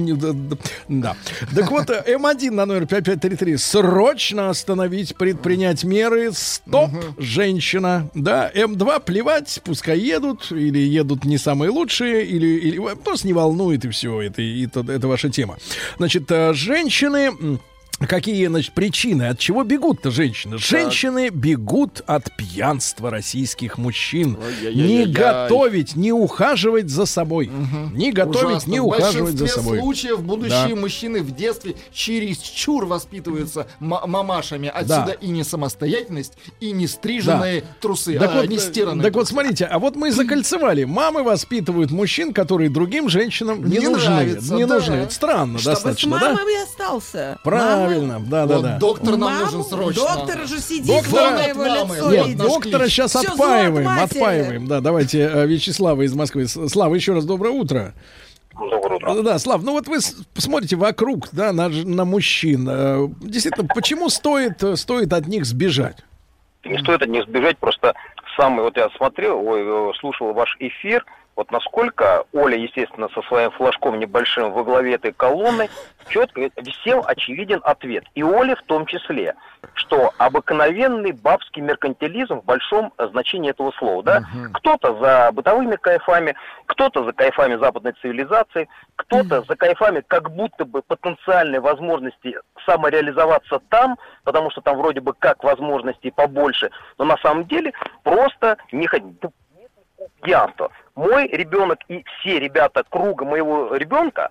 Да. Так вот, эм один на номер пять пять три три. Срочно остановить, предпринять меры. Стоп, женщина. Да, эм два плевать, пускай едут, или едут не самые лучшие, или, или просто не волнует, и все. Это, это, это ваша тема. Значит, женщины... Какие, значит, причины? От чего бегут-то женщины? Женщины так. бегут от пьянства российских мужчин. Не готовить, не ухаживать за собой. Угу. Не готовить, Ужасно. не ухаживать за собой. В большинстве случаев будущие да. мужчины в детстве чересчур воспитываются м- мамашами. Отсюда да. и не самостоятельность, и не стриженные да. трусы, так а вот, не стиранные. Так трусы. Вот смотрите, а вот мы закольцевали. Мамы воспитывают мужчин, которые другим женщинам не, не нужны. Нравится, да. не нужны. Это странно Чтобы достаточно, с да? мамой остался. Правильно. Да, да, вот да. Доктор нам Маму, нужен срочно. Доктор же сидит, доктора, его лицо Нет, видит. доктора сейчас Все отпаиваем, отпаиваем. Да, давайте Вячеслава из Москвы. Слава, еще раз доброе утро. Доброе утро. Да, да, Слав, ну вот вы посмотрите вокруг, да, на, на мужчин. Действительно, почему стоит, стоит от них сбежать? Не стоит от них сбежать, просто самый, вот я смотрел, ой, слушал ваш эфир, вот насколько Оля, естественно, со своим флажком небольшим во главе этой колонны, четко висел очевиден ответ. И Оле в том числе, что обыкновенный бабский меркантилизм в большом значении этого слова. Да? Uh-huh. Кто-то за бытовыми кайфами, кто-то за кайфами западной цивилизации, кто-то uh-huh. за кайфами как будто бы потенциальной возможности самореализоваться там, потому что там вроде бы как возможностей побольше, но на самом деле просто не ходить. Пьянство. Мой ребенок и все ребята круга моего ребенка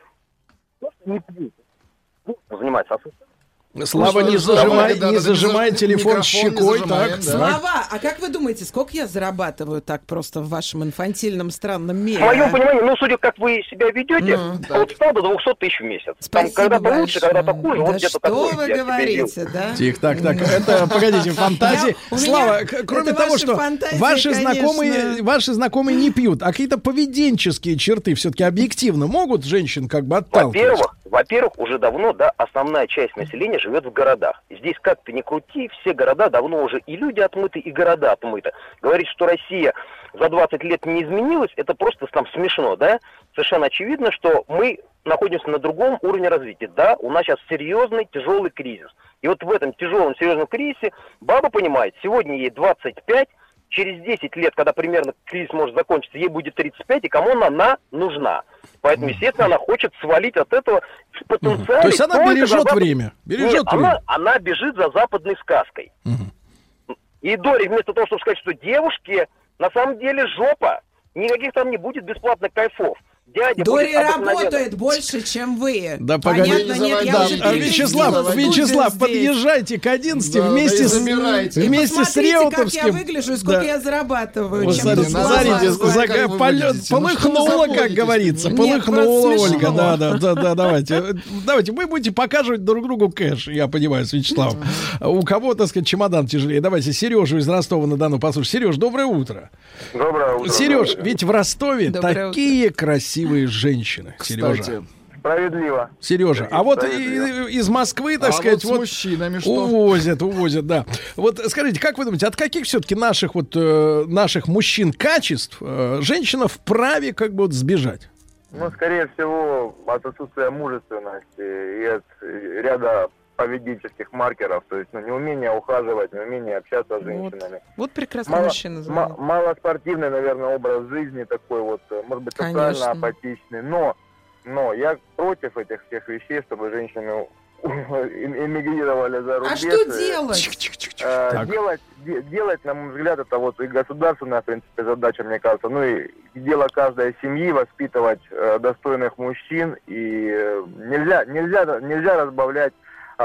не пьют. Занимаются осознанностью. Слава, не зажимай, не зажимай телефон щекой. Так, да. Слава, а как вы думаете, сколько я зарабатываю так просто в вашем инфантильном странном мире? В моем понимании, ну, судя как вы себя ведете, ну, от ста до двухсот тысяч в месяц. Там когда-то лучше, когда-то хуже, да вот где-то такое. Что вы говорите, да? Тихо, так, так, это, погодите, фантазии. Слава, кроме того, что ваши знакомые, ваши знакомые не пьют, а какие-то поведенческие черты все-таки объективно могут женщин как бы отталкивать? Во-первых, во-первых, уже давно, да, основная часть населения живет в городах. Здесь как ты ни крути, все города давно уже и люди отмыты, и города отмыты. Говорить, что Россия за двадцать лет не изменилась, это просто там смешно, да? Совершенно очевидно, что мы находимся на другом уровне развития. Да, у нас сейчас серьезный, тяжелый кризис. И вот в этом тяжелом, серьезном кризисе баба понимает, сегодня ей двадцать пять, через десять лет, когда примерно кризис может закончиться, ей будет тридцать пять, и кому она нужна? Поэтому, естественно, она хочет свалить от этого потенциально. То есть она бережет запад... время. Бережет Нет, время. Она, она бежит за западной сказкой. Угу. И Дори, вместо того, чтобы сказать, что девушки, на самом деле жопа, никаких там не будет бесплатных кайфов. Дядя Дори работает больше, чем вы. Да, погоди. Понятно, нет, я да, уже а Вячеслав, Вячеслав, подъезжайте к одиннадцати да, вместе, с, вместе с Реутовским. Как я выгляжу и сколько да. я зарабатываю. Вот смотрите, смотрите за, полет, полыхнула, как говорится. Нет, полыхнула Ольга. Да, да, да, да, давайте. Давайте, вы будете показывать друг другу кэш, я понимаю, с Вячеславом. У кого, так сказать, чемодан тяжелее. Давайте Сережу из Ростова-на-Дону послушаем. Сереж, доброе утро. Доброе утро. Сереж, ведь в Ростове доброе такие утро. красивые женщины, Кстати, Сережа. Справедливо. Сережа, а вот и- из Москвы, так А сказать, вот с вот мужчинами что? увозят, увозят, да. Вот скажите, как вы думаете, от каких все-таки наших вот э, наших мужчин качеств э, женщина вправе как бы вот сбежать? Ну, скорее всего, от отсутствия мужественности и от ряда поведенческих маркеров, то есть ну, неумение ухаживать, неумение общаться с женщинами. Вот прекрасный Мало, мужчина. м- звонил. малоспортивный, наверное, образ жизни такой вот, может быть, социально Конечно. апатичный, но, но я против этих всех вещей, чтобы женщины эмигрировали за рубеж. А что делать? Э, Так. делать, де- делать, на мой взгляд, это вот и государственная, в принципе, задача, мне кажется, ну и дело каждой семьи воспитывать э, достойных мужчин, и э, нельзя, нельзя, нельзя разбавлять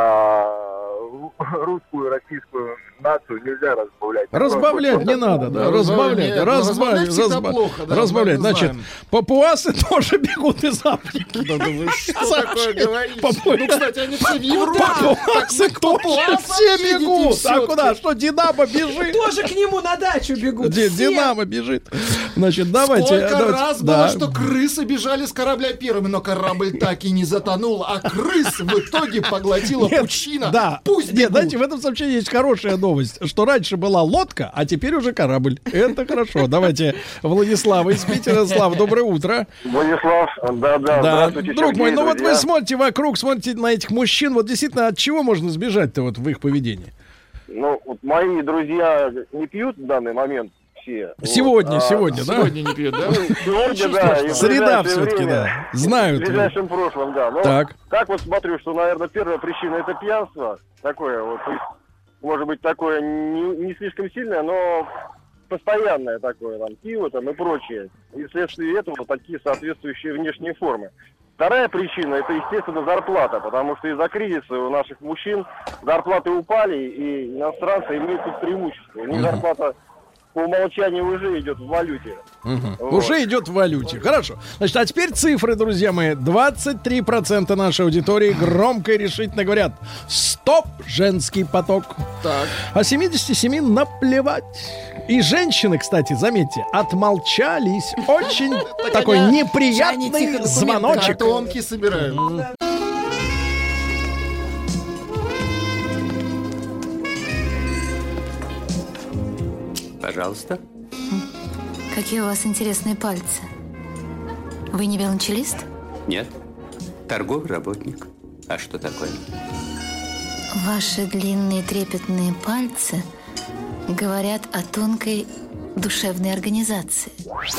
а, ру- русскую, российскую нацию, нельзя разбавлять. Разбавлять Просто- не надо, да, Ну, разбавлять, нет, ну, разбавлять, разбавлять всегда разба- плохо, да, разбавлять. мы это Значит, знаем. папуасы тоже бегут из Африки. Да, да вы что Зачем? такое говорите? Папу- Ну, кстати, они все в Европе. Папуасы тоже все бегут. А куда? Что, Динамо бежит? Тоже к нему на дачу бегут. Ди- все. Динамо бежит. Значит, давайте. Сколько давайте- раз да. было, что крысы бежали с корабля первыми, но корабль так и не затонул, а крыс в итоге поглотила Нет, пучина. Да. Пусть Нет, бегут. знаете, в этом сообщении есть хорошая новость, что раньше была лодка, а теперь уже корабль. Это хорошо. Давайте Владислава из Питера. Слав, доброе утро. Владислав, да-да, Да, здравствуйте, друг мой, Сергей, ну вот друзья. вы смотрите вокруг, смотрите на этих мужчин, вот действительно, от чего можно сбежать-то вот в их поведении? Ну, вот мои друзья не пьют в данный момент все. Сегодня, Вот, а- сегодня, да? Сегодня не пьют, да? Ну, сегодня, да. и в Среда ближайшее все-таки, время, да. Знают. В ближайшем прошлом, да. Но Так. так вот смотрю, что, наверное, первая причина — это пьянство. Такое вот, то есть, может быть, такое не, не слишком сильное, но постоянное такое, там, пиво там и прочее. И вследствие этого такие соответствующие внешние формы. Вторая причина — это, естественно, зарплата, потому что из-за кризиса у наших мужчин зарплаты упали, и иностранцы имеют тут преимущество. У них зарплата по умолчанию уже идет в валюте. Мгм. Вот. Уже идет в валюте. Хорошо. Значит, а теперь цифры, друзья мои. двадцать три процента нашей аудитории громко и решительно говорят: стоп, женский поток. Так. А семьдесят семь наплевать. И женщины, кстати, заметьте, отмолчались. Очень такой они- неприятный Жанни, тихо, звоночек. Картонки собирают. Пожалуйста. Какие у вас интересные пальцы. Вы не велончелист? Нет. Торговый работник. А что такое? Ваши длинные трепетные пальцы говорят о тонкой душевной организации.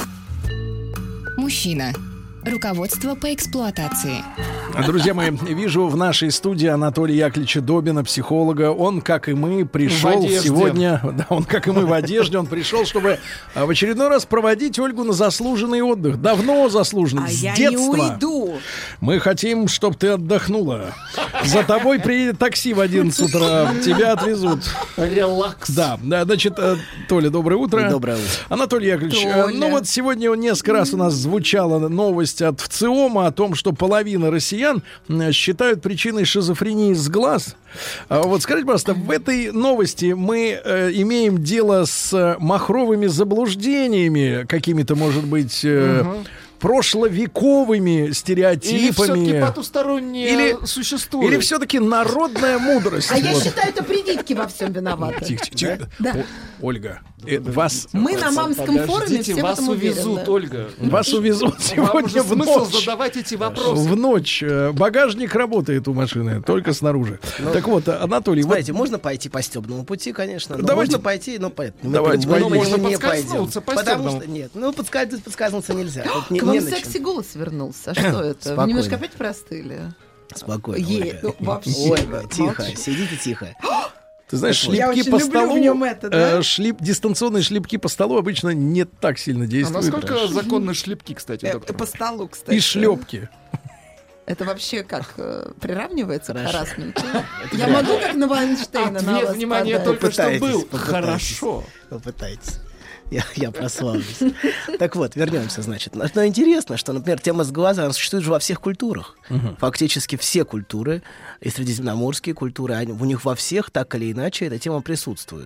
Мужчина. Руководство по эксплуатации. Друзья мои, вижу в нашей студии Анатолия Яковлевича Добина, психолога. Он, как и мы, пришел В одежде. сегодня, да, он, как и мы, в одежде, он пришел, чтобы а, в очередной раз проводить Ольгу на заслуженный отдых. Давно заслуженный, А с я детства. не уйду. Мы хотим, чтобы ты отдохнула. За тобой приедет такси в одиннадцать утра, тебя отвезут. Релакс. Да, да, значит, э, Толя, доброе утро. Доброе утро. Анатолий Яковлевич, э, Толя. ну вот сегодня несколько раз у нас звучала новость от ВЦИОМа о том, что половина россиян э, считают причиной шизофрении сглаз. А вот скажите, пожалуйста, в этой новости мы э, имеем дело с э, махровыми заблуждениями, какими-то, может быть, э, Мгм. прошловековыми стереотипами. Или все-таки потусторонние Или- существуют? Или все-таки народная мудрость. А я Вот. считаю, это прививки во всем виноваты. Тихо, тихо, тихо. Да. О, Ольга, э, вас, Мы на мамском форуме Подождите, все в вас этом увезут, уверены. Ольга. вас увезут Вам сегодня уже в смысл ночь. задавать эти вопросы. В ночь. Э, Багажник работает у машины, только снаружи. Ну, Так вот, Анатолий, вот Смотрите, можно пойти по стебному пути, конечно. Но Давайте- можно пойти, но по- мы, Давайте мы, пойдем. мы Можно не пойдем. подскользнуться по Потому стебному. что нет, ну подскользнуться, подскользнуться нельзя. Тут не- К вам не на чем. секси-голос вернулся. А что это? Вы Спокойно. немножко опять простыли? Спокойно, Е- Ольга. ну, вообще. Ольга, тихо, Молчи. сидите тихо. ты знаешь, Я шлепки очень по люблю столу, в нем это, да? э, шлип, дистанционные шлепки по столу обычно не так сильно А действуют. насколько законны шлепки, кстати, Э, доктор? По столу, кстати. И шлепки. Это вообще как э, приравнивается к Хорошо. харассменту? Я могу как на Вайнштейна на Ответ, вас внимание, подать? только что Попытайтесь, был. попытайтесь. Хорошо. Попытайтесь. Я, я прославлюсь. Так вот, вернемся, значит. Но но интересно, что, например, тема с глаза, она существует же во всех культурах. Фактически все культуры, и средиземноморские культуры, они, у них во всех так или иначе эта тема присутствует.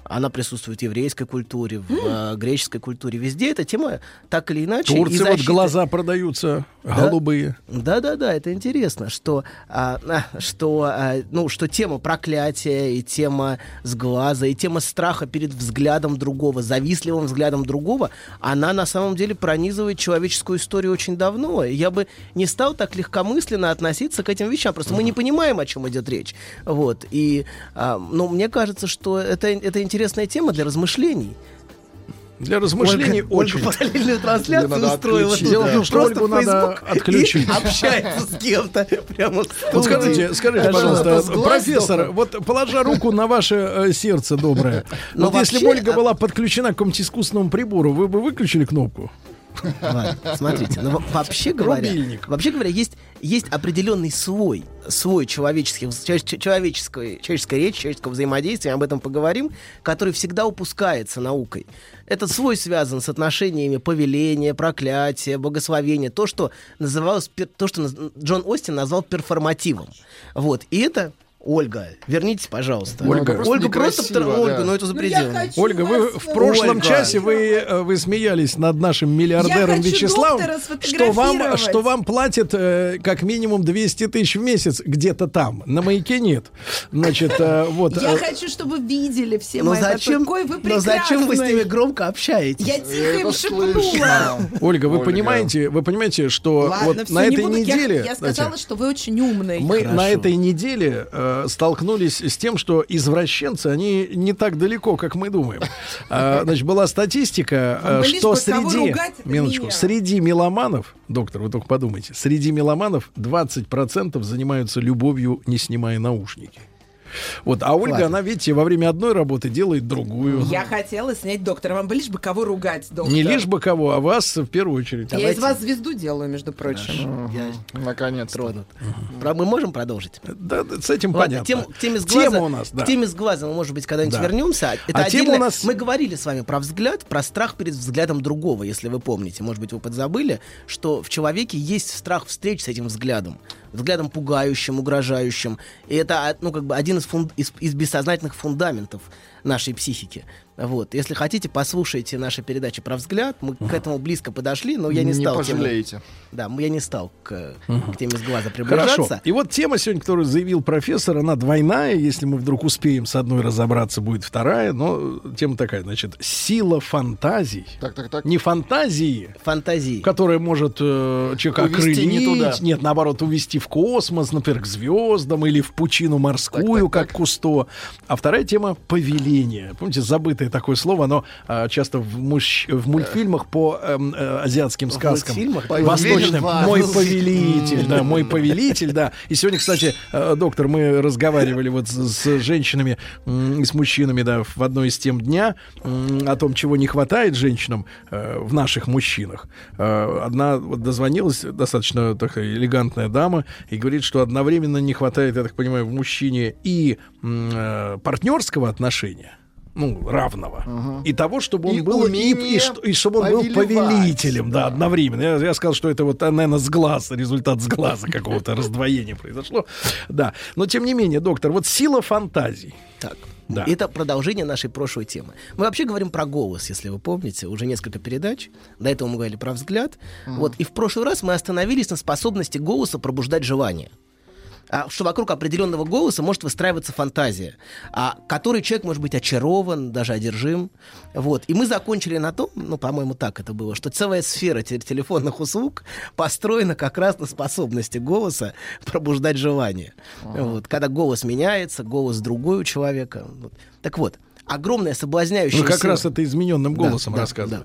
она присутствует в еврейской культуре, в э, греческой культуре. Везде эта тема так или иначе... Турции защиты... вот глаза продаются да? голубые. Да-да-да, это интересно, что, а, что, а, ну, что тема проклятия и тема сглаза, и тема страха перед взглядом другого, завистливым взглядом другого, она на самом деле пронизывает человеческую историю очень давно. И я бы не стал так легкомысленно относиться к этим вещам. Просто мы не понимаем, о чем идет речь. Вот. И, а, ну, мне кажется, что это, это интересная тема для размышлений. Для размышлений Ольга, очень. Ольга параллельную трансляцию устроила. Дело в том, что Ольгу надо отключить. И общается с кем-то прямо в студии. Вот скажите, скажите, пожалуйста, профессор, вот положа руку на ваше э, сердце доброе, Но вот вообще, если бы Ольга а- была подключена к какому-нибудь искусственному прибору, вы бы выключили кнопку? Ладно, смотрите, но во- вообще говоря, Рубильник. вообще говоря, есть, есть определенный свой, свой человеческий, человеческой, человеческой речи, человеческого взаимодействия, об этом поговорим, который всегда упускается наукой. Этот свой связан с отношениями повеления, проклятия, богословения, то, что называлось, пер- то, что наз- Джон Остин назвал перформативом. Вот, и это... Ольга, вернитесь, пожалуйста. Ольга. Ольга, Ольга просто... некрасиво, Ольга, да. ну это запредельно. Ольга, вы в прошлом Ольга. часе вы, э, вы смеялись над нашим миллиардером Я хочу Вячеславом, доктора что вам, сфотографировать. что вам платят э, как минимум двести тысяч в месяц где-то там. На Маяке нет. Значит, э, вот. Я э, хочу, чтобы видели все Но мои. зачем, Какой вы но зачем вы с прекрасный. ними громко общаетесь? Я тихо им Это шепнула. слышно. Ольга, вы Ольга. понимаете, вы понимаете, что Ладно, вот всё, на не этой буду. Я- неделе, Я, сказала, знаете, что вы очень умный. мы Хорошо. на этой неделе э, столкнулись с тем, что извращенцы, они не так далеко, как мы думаем. А, значит, была статистика, Вам э, бы лишь что бы кого среди, ругать, это минуточку, меня. среди меломанов, доктор, вы только подумайте, среди меломанов двадцать процентов занимаются любовью, не снимая наушники. Вот, а Ольга, Ладно. она, видите, во время одной работы делает другую. Я хотела снять доктора. Вам бы лишь бы кого ругать, доктор. Не лишь бы кого, а вас в первую очередь. Я Давайте. из вас звезду делаю, между прочим. Я Наконец-то. тронут. Про- Мы можем продолжить? Да, да, с этим Ладно, понятно. тем- к теме с глаза, Тема у нас, да. к теме с глаза мы, может быть, когда-нибудь Да. вернемся. Это А тема отдельно. у нас- Мы говорили с вами про взгляд, про страх перед взглядом другого, если вы помните. Может быть, вы подзабыли, что в человеке есть страх встреч с этим взглядом. Взглядом пугающим, угрожающим. И это, ну, как бы один из, фунд- из, из бессознательных фундаментов нашей психики. Вот. Если хотите, послушайте наши передачи про взгляд. Мы к этому близко подошли, но я не Не стал... тему- пожалеете. Да, я не стал к, к теме с глаза приближаться. Хорошо. И вот тема сегодня, которую заявил профессор, она двойная. Если мы вдруг успеем с одной разобраться, будет вторая. Но тема такая, значит, сила фантазий. Так, так, так. Не фантазии, Фантазии. которая может э, человека Увести не окрылить, туда. нет, наоборот, увести в космос, например, к звездам или в пучину морскую, Так, так, как Кусто. А вторая тема — повеление. Помните, забытое такое слово, оно а, часто в, мущ- в мультфильмах по эм, э, азиатским В сказкам. мультфильмах? Восточным. Повелитель. Мой повелитель, да, мой повелитель, да. И сегодня, кстати, э, доктор, мы разговаривали вот с, с женщинами м, и с мужчинами, да, в одной из тем дня м, о том, чего не хватает женщинам э, в наших мужчинах. Э, одна вот дозвонилась, достаточно такая элегантная дама, и говорит, что одновременно не хватает, я так понимаю, в мужчине и м, э, партнерского отношения, ну, равного. И того, чтобы он И был, и, и, умение что- и чтобы он был повелевать. повелителем, да, одновременно. Я, я сказал, что это вот, наверное, с глаза, результат с глаза какого-то раздвоения произошло. Да. Но, тем не менее, доктор, вот сила фантазий. Так. Да. Это продолжение нашей прошлой темы. Мы вообще говорим про голос, если вы помните, уже несколько передач. До этого мы говорили про взгляд. Вот. И в прошлый раз мы остановились на способности голоса пробуждать желание. А, что вокруг определенного голоса может выстраиваться фантазия, а, которой человек может быть очарован, даже одержим. Вот. И мы закончили на том, ну, по-моему, так это было, что целая сфера те- телефонных услуг построена как раз на способности голоса пробуждать желание. Вот. Когда голос меняется, голос другой у человека. Вот. Так вот, огромная соблазняющая Вы как сила... раз это измененным Да, голосом да, рассказывали.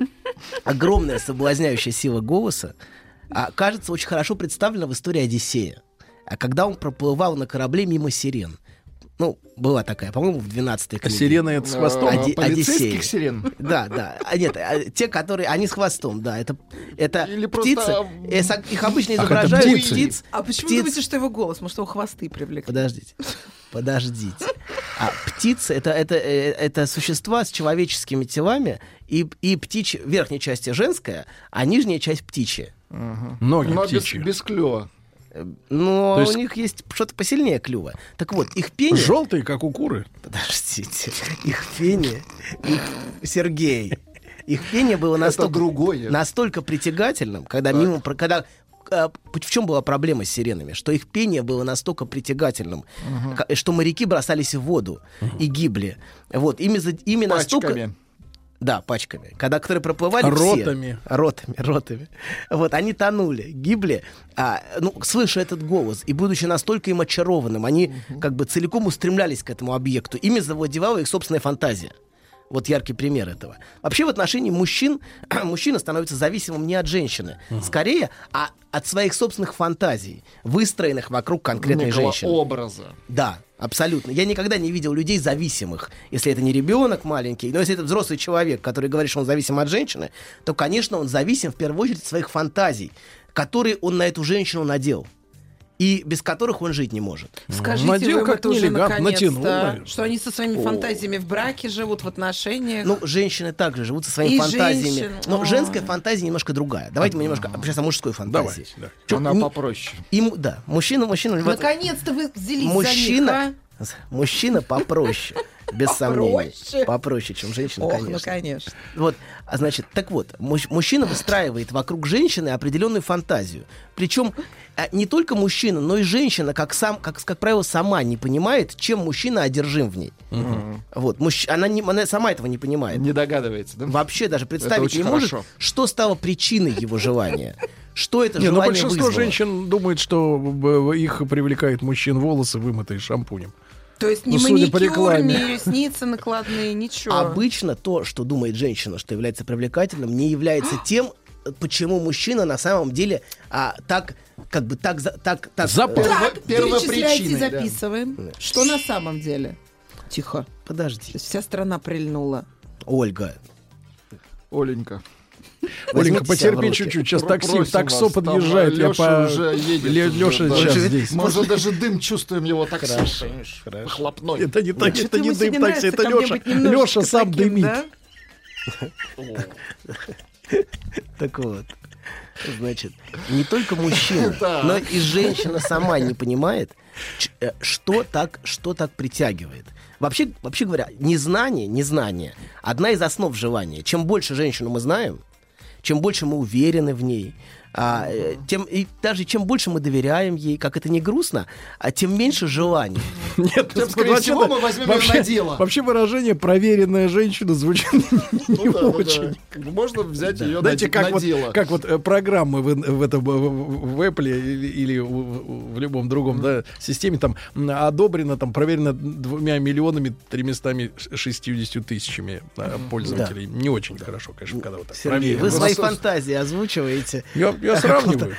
огромная соблазняющая сила голоса, а, кажется, очень хорошо представлена в истории Одиссея. А когда он проплывал на корабле мимо сирен. Ну, была такая, по-моему, в двенадцатой книге. Сирены это с хвостом? Оди- Полицейских Одиссей. сирен? Да, да. А, нет, а, те, которые, они с хвостом, да. Это, это Или птицы. просто, э, со- их обычно Ах, это изображают птицы. птиц. А почему птиц- думаете, что его голос? Может, его хвосты привлекли? Подождите. Подождите. А птицы это, это, э, это существа с человеческими телами, и, и птичья, верхняя часть женская, а нижняя часть птичья. Ноги Но без, птичьи. без клёва. Но То есть- у них есть что-то посильнее клюва. Так вот, их пение... Желтые, как у куры. Подождите. Подождите. Их пение, их... Сергей, их пение было настолько, другое. настолько притягательным, когда так. мимо... Когда, в чем была проблема с сиренами? Что их пение было настолько притягательным, uh-huh. что моряки бросались в воду uh-huh. и гибли. Вот, ими, ими настолько... Да, пачками. Когда, которые проплывали ротами. все. Ротами. Ротами. Вот, они тонули, гибли. А, ну, слыша этот голос и будучи настолько им очарованным, они uh-huh. как бы целиком устремлялись к этому объекту. Ими завладевала их собственная фантазия. Вот яркий пример этого. Вообще в отношении мужчин мужчина становится зависимым не от женщины, uh-huh. скорее, а от своих собственных фантазий, выстроенных вокруг конкретной некого женщины. Образа. Да, абсолютно. Я никогда не видел людей зависимых. Если это не ребенок маленький, но если это взрослый человек, который говорит, что он зависим от женщины, то, конечно, он зависим в первую очередь от своих фантазий, которые он на эту женщину надел. И без которых он жить не может. Скажите, надел, вы как это уже нелегат, натянул, наконец-то, что они со своими фантазиями в браке живут, в отношениях? Ну, женщины также живут со своими И фантазиями. женщин. Но О. женская фантазия немножко другая. Давайте мы немножко сейчас о мужской фантазии. Давайте, Чё, Она не- попроще. Им, да, мужчина, мужчина... Наконец-то вы взялись мужчина, за них, а? мужчина попроще. Без Попроще? сомнений. Попроще, чем женщина, Ох, конечно. ну, конечно. Вот, а значит, так вот, муж- мужчина выстраивает вокруг женщины определенную фантазию. Причем а, не только мужчина, но и женщина, как, сам, как, как правило, сама не понимает, чем мужчина одержим в ней. Мгм. Вот, мужч- она, не, она сама этого не понимает. Не догадывается, да? Вообще даже представить очень не может, хорошо. что стало причиной его желания. Что это Не, ну желание большинство вызвало. женщин думает, что э, их привлекает мужчин волосы, вымытые шампунем. То есть ни Ну, судя по маникюр, рекламе. ни ресницы накладные, ничего. Обычно то, что думает женщина, что является привлекательным, не является тем, почему мужчина на самом деле а, так, как бы так, за- так, так. Запал. э, Так, перечисляйте и да. записываем. Что на самом деле? Тихо. Подожди. То есть вся страна прильнула. Ольга. Оленька. Оленька, Возьмите себя в потерпи руки. чуть-чуть. Сейчас Про- такси, просим таксо вас, подъезжает. там, Я Лёша по... уже едет Ле- уже, Лёша да. сейчас Лёша, здесь. Мы уже даже дым чувствуем его такси. Хорошо, Понимаешь? Хлопной. Это не, так, Что-то это не ему дым сегодня такси, это нравится ко мне Леша. быть немножечко Леша сам таким, дымит. да? Так вот. Значит, не только мужчина, Да. но и женщина сама не понимает, ч- э, что так, что так притягивает. Вообще, вообще говоря, незнание, незнание — одна из основ желания. Чем больше женщину мы знаем, чем больше мы уверены в ней, а, э, тем, и даже чем больше мы доверяем ей, как это не грустно, а тем меньше желаний. Нет, Тем, скорее вообще- всего, мы возьмем её вообще- на дело. Вообще выражение «проверенная женщина» звучит не Ну да, ну да. очень. Как бы можно взять ее Знаете, на, как на вот, дело. как вот э, программы в, в, этом, в, в- в Apple или, или в, в- в любом другом да, системе там м, одобрено, там проверено двумя миллионами тремястами шестьюдесятью тысячами э, пользователей. Не очень хорошо, конечно, когда вот так Сергей, проверено. вы свои Просто- фантазии озвучиваете. Я, я сравниваю.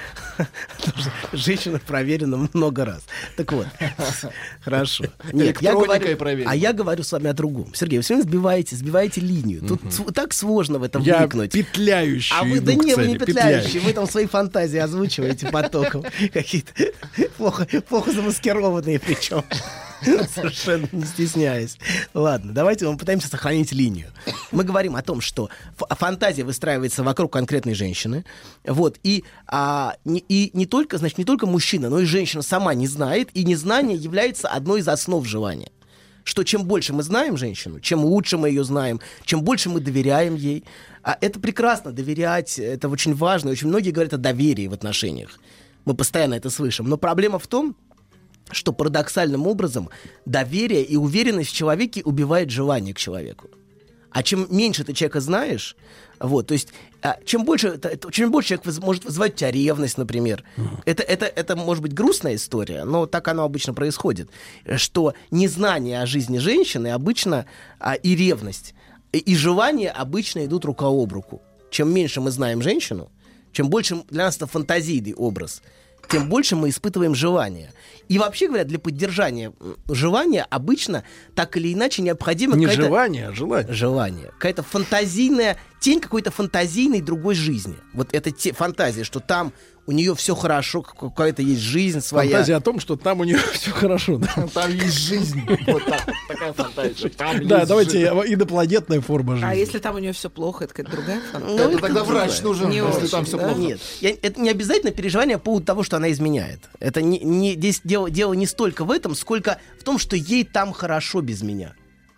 Женщина проверена много раз. Так вот, хорошо. Нет, я Электроникой говорю, проверена. а я говорю с вами о другом. Сергей, вы все время сбиваете, сбиваете линию. Тут св- так сложно в этом Я вникнуть. петляющий А вы, иду да к не, вы цели, не петляющие, вы там свои фантазии озвучиваете потоком. Какие-то плохо, плохо замаскированные причем. Совершенно не стесняясь. Ладно, давайте мы пытаемся сохранить линию. Мы говорим о том, что ф- фантазия выстраивается вокруг конкретной женщины. Вот, и, а, не, и не только, значит, не только мужчина, но и женщина сама не знает, и незнание является одной из основ желания. Что чем больше мы знаем женщину, чем лучше мы ее знаем, чем больше мы доверяем ей. А это прекрасно, доверять, это очень важно. Очень многие говорят о доверии в отношениях. Мы постоянно это слышим. Но проблема в том, что парадоксальным образом доверие и уверенность в человеке убивает желание к человеку. А чем меньше ты человека знаешь, вот, то есть, а, чем больше, это- это- чем больше человек выз- может вызывать у тебя ревность, например. Это, это, это может быть грустная история, но так оно обычно происходит. Что незнание о жизни женщины обычно а, и ревность, и, и желание обычно идут рука об руку. Чем меньше мы знаем женщину, чем больше для нас это фантазийный образ, тем больше мы испытываем желание. И вообще говоря, для поддержания м, желания обычно так или иначе необходимо Не какая-то... желание, а желание. Желание. Какая-то фантазийная, тень какой-то фантазийной другой жизни. Вот эта те, фантазия, что там у нее все хорошо, как- какая-то есть жизнь своя. Фантазия о том, что там у нее все хорошо. Да, Там есть жизнь. Вот так, такая фантазия. Там Да, есть давайте жизнь. инопланетная форма жизни. А если там у нее все плохо, это какая-то другая фантазия? Ну, Это тогда врач нужен, Не если очень, там все да? плохо. Нет, я- это не обязательно переживание по поводу того, что она изменяет. Это не, не- здесь дело, дело не столько в этом, сколько в том, что ей там хорошо без меня.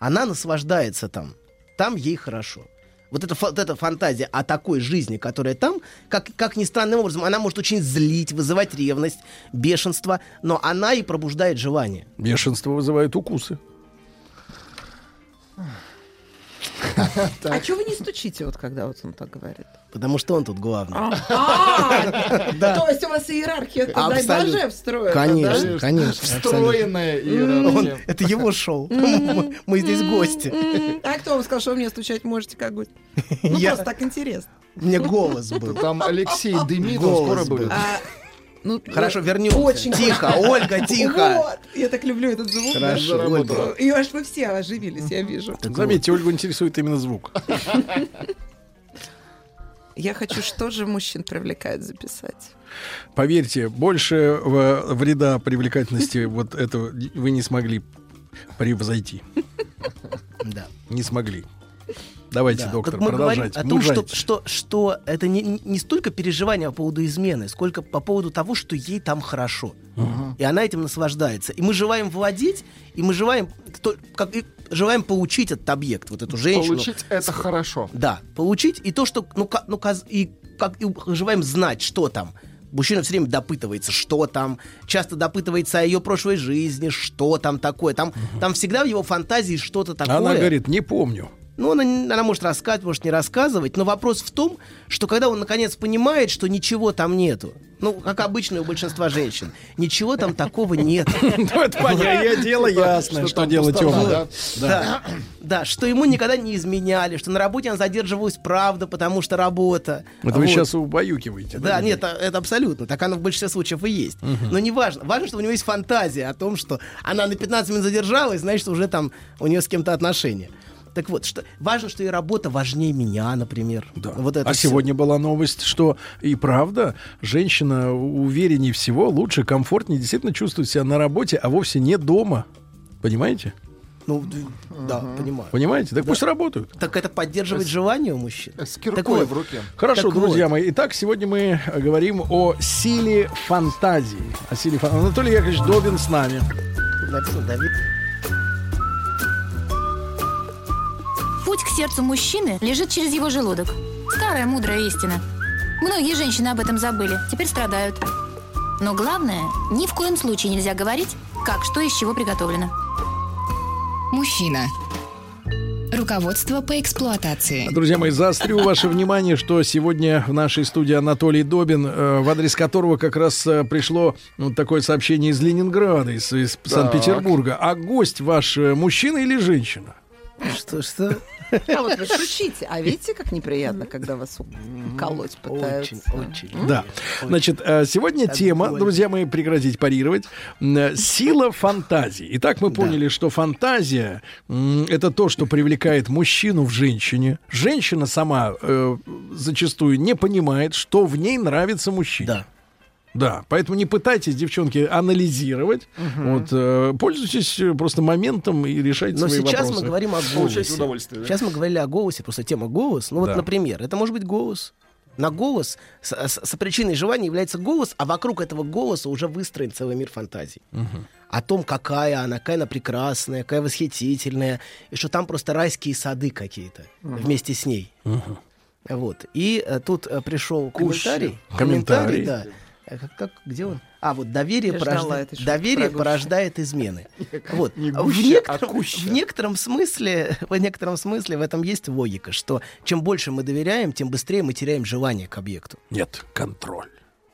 Она наслаждается там. Там ей хорошо. Вот эта, вот эта фантазия о такой жизни, которая там, как, как ни странным образом, она может очень злить, вызывать ревность, бешенство, но она и пробуждает желание. Бешенство вызывает укусы. А что вы не стучите, вот когда вот он так говорит? Потому что он тут главный. То есть у вас иерархия даже встроена? Конечно, конечно. Встроенная иерархия. Это его шоу. Мы здесь гости. А кто вам сказал, что вы мне стучать можете как гость? Ну, просто так интересно. Мне голос был. Там Алексей дымит, он скоро будет. Ну, хорошо, вернемся. Очень тихо, Ольга, тихо. Вот, я так люблю этот звук. Хорошо, да, Ольга. И аж вы все оживились, я вижу. Так заметьте, Ольгу интересует именно звук. Я хочу, что же мужчин привлекает, записать. Поверьте, больше вреда привлекательности вот этого вы не смогли превзойти. Да. Не смогли. Давайте, да. доктор, мы продолжайте. Говорим о том, что, что, что это не, не столько переживание по поводу измены, сколько по поводу того, что ей там хорошо. Uh-huh. И она этим наслаждается. И мы желаем владеть, и мы желаем, кто, как, и желаем получить этот объект, вот эту женщину. Получить это хорошо. Да, получить. И то, что... Ну, ну, и, как, и желаем знать, что там. Мужчина все время допытывается, что там. Часто допытывается о ее прошлой жизни, что там такое. Там, uh-huh. там всегда в его фантазии что-то такое. Она говорит, не помню. Ну, она, она может рассказывать, может не рассказывать, но вопрос в том, что когда он наконец понимает, что ничего там нету, ну, как обычно у большинства женщин, ничего там такого нет. Ну, это понятное дело, ясно, что дело темное. Да, да, что ему никогда не изменяли, что на работе она задерживалась правда, потому что работа. Это вы сейчас убаюкиваете. Да, нет, это абсолютно, так оно в большинстве случаев и есть. Но не важно, важно, что у него есть фантазия о том, что она на пятнадцать минут задержалась, значит, уже там у нее с кем-то отношения. Так вот, что, важно, что и работа важнее меня, например. Да. Вот это а все. Сегодня была новость, что и правда, женщина увереннее всего, лучше, комфортнее действительно чувствует себя на работе, а вовсе не дома. Понимаете? Ну, да, uh-huh. понимаю. Понимаете? Так да. пусть работают. Так это поддерживает С... желание у мужчин. С киркой вот. в руке. Хорошо, так друзья вот. мои. Итак, сегодня мы говорим о силе фантазии. О силе фан... Анатолий Яковлевич Добин с нами. Написано Давид. Путь к сердцу мужчины лежит через его желудок. Старая мудрая истина. Многие женщины об этом забыли, теперь страдают. Но главное, ни в коем случае нельзя говорить, как что из чего приготовлено. Мужчина. Руководство по эксплуатации. Друзья мои, заострю ваше внимание, что сегодня в нашей студии Анатолий Добин, э, в адрес которого как раз э, пришло вот такое сообщение из Ленинграда, из, из Санкт-Петербурга. А гость ваш э, мужчина или женщина? Что, что? А вот вы шутите, а видите, как неприятно, когда вас колоть пытаются? Очень, очень. Да. Значит, сегодня тема, друзья мои, прекратить парировать, сила фантазии. Итак, мы поняли, что фантазия — это то, что привлекает мужчину в женщине. Женщина сама э, зачастую не понимает, что в ней нравится мужчине. Да. Да, поэтому не пытайтесь, девчонки, анализировать. Угу. Вот, э, пользуйтесь просто моментом и решайте Но свои сейчас вопросы. мы говорим о голосе. Сейчас мы говорили о голосе, просто тема голос. Ну вот, да. например, это может быть голос. На голос, с, с, с причиной желания является голос, а вокруг этого голоса уже выстроен целый мир фантазий. Угу. О том, какая она, какая она прекрасная, какая восхитительная, и что там просто райские сады какие-то угу. вместе с ней. Угу. Вот. И а, тут а, пришел комментарий. Комментарий, комментарий да. Как, как, где он? А, вот доверие, порожда... доверие порождает измены. Вот. Не в, гуще, некотором, а в некотором смысле, в некотором смысле в этом есть логика, что чем больше мы доверяем, тем быстрее мы теряем желание к объекту. Нет, контроль.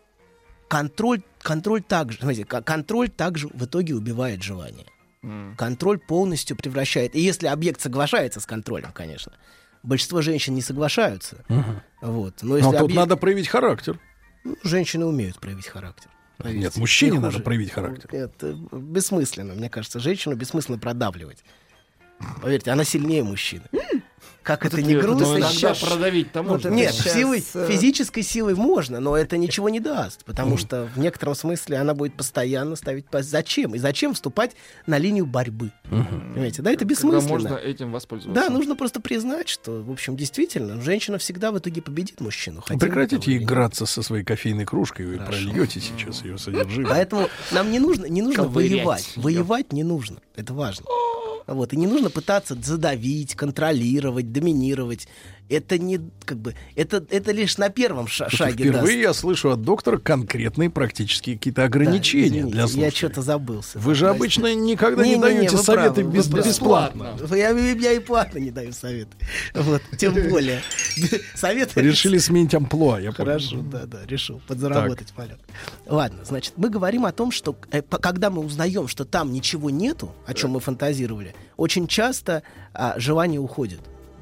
Контроль, контроль также, смотрите, контроль также в итоге убивает желание. Mm. Контроль полностью превращает. И если объект соглашается с контролем, конечно. Большинство женщин не соглашаются. Uh-huh. Вот. Но, если Но тут объект... надо проявить характер. Женщины умеют проявить характер. Поверьте. Нет, мужчине надо проявить характер. Это бессмысленно. Мне кажется, женщину бессмысленно продавливать. Поверьте, она сильнее мужчины. Как это не грустно. Иногда продавить-то можно. Нет, силой, физической силой можно, но это ничего не даст. Потому mm. что в некотором смысле она будет постоянно ставить... Зачем? И зачем вступать на линию борьбы? Mm-hmm. Понимаете? Да, это бессмысленно. Когда можно этим воспользоваться. Да, нужно просто признать, что, в общем, действительно, женщина всегда в итоге победит мужчину. Прекратите играться со своей кофейной кружкой, вы прольете сейчас ее содержимое. Поэтому нам не нужно, не нужно воевать. Воевать не нужно. Это важно. Вот, и не нужно пытаться задавить, контролировать, доминировать. Это не, как бы, это, это лишь на первом ша- шаге. Впервые даст. я слышу от доктора конкретные практические какие-то ограничения, да, извините, для слушателей. Я что-то забылся. Вы же обычно никогда не, не, не даете не, советы правы, без, бесплатно. Я, я и платно не даю советы. Вот, тем более. Советы... Решили сменить амплуа, я понял. Хорошо, да, да, решил подзаработать полет. Ладно, значит, мы говорим о том, что э, когда мы узнаем, что там ничего нету, о чем мы фантазировали, очень часто а, желание уходит.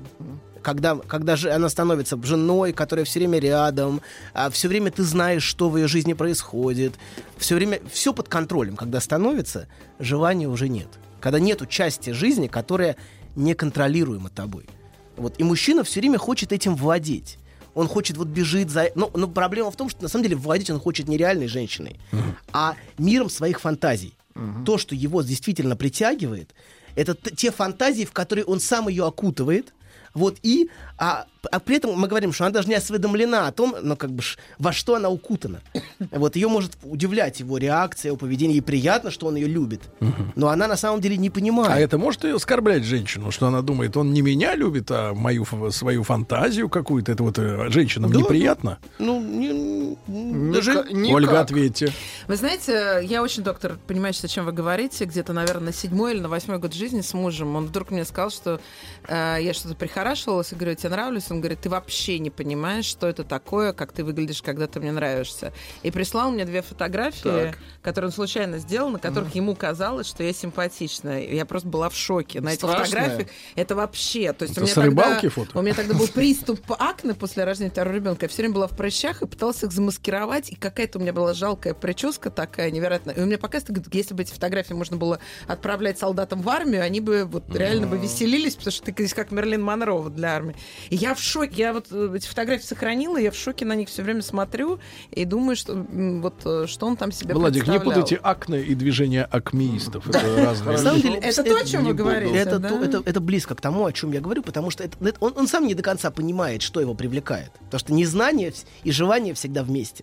Когда, когда же она становится женой, которая все время рядом, а, все время ты знаешь, что в ее жизни происходит, все время все под контролем. Когда становится, желания уже нет. Когда нету части жизни, которая неконтролируема тобой. Вот. И мужчина все время хочет этим владеть. Он хочет вот бежит за... Но, но проблема в том, что на самом деле владеть он хочет не реальной женщиной, uh-huh. а миром своих фантазий. Uh-huh. То, что его действительно притягивает, это т- те фантазии, в которые он сам ее окутывает. Вот, и, а, а при этом мы говорим, что она даже не осведомлена о том, ну, как бы, во что она укутана. Вот, ее может удивлять его реакция, его поведение. Ей приятно, что он ее любит. Но она на самом деле не понимает. А это может ее оскорблять женщину, что она думает, он не меня любит, а мою свою фантазию какую-то. Это вот женщинам да, неприятно? Ну, не, не, даже... Ольга, ответьте. Вы знаете, я очень, доктор, понимаю, о чем вы говорите. Где-то, наверное, на седьмой или на восьмой год жизни с мужем. Он вдруг мне сказал, что э, я что-то прихорашивалась и говорю, тебе нравлюсь? Он говорит, ты вообще не понимаешь, что это такое, как ты выглядишь, когда ты мне нравишься. И прислал мне две фотографии, так. которые он случайно сделал, на которых mm. ему казалось, что я симпатичная. Я просто была в шоке. На Страшная. этих фотографиях это вообще... То есть это у меня с рыбалки тогда, фото? У меня тогда был приступ акне после рождения второго ребенка. Я все время была в прыщах и пыталась их замаскировать. И какая-то у меня была жалкая прическа такая невероятная. И у меня показывают, если бы эти фотографии можно было отправлять солдатам в армию, они бы вот mm. реально бы веселились, потому что ты здесь как Мерлин Монро вот для армии. И я в шоке. Я вот эти фотографии сохранила, я в шоке на них все время смотрю и думаю, что вот что он там себе Владик, представлял. не путайте акне и движение акмеистов. Это разные. На самом деле, это то, о чем вы говорите. Это, да? это, это близко к тому, о чем я говорю, потому что это, это, он, он сам не до конца понимает, что его привлекает. Потому что незнание и желание всегда вместе.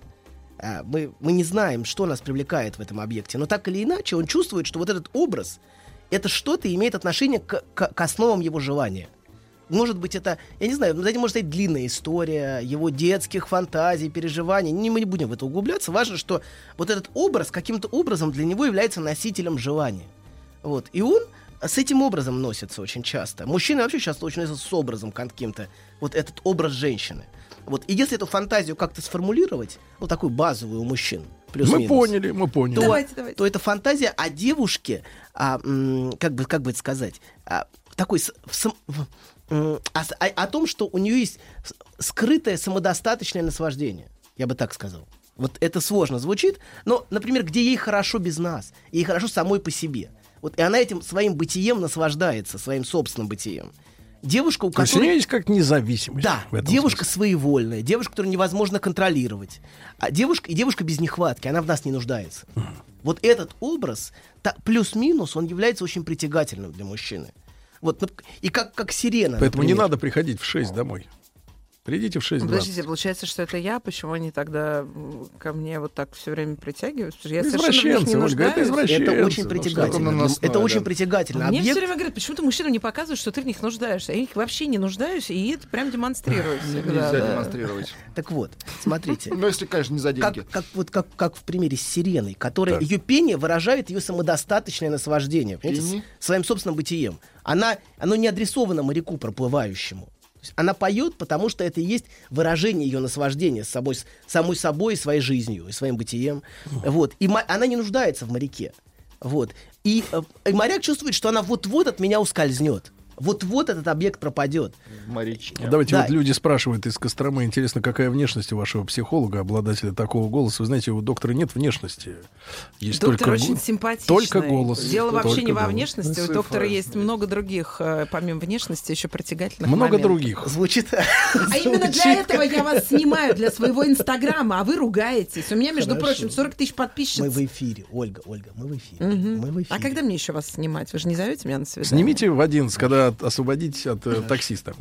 Мы, мы не знаем, что нас привлекает в этом объекте. Но так или иначе, он чувствует, что вот этот образ, это что-то имеет отношение к, к, к основам его желания. Может быть, это, я не знаю, за этим может стоять длинная история его детских фантазий, переживаний. Не, мы не будем в это углубляться. Важно, что вот этот образ каким-то образом для него является носителем желания. Вот. И он с этим образом носится очень часто. Мужчины вообще часто очень носятся с образом каким-то. Вот этот образ женщины. Вот. И если эту фантазию как-то сформулировать, ну, такую базовую у мужчин, плюс-минус, мы поняли, мы поняли. То, давайте, давайте. то это фантазия о девушке, а, м, как, бы, как бы это сказать, а, такой... С, в, в, О, о, о том, что у нее есть скрытое самодостаточное наслаждение. Я бы так сказал. Вот это сложно звучит, но, например, где ей хорошо без нас, ей хорошо самой по себе. Вот, и она этим своим бытием наслаждается, своим собственным бытием. Девушка, у которой... То есть у нее есть как независимость. Да, девушка смысле. Своевольная, девушка, которую невозможно контролировать. А девушка, и девушка без нехватки, она в нас не нуждается. Mm. Вот этот образ, та, плюс-минус, он является очень притягательным для мужчины. Вот, ну, и как, как сирена. Поэтому например. Не надо приходить в шесть домой. Придите в шесть двадцать. Подождите, получается, что это я? Почему они тогда ко мне вот так все время притягиваются? Я извращенцы, Ольга, это извращенцы. Это очень притягательно. Ну, это очень да. притягательно. Мне Объект... все время говорят, почему ты мужчинам не показываешь, что ты в них нуждаешься? Я в них вообще не нуждаюсь, и это прям демонстрируют всегда. Нельзя да. демонстрировать. Так вот, смотрите. Ну, если, конечно, не за деньги. Как, как, вот, как, как в примере с сиреной, которая ее пение выражает ее самодостаточное наслаждение. Понимаете, своим собственным бытием. Она, оно не адресовано моряку проплывающему. Она поет, потому что это и есть выражение ее наслаждения с собой, с самой собой, своей жизнью и своим бытием. Вот. И ма- она не нуждается в моряке. Вот. И, и моряк чувствует, что она вот-вот от меня ускользнет. Вот-вот этот объект пропадет. Морячки. Давайте, да. вот люди спрашивают из Костромы, интересно, какая внешность у вашего психолога, обладателя такого голоса. Вы знаете, у доктора нет внешности. Есть доктор только очень го... симпатичный. Только голос. Дело только вообще не голос. во внешности. У доктора есть много других, помимо внешности, еще притягательных много моментов. других. Звучит. А именно для этого я вас снимаю, для своего инстаграма, а вы ругаетесь. У меня, между Хорошо. прочим, сорок тысяч подписчиц. Мы в эфире, Ольга, Ольга, мы в эфире. Угу. Мы в эфире. А когда мне еще вас снимать? Вы же не зовете меня на свидание? Снимите в одиннадцать, когда освободитесь от э, таксиста.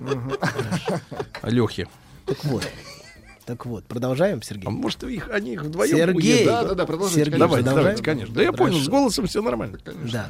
Лехи. Так вот. Так вот, продолжаем, Сергей? А может, их, они их вдвоем Сергей. уедут? Да, да, да, продолжайте. Давайте, давай. давайте, конечно. Да я Хорошо. понял, с голосом все нормально. Да.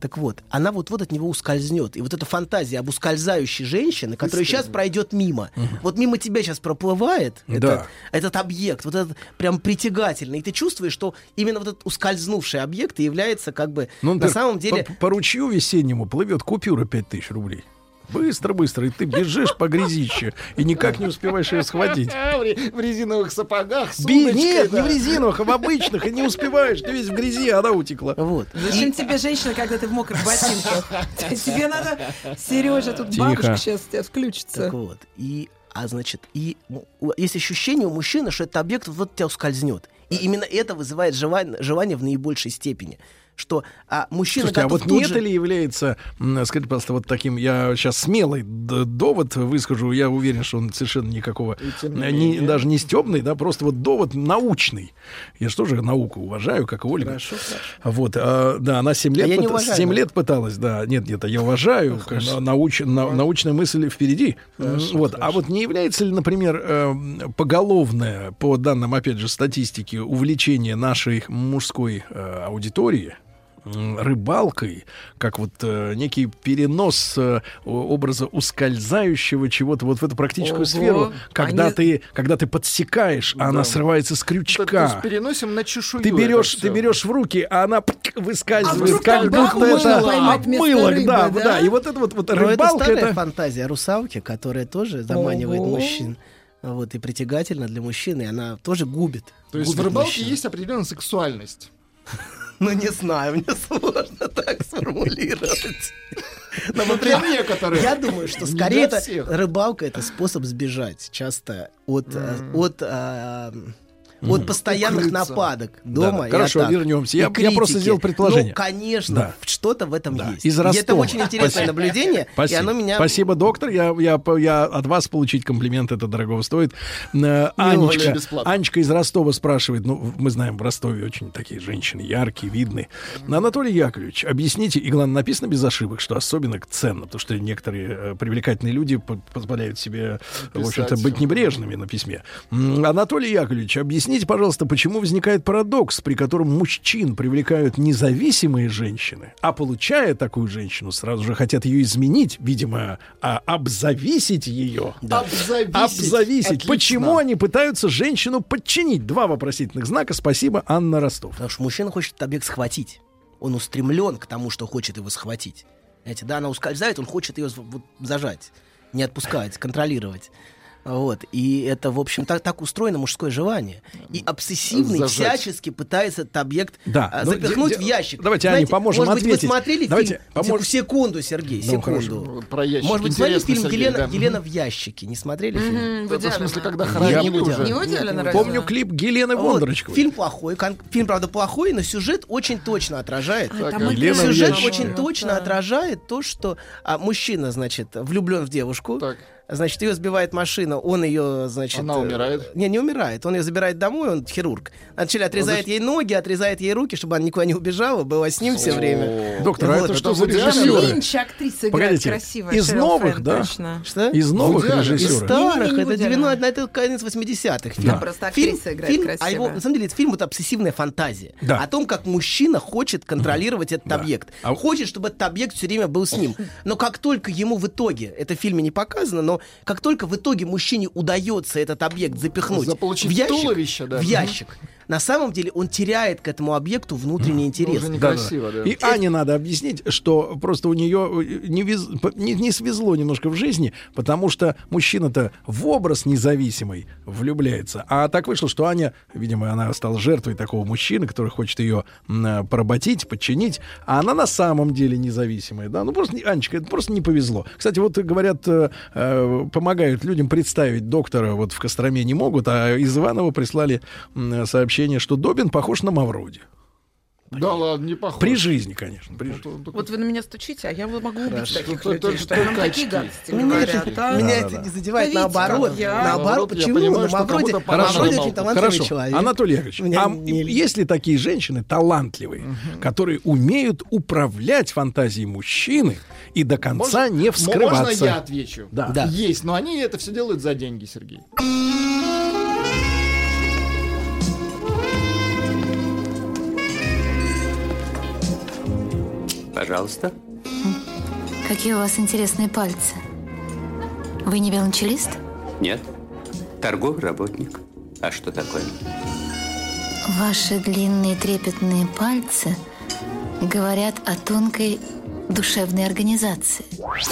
Так вот, она вот-вот от него ускользнет. И вот эта фантазия об ускользающей женщине, которая сейчас пройдет мимо. Угу. Вот мимо тебя сейчас проплывает да. этот, этот объект, вот этот прям притягательный. И ты чувствуешь, что именно вот этот ускользнувший объект и является как бы ну, на самом деле... По, по ручью весеннему плывет купюра пять тысяч рублей. Быстро-быстро, и ты бежишь по грязище и никак не успеваешь ее схватить. В резиновых сапогах, с Би- удочкой, Нет, да. не в резиновых, а в обычных, и не успеваешь. Ты весь в грязи, а она утекла. Вот. Зачем тебе женщина, когда ты в мокрых ботинках? Тебе надо, Сережа, тут Тихо. бабушка сейчас у тебя включится. Так вот, и, а значит, и м, у- есть ощущение у мужчины, что этот объект вот от тебя ускользнет. И именно это вызывает желание, желание в наибольшей степени. Что а, мужчина Слушайте, а готов вот тут не же... это ли является, м, скажите, пожалуйста, вот таким, я сейчас смелый д- довод выскажу, я уверен, что он совершенно никакого, тем не э, менее. не, даже не стебный, да, просто вот довод научный. Я же тоже науку уважаю, как и Ольга. Хорошо, хорошо. Вот, а, да, она семь лет, А я не пыт- уважаю, семь да. лет пыталась, да, нет, нет, я уважаю, Хорошо. науч- на- научная мысль впереди. Хорошо, Вот, хорошо. а вот не является ли, например, э, поголовное, по данным, опять же, статистики, увлечение нашей мужской э, аудитории м, рыбалкой, как вот э, некий перенос э, о- образа ускользающего чего-то вот в эту практическую Ого. сферу, когда Они- ты, когда ты подсекаешь, а она Да. срывается с То есть крючка. переносим на чешую. Ты это берешь, ты всё. берешь в руки, а она пк, А выскальзывает, вдруг как там будто можно это поймать вместо обмылок, рыбы, да, да? да. И вот это вот, вот Но это рыбалка, старая это... фантазия русалки, которая тоже заманивает Ого. мужчин. Вот, и притягательна для мужчины, и она тоже губит. То есть в Губит рыбалке мужчин. есть определенная сексуальность. Ну, не знаю, мне сложно так сформулировать. Но вот Для прям- некоторых. Я думаю, что Не скорее для это всех. рыбалка — это способ сбежать часто от, э, М. от, а, от постоянных Укрыться. нападок Да, дома. да. и Хорошо, атак, вернемся. и Я- я просто критики. сделал предположение. Ну, конечно, Да. что-то в этом Да. есть. Из И это Ростова. очень интересное Спасибо. наблюдение. Спасибо. И оно меня... Спасибо, доктор. Я, я, я от вас получить комплимент, это дорого стоит. Э, Анечка, бесплатно. Анечка из Ростова спрашивает, ну, мы знаем, в Ростове очень такие женщины яркие, видные. Анатолий Яковлевич, объясните, и главное, написано без ошибок, что особенно ценно, потому что некоторые э, привлекательные люди по- позволяют себе, в общем-то, Писать. быть небрежными на письме. М, Анатолий Яковлевич, объясните, пожалуйста, почему возникает парадокс, при котором мужчин привлекают независимые женщины, а получая такую женщину, сразу же хотят ее изменить, видимо, а обзависить ее. Обзависить. Обзависить. Отлично. Почему они пытаются женщину подчинить? Два вопросительных знака. Спасибо, Анна Ростов. Потому что мужчина хочет этот объект схватить. Он устремлен к тому, что хочет его схватить. Знаете, да, она ускользает, он хочет ее вот зажать, не отпускать, контролировать. Вот. И это, в общем, так, так устроено мужское желание. И обсессивный Зажать. всячески пытается этот объект Да. а, Ну, запихнуть де- в де- ящик. давайте, Ане, поможем может быть, ответить. вы смотрели Давайте, фильм? поможем. Секунду, Сергей, Ну, секунду. Вот про ящик. Может быть, смотрели Интересно, фильм Сергей, Елена, да. Елена в ящике? Не смотрели фильм? Мгм, Это в смысле, когда Я хоронили не уже? Не Вуди Аллена разве? Помню клип Гелены Вот, Бондарчуковой. фильм плохой, кон- фильм, правда, плохой, но сюжет очень точно отражает. А, Так, там Елена играет, Сюжет Ящик. очень по-моему, точно да. отражает то, что а, мужчина, значит, влюблен в девушку. Так. Значит, ее сбивает машина, он ее, значит... Она э, умирает? Не, не умирает. Он ее забирает домой, он хирург. Вначале отрезает ей ноги, отрезает ей руки, чтобы она никуда не убежала, была с ним все время. Доктор, а Вот. это что за Вуди Аллен? режиссеры? Линч, актриса играет Погодите, красиво. из Шерил новых, Френ, да? точно. Что? Из новых Вуди Аллен. Из режиссеров. старых, Не-не-не, это Вуди девяностых, Аллен. это конец восьмидесятых. Да. фильм. Просто Фильм- актриса играет фильм, красиво. а его, на самом деле, этот фильм вот обсессивная фантазия. Да. О том, как мужчина хочет контролировать этот Да. объект. А- Хочет, чтобы этот объект все время был с ним. Но как только ему в итоге, это в фильме не показано, но как только в итоге мужчине удается этот объект запихнуть Заполучить в ящик, туловище, да. в ящик, на самом деле он теряет к этому объекту внутренний интерес. уже не Да, да. Красиво, да. И Ане надо объяснить, что просто у нее не, вез- по- не, не свезло немножко в жизни, потому что мужчина-то в образ независимый влюбляется. А так вышло, что Аня, видимо, она стала жертвой такого мужчины, который хочет ее м, поработить, подчинить, а она на самом деле независимая. Да? Ну просто, не- Анечка, это просто не повезло. Кстати, вот говорят, э, э, помогают людям представить доктора вот в Костроме не могут, а из Иванова прислали м, сообщение, что Добин похож на Мавроди. Да ладно, не похож. При жизни, конечно, при жизни. Вот вы на меня стучите, а я вот могу убить Хорошо. таких Только- людей, что только нам такие очки. гадости Меня говорят. это, а? меня Да, это да, не да. задевает, Да видите, наоборот. как я. Наоборот, Наоборот, я почему? понимаю, что Мавроди, кому-то пора Мавроди на очень балку. талантливый Хорошо, человек. Анатолий Яковлевич, Меня а не- есть ли такие женщины талантливые, которые умеют управлять фантазией мужчины и до конца Можно- не вскрываться? Можно я отвечу? Да. Да. Есть, но они это все делают за деньги, Сергей. Пожалуйста. Какие у вас интересные пальцы. Вы не велончелист? Нет. Торговый работник. А что такое? Ваши длинные трепетные пальцы говорят о тонкой душевной организации.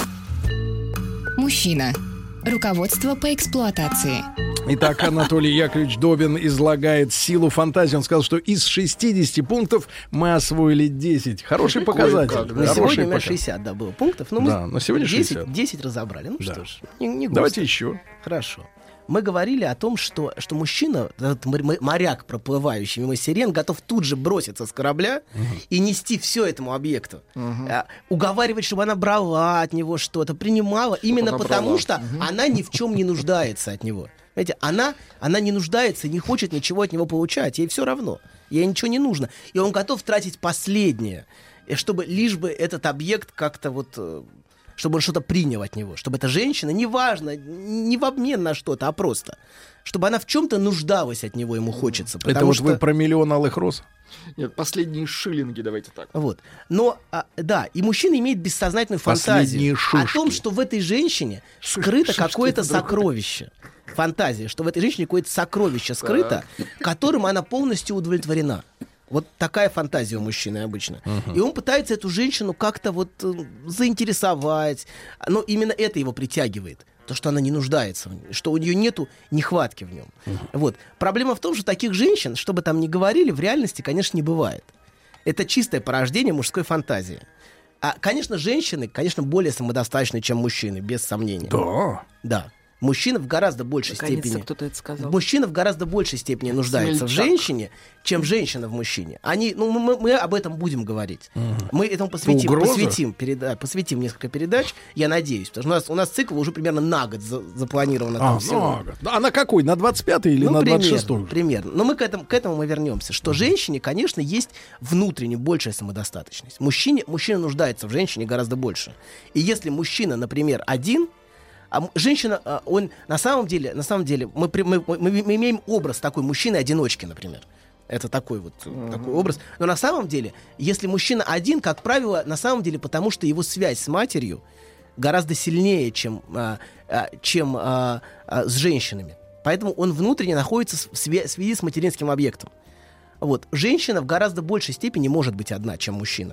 Мужчина. Руководство по эксплуатации. Итак, Анатолий Яковлевич Добин излагает силу фантазии. Он сказал, что из шестидесяти пунктов мы освоили десять. Хороший показатель. Как, да. Сегодня у меня шестьдесят, да, было пунктов. Но мы да, но сегодня десять, шестьдесят. десять разобрали. Ну да. Что ж, не, не давайте еще. Хорошо. Мы говорили о том, что, что мужчина, этот моряк, проплывающий мимо сирен, готов тут же броситься с корабля uh-huh. и нести все этому объекту. Uh-huh. Уговаривать, чтобы она брала от него что-то, принимала, чтобы именно потому, брала. что uh-huh. она ни в чем не нуждается от него. Знаете, она, она не нуждается, не хочет ничего от него получать. Ей все равно. Ей ничего не нужно. И он готов тратить последнее, чтобы лишь бы этот объект как-то вот... чтобы он что-то принял от него, чтобы эта женщина, неважно, не в обмен на что-то, а просто, чтобы она в чем-то нуждалась от него, ему хочется. Это вот что... вы про миллион алых роз? Нет, последние шиллинги, давайте так. Вот. Но, а, да, и мужчина имеет бессознательную фантазию о том, что в этой женщине скрыто какое-то сокровище. Фантазия, что в этой женщине какое-то сокровище скрыто, которым она полностью удовлетворена. Вот такая фантазия у мужчины обычно. Uh-huh. И он пытается эту женщину как-то вот э, заинтересовать. Но именно это его притягивает. То, что она не нуждается в нем, что у нее нету нехватки в нем. Uh-huh. Вот. Проблема в том, что таких женщин, что бы там ни говорили, в реальности, конечно, не бывает. Это чистое порождение мужской фантазии. А, конечно, женщины, конечно, более самодостаточны, чем мужчины, без сомнения. Да. Да. Мужчина в гораздо большей Наконец-то степени... кто-то это сказал. Мужчина в гораздо большей степени нуждается Смельчак. в женщине, чем женщина в мужчине. Они, ну, мы, мы об этом будем говорить. Угу. Мы этому посвятим, посвятим, переда- посвятим несколько передач, я надеюсь. Потому что у нас, у нас цикл уже примерно на год за- запланировано. А, там на всего. год. А на какой? На двадцать пятый или ну, на примерно, двадцать шестой? Примерно. Но мы к этому, к этому мы вернемся. Что женщине, конечно, есть внутренне большая самодостаточность. Мужчине, мужчина нуждается в женщине гораздо больше. И если мужчина, например, один... А женщина, он на самом деле, на самом деле, мы, мы, мы, мы имеем образ такой мужчины-одиночки, например. Это такой вот mm-hmm. такой образ. Но на самом деле, если мужчина один, как правило, на самом деле, потому что его связь с матерью гораздо сильнее, чем, а, а, чем а, а, с женщинами. Поэтому он внутренне находится в связи с материнским объектом. Вот. Женщина в гораздо большей степени может быть одна, чем мужчина.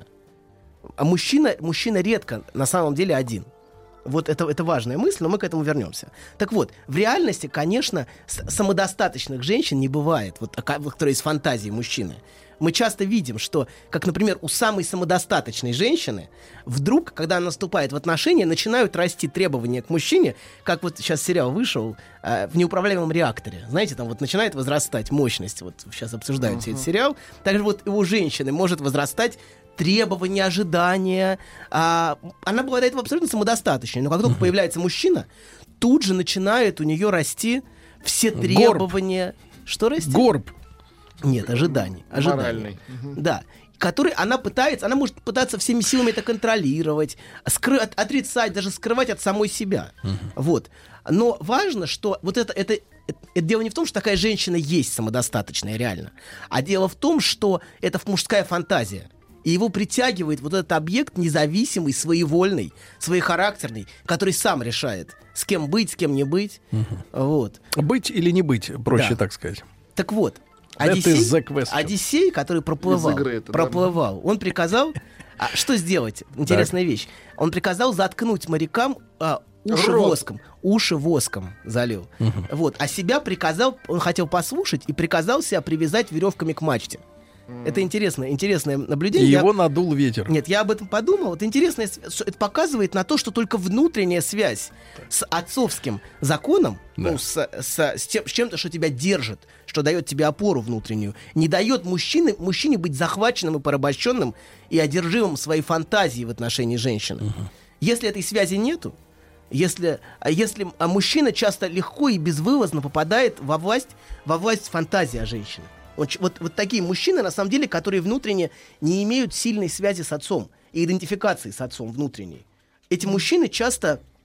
А мужчина, мужчина редко на самом деле один. Вот это, это важная мысль, но мы к этому вернемся. Так вот, в реальности, конечно, самодостаточных женщин не бывает, вот, которые из фантазии мужчины. Мы часто видим, что, как, например, у самой самодостаточной женщины вдруг, когда она наступает в отношения, начинают расти требования к мужчине, как вот сейчас сериал вышел э, в неуправляемом реакторе. Знаете, там вот начинает возрастать мощность. Вот сейчас обсуждают uh-huh. все этот сериал. Также вот у женщины может возрастать требования, ожидания. А, она была до этого абсолютно самодостаточной. Но как только uh-huh. появляется мужчина, тут же начинает у нее расти все требования. Горб. Что расти? Горб. Нет, ожиданий. ожиданий. Моральный. Да. Который она пытается, она может пытаться всеми силами это контролировать, скры, от, отрицать, даже скрывать от самой себя. Uh-huh. Вот. Но важно, что вот это, это, это, это дело не в том, что такая женщина есть самодостаточная реально, а дело в том, что это мужская фантазия. И его притягивает вот этот объект независимый, своевольный, своехарактерный, который сам решает, с кем быть, с кем не быть. Uh-huh. Вот. Быть или не быть, проще да. так сказать. Так вот. Одиссей, Одиссей, который проплывал, это, проплывал, да. он приказал, а, что сделать? Интересная так. вещь. Он приказал заткнуть морякам а, уши Рот. воском, уши воском залил. Угу. Вот, а себя приказал, он хотел послушать и приказал себя привязать веревками к мачте. Это интересное, интересное наблюдение. И я... его надул ветер. Нет, я об этом подумал. Это интересно, это показывает на то, что только внутренняя связь с отцовским законом, да. ну, с, с, с, тем, с чем-то, что тебя держит, что дает тебе опору внутреннюю, не дает мужчине, мужчине быть захваченным и порабощенным и одержимым своей фантазией в отношении женщины. Угу. Если этой связи нету, если, если а мужчина часто легко и безвылазно попадает во власть, во власть фантазии о женщине. Вот, вот, вот такие мужчины, на самом деле, которые внутренне не имеют сильной связи с отцом и идентификации с отцом внутренней. Эти мужчины часто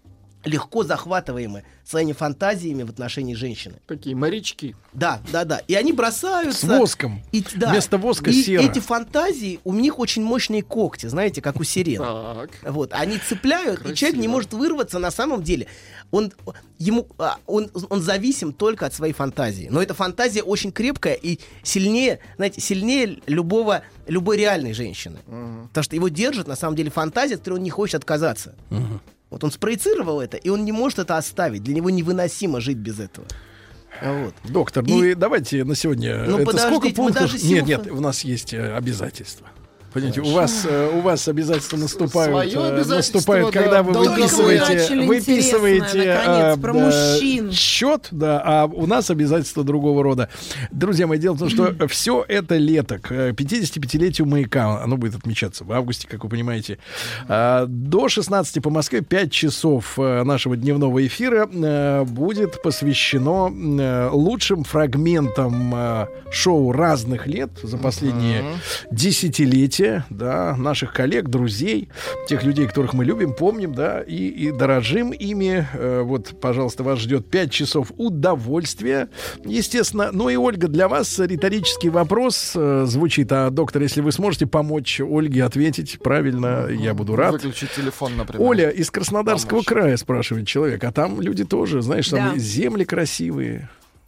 легко захватываемы своими фантазиями в отношении женщины. Такие морячки. Да, да, да. И они бросаются... С воском. И, да, вместо воска и сера. эти фантазии, у них очень мощные когти, знаете, как у сирен. Так. Вот, они цепляют, Красиво. и человек не может вырваться на самом деле. Он, ему, а, он, он зависим только от своей фантазии. Но эта фантазия очень крепкая и сильнее, знаете, сильнее любого, любой реальной женщины. Угу. Потому что его держит, на самом деле, фантазия, от которой он не хочет отказаться. Угу. Вот он спроецировал это, и он не может это оставить. Для него невыносимо жить без этого. Вот. Доктор, ну и давайте на сегодня. Ну, это сколько пунктов? Даже нет, нет, у нас есть э, обязательства. Понимаете, у вас, э, у вас обязательства наступают, э, наступают, да, когда вы долго выписываете, выписываете наконец, э, про э, мужчин. счет, да, а у нас обязательства другого рода. Друзья мои, дело в том, что все это лето к пятидесятипятилетию «Маяка», оно будет отмечаться в августе, как вы понимаете, э, до шестнадцати по Москве пять часов нашего дневного эфира э, будет посвящено э, лучшим фрагментам э, шоу разных лет за последние десятилетия. Да, наших коллег, друзей, тех людей, которых мы любим, помним, да, и, и дорожим ими. Э, вот, пожалуйста, вас ждет пять часов удовольствия, естественно. Ну и, Ольга, для вас риторический вопрос э, звучит. А, доктор, если вы сможете помочь Ольге ответить правильно, я буду рад. Выключить телефон, например. Оля из Краснодарского помочь. края, спрашивает человек. А там люди тоже, знаешь, там да. земли красивые,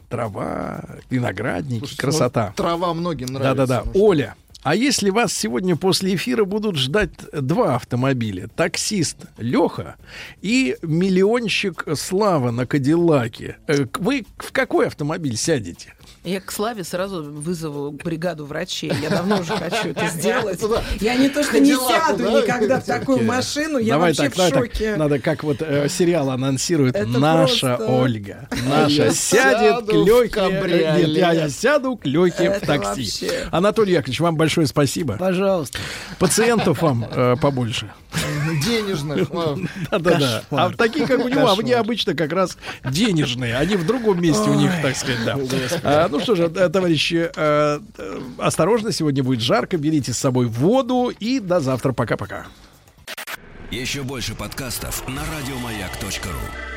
трава, виноградники, Слушайте, красота. Ну, трава многим нравится. Да-да-да. Оля, а если вас сегодня после эфира будут ждать два автомобиля, таксист Леха и миллионщик Слава на Кадиллаке, вы в какой автомобиль сядете? Я к Славе сразу вызову бригаду врачей. Я давно уже хочу это сделать. Я не то, что не сяду никогда в такую машину, я вообще в шоке. Надо, как вот сериал анонсирует, наша Ольга. Наша сядет к Лехе. Нет, я сяду к Лехе в такси. Анатолий Яковлевич, вам большое спасибо. Пожалуйста. Пациентов вам побольше. Денежных. Да-да-да. А такие, как у него, они обычно как раз денежные. Они в другом месте у них, так сказать, да. Ну что же, товарищи, осторожно, сегодня будет жарко. Берите с собой воду и до завтра. Пока-пока. Еще больше подкастов на радиомаяк точка ру.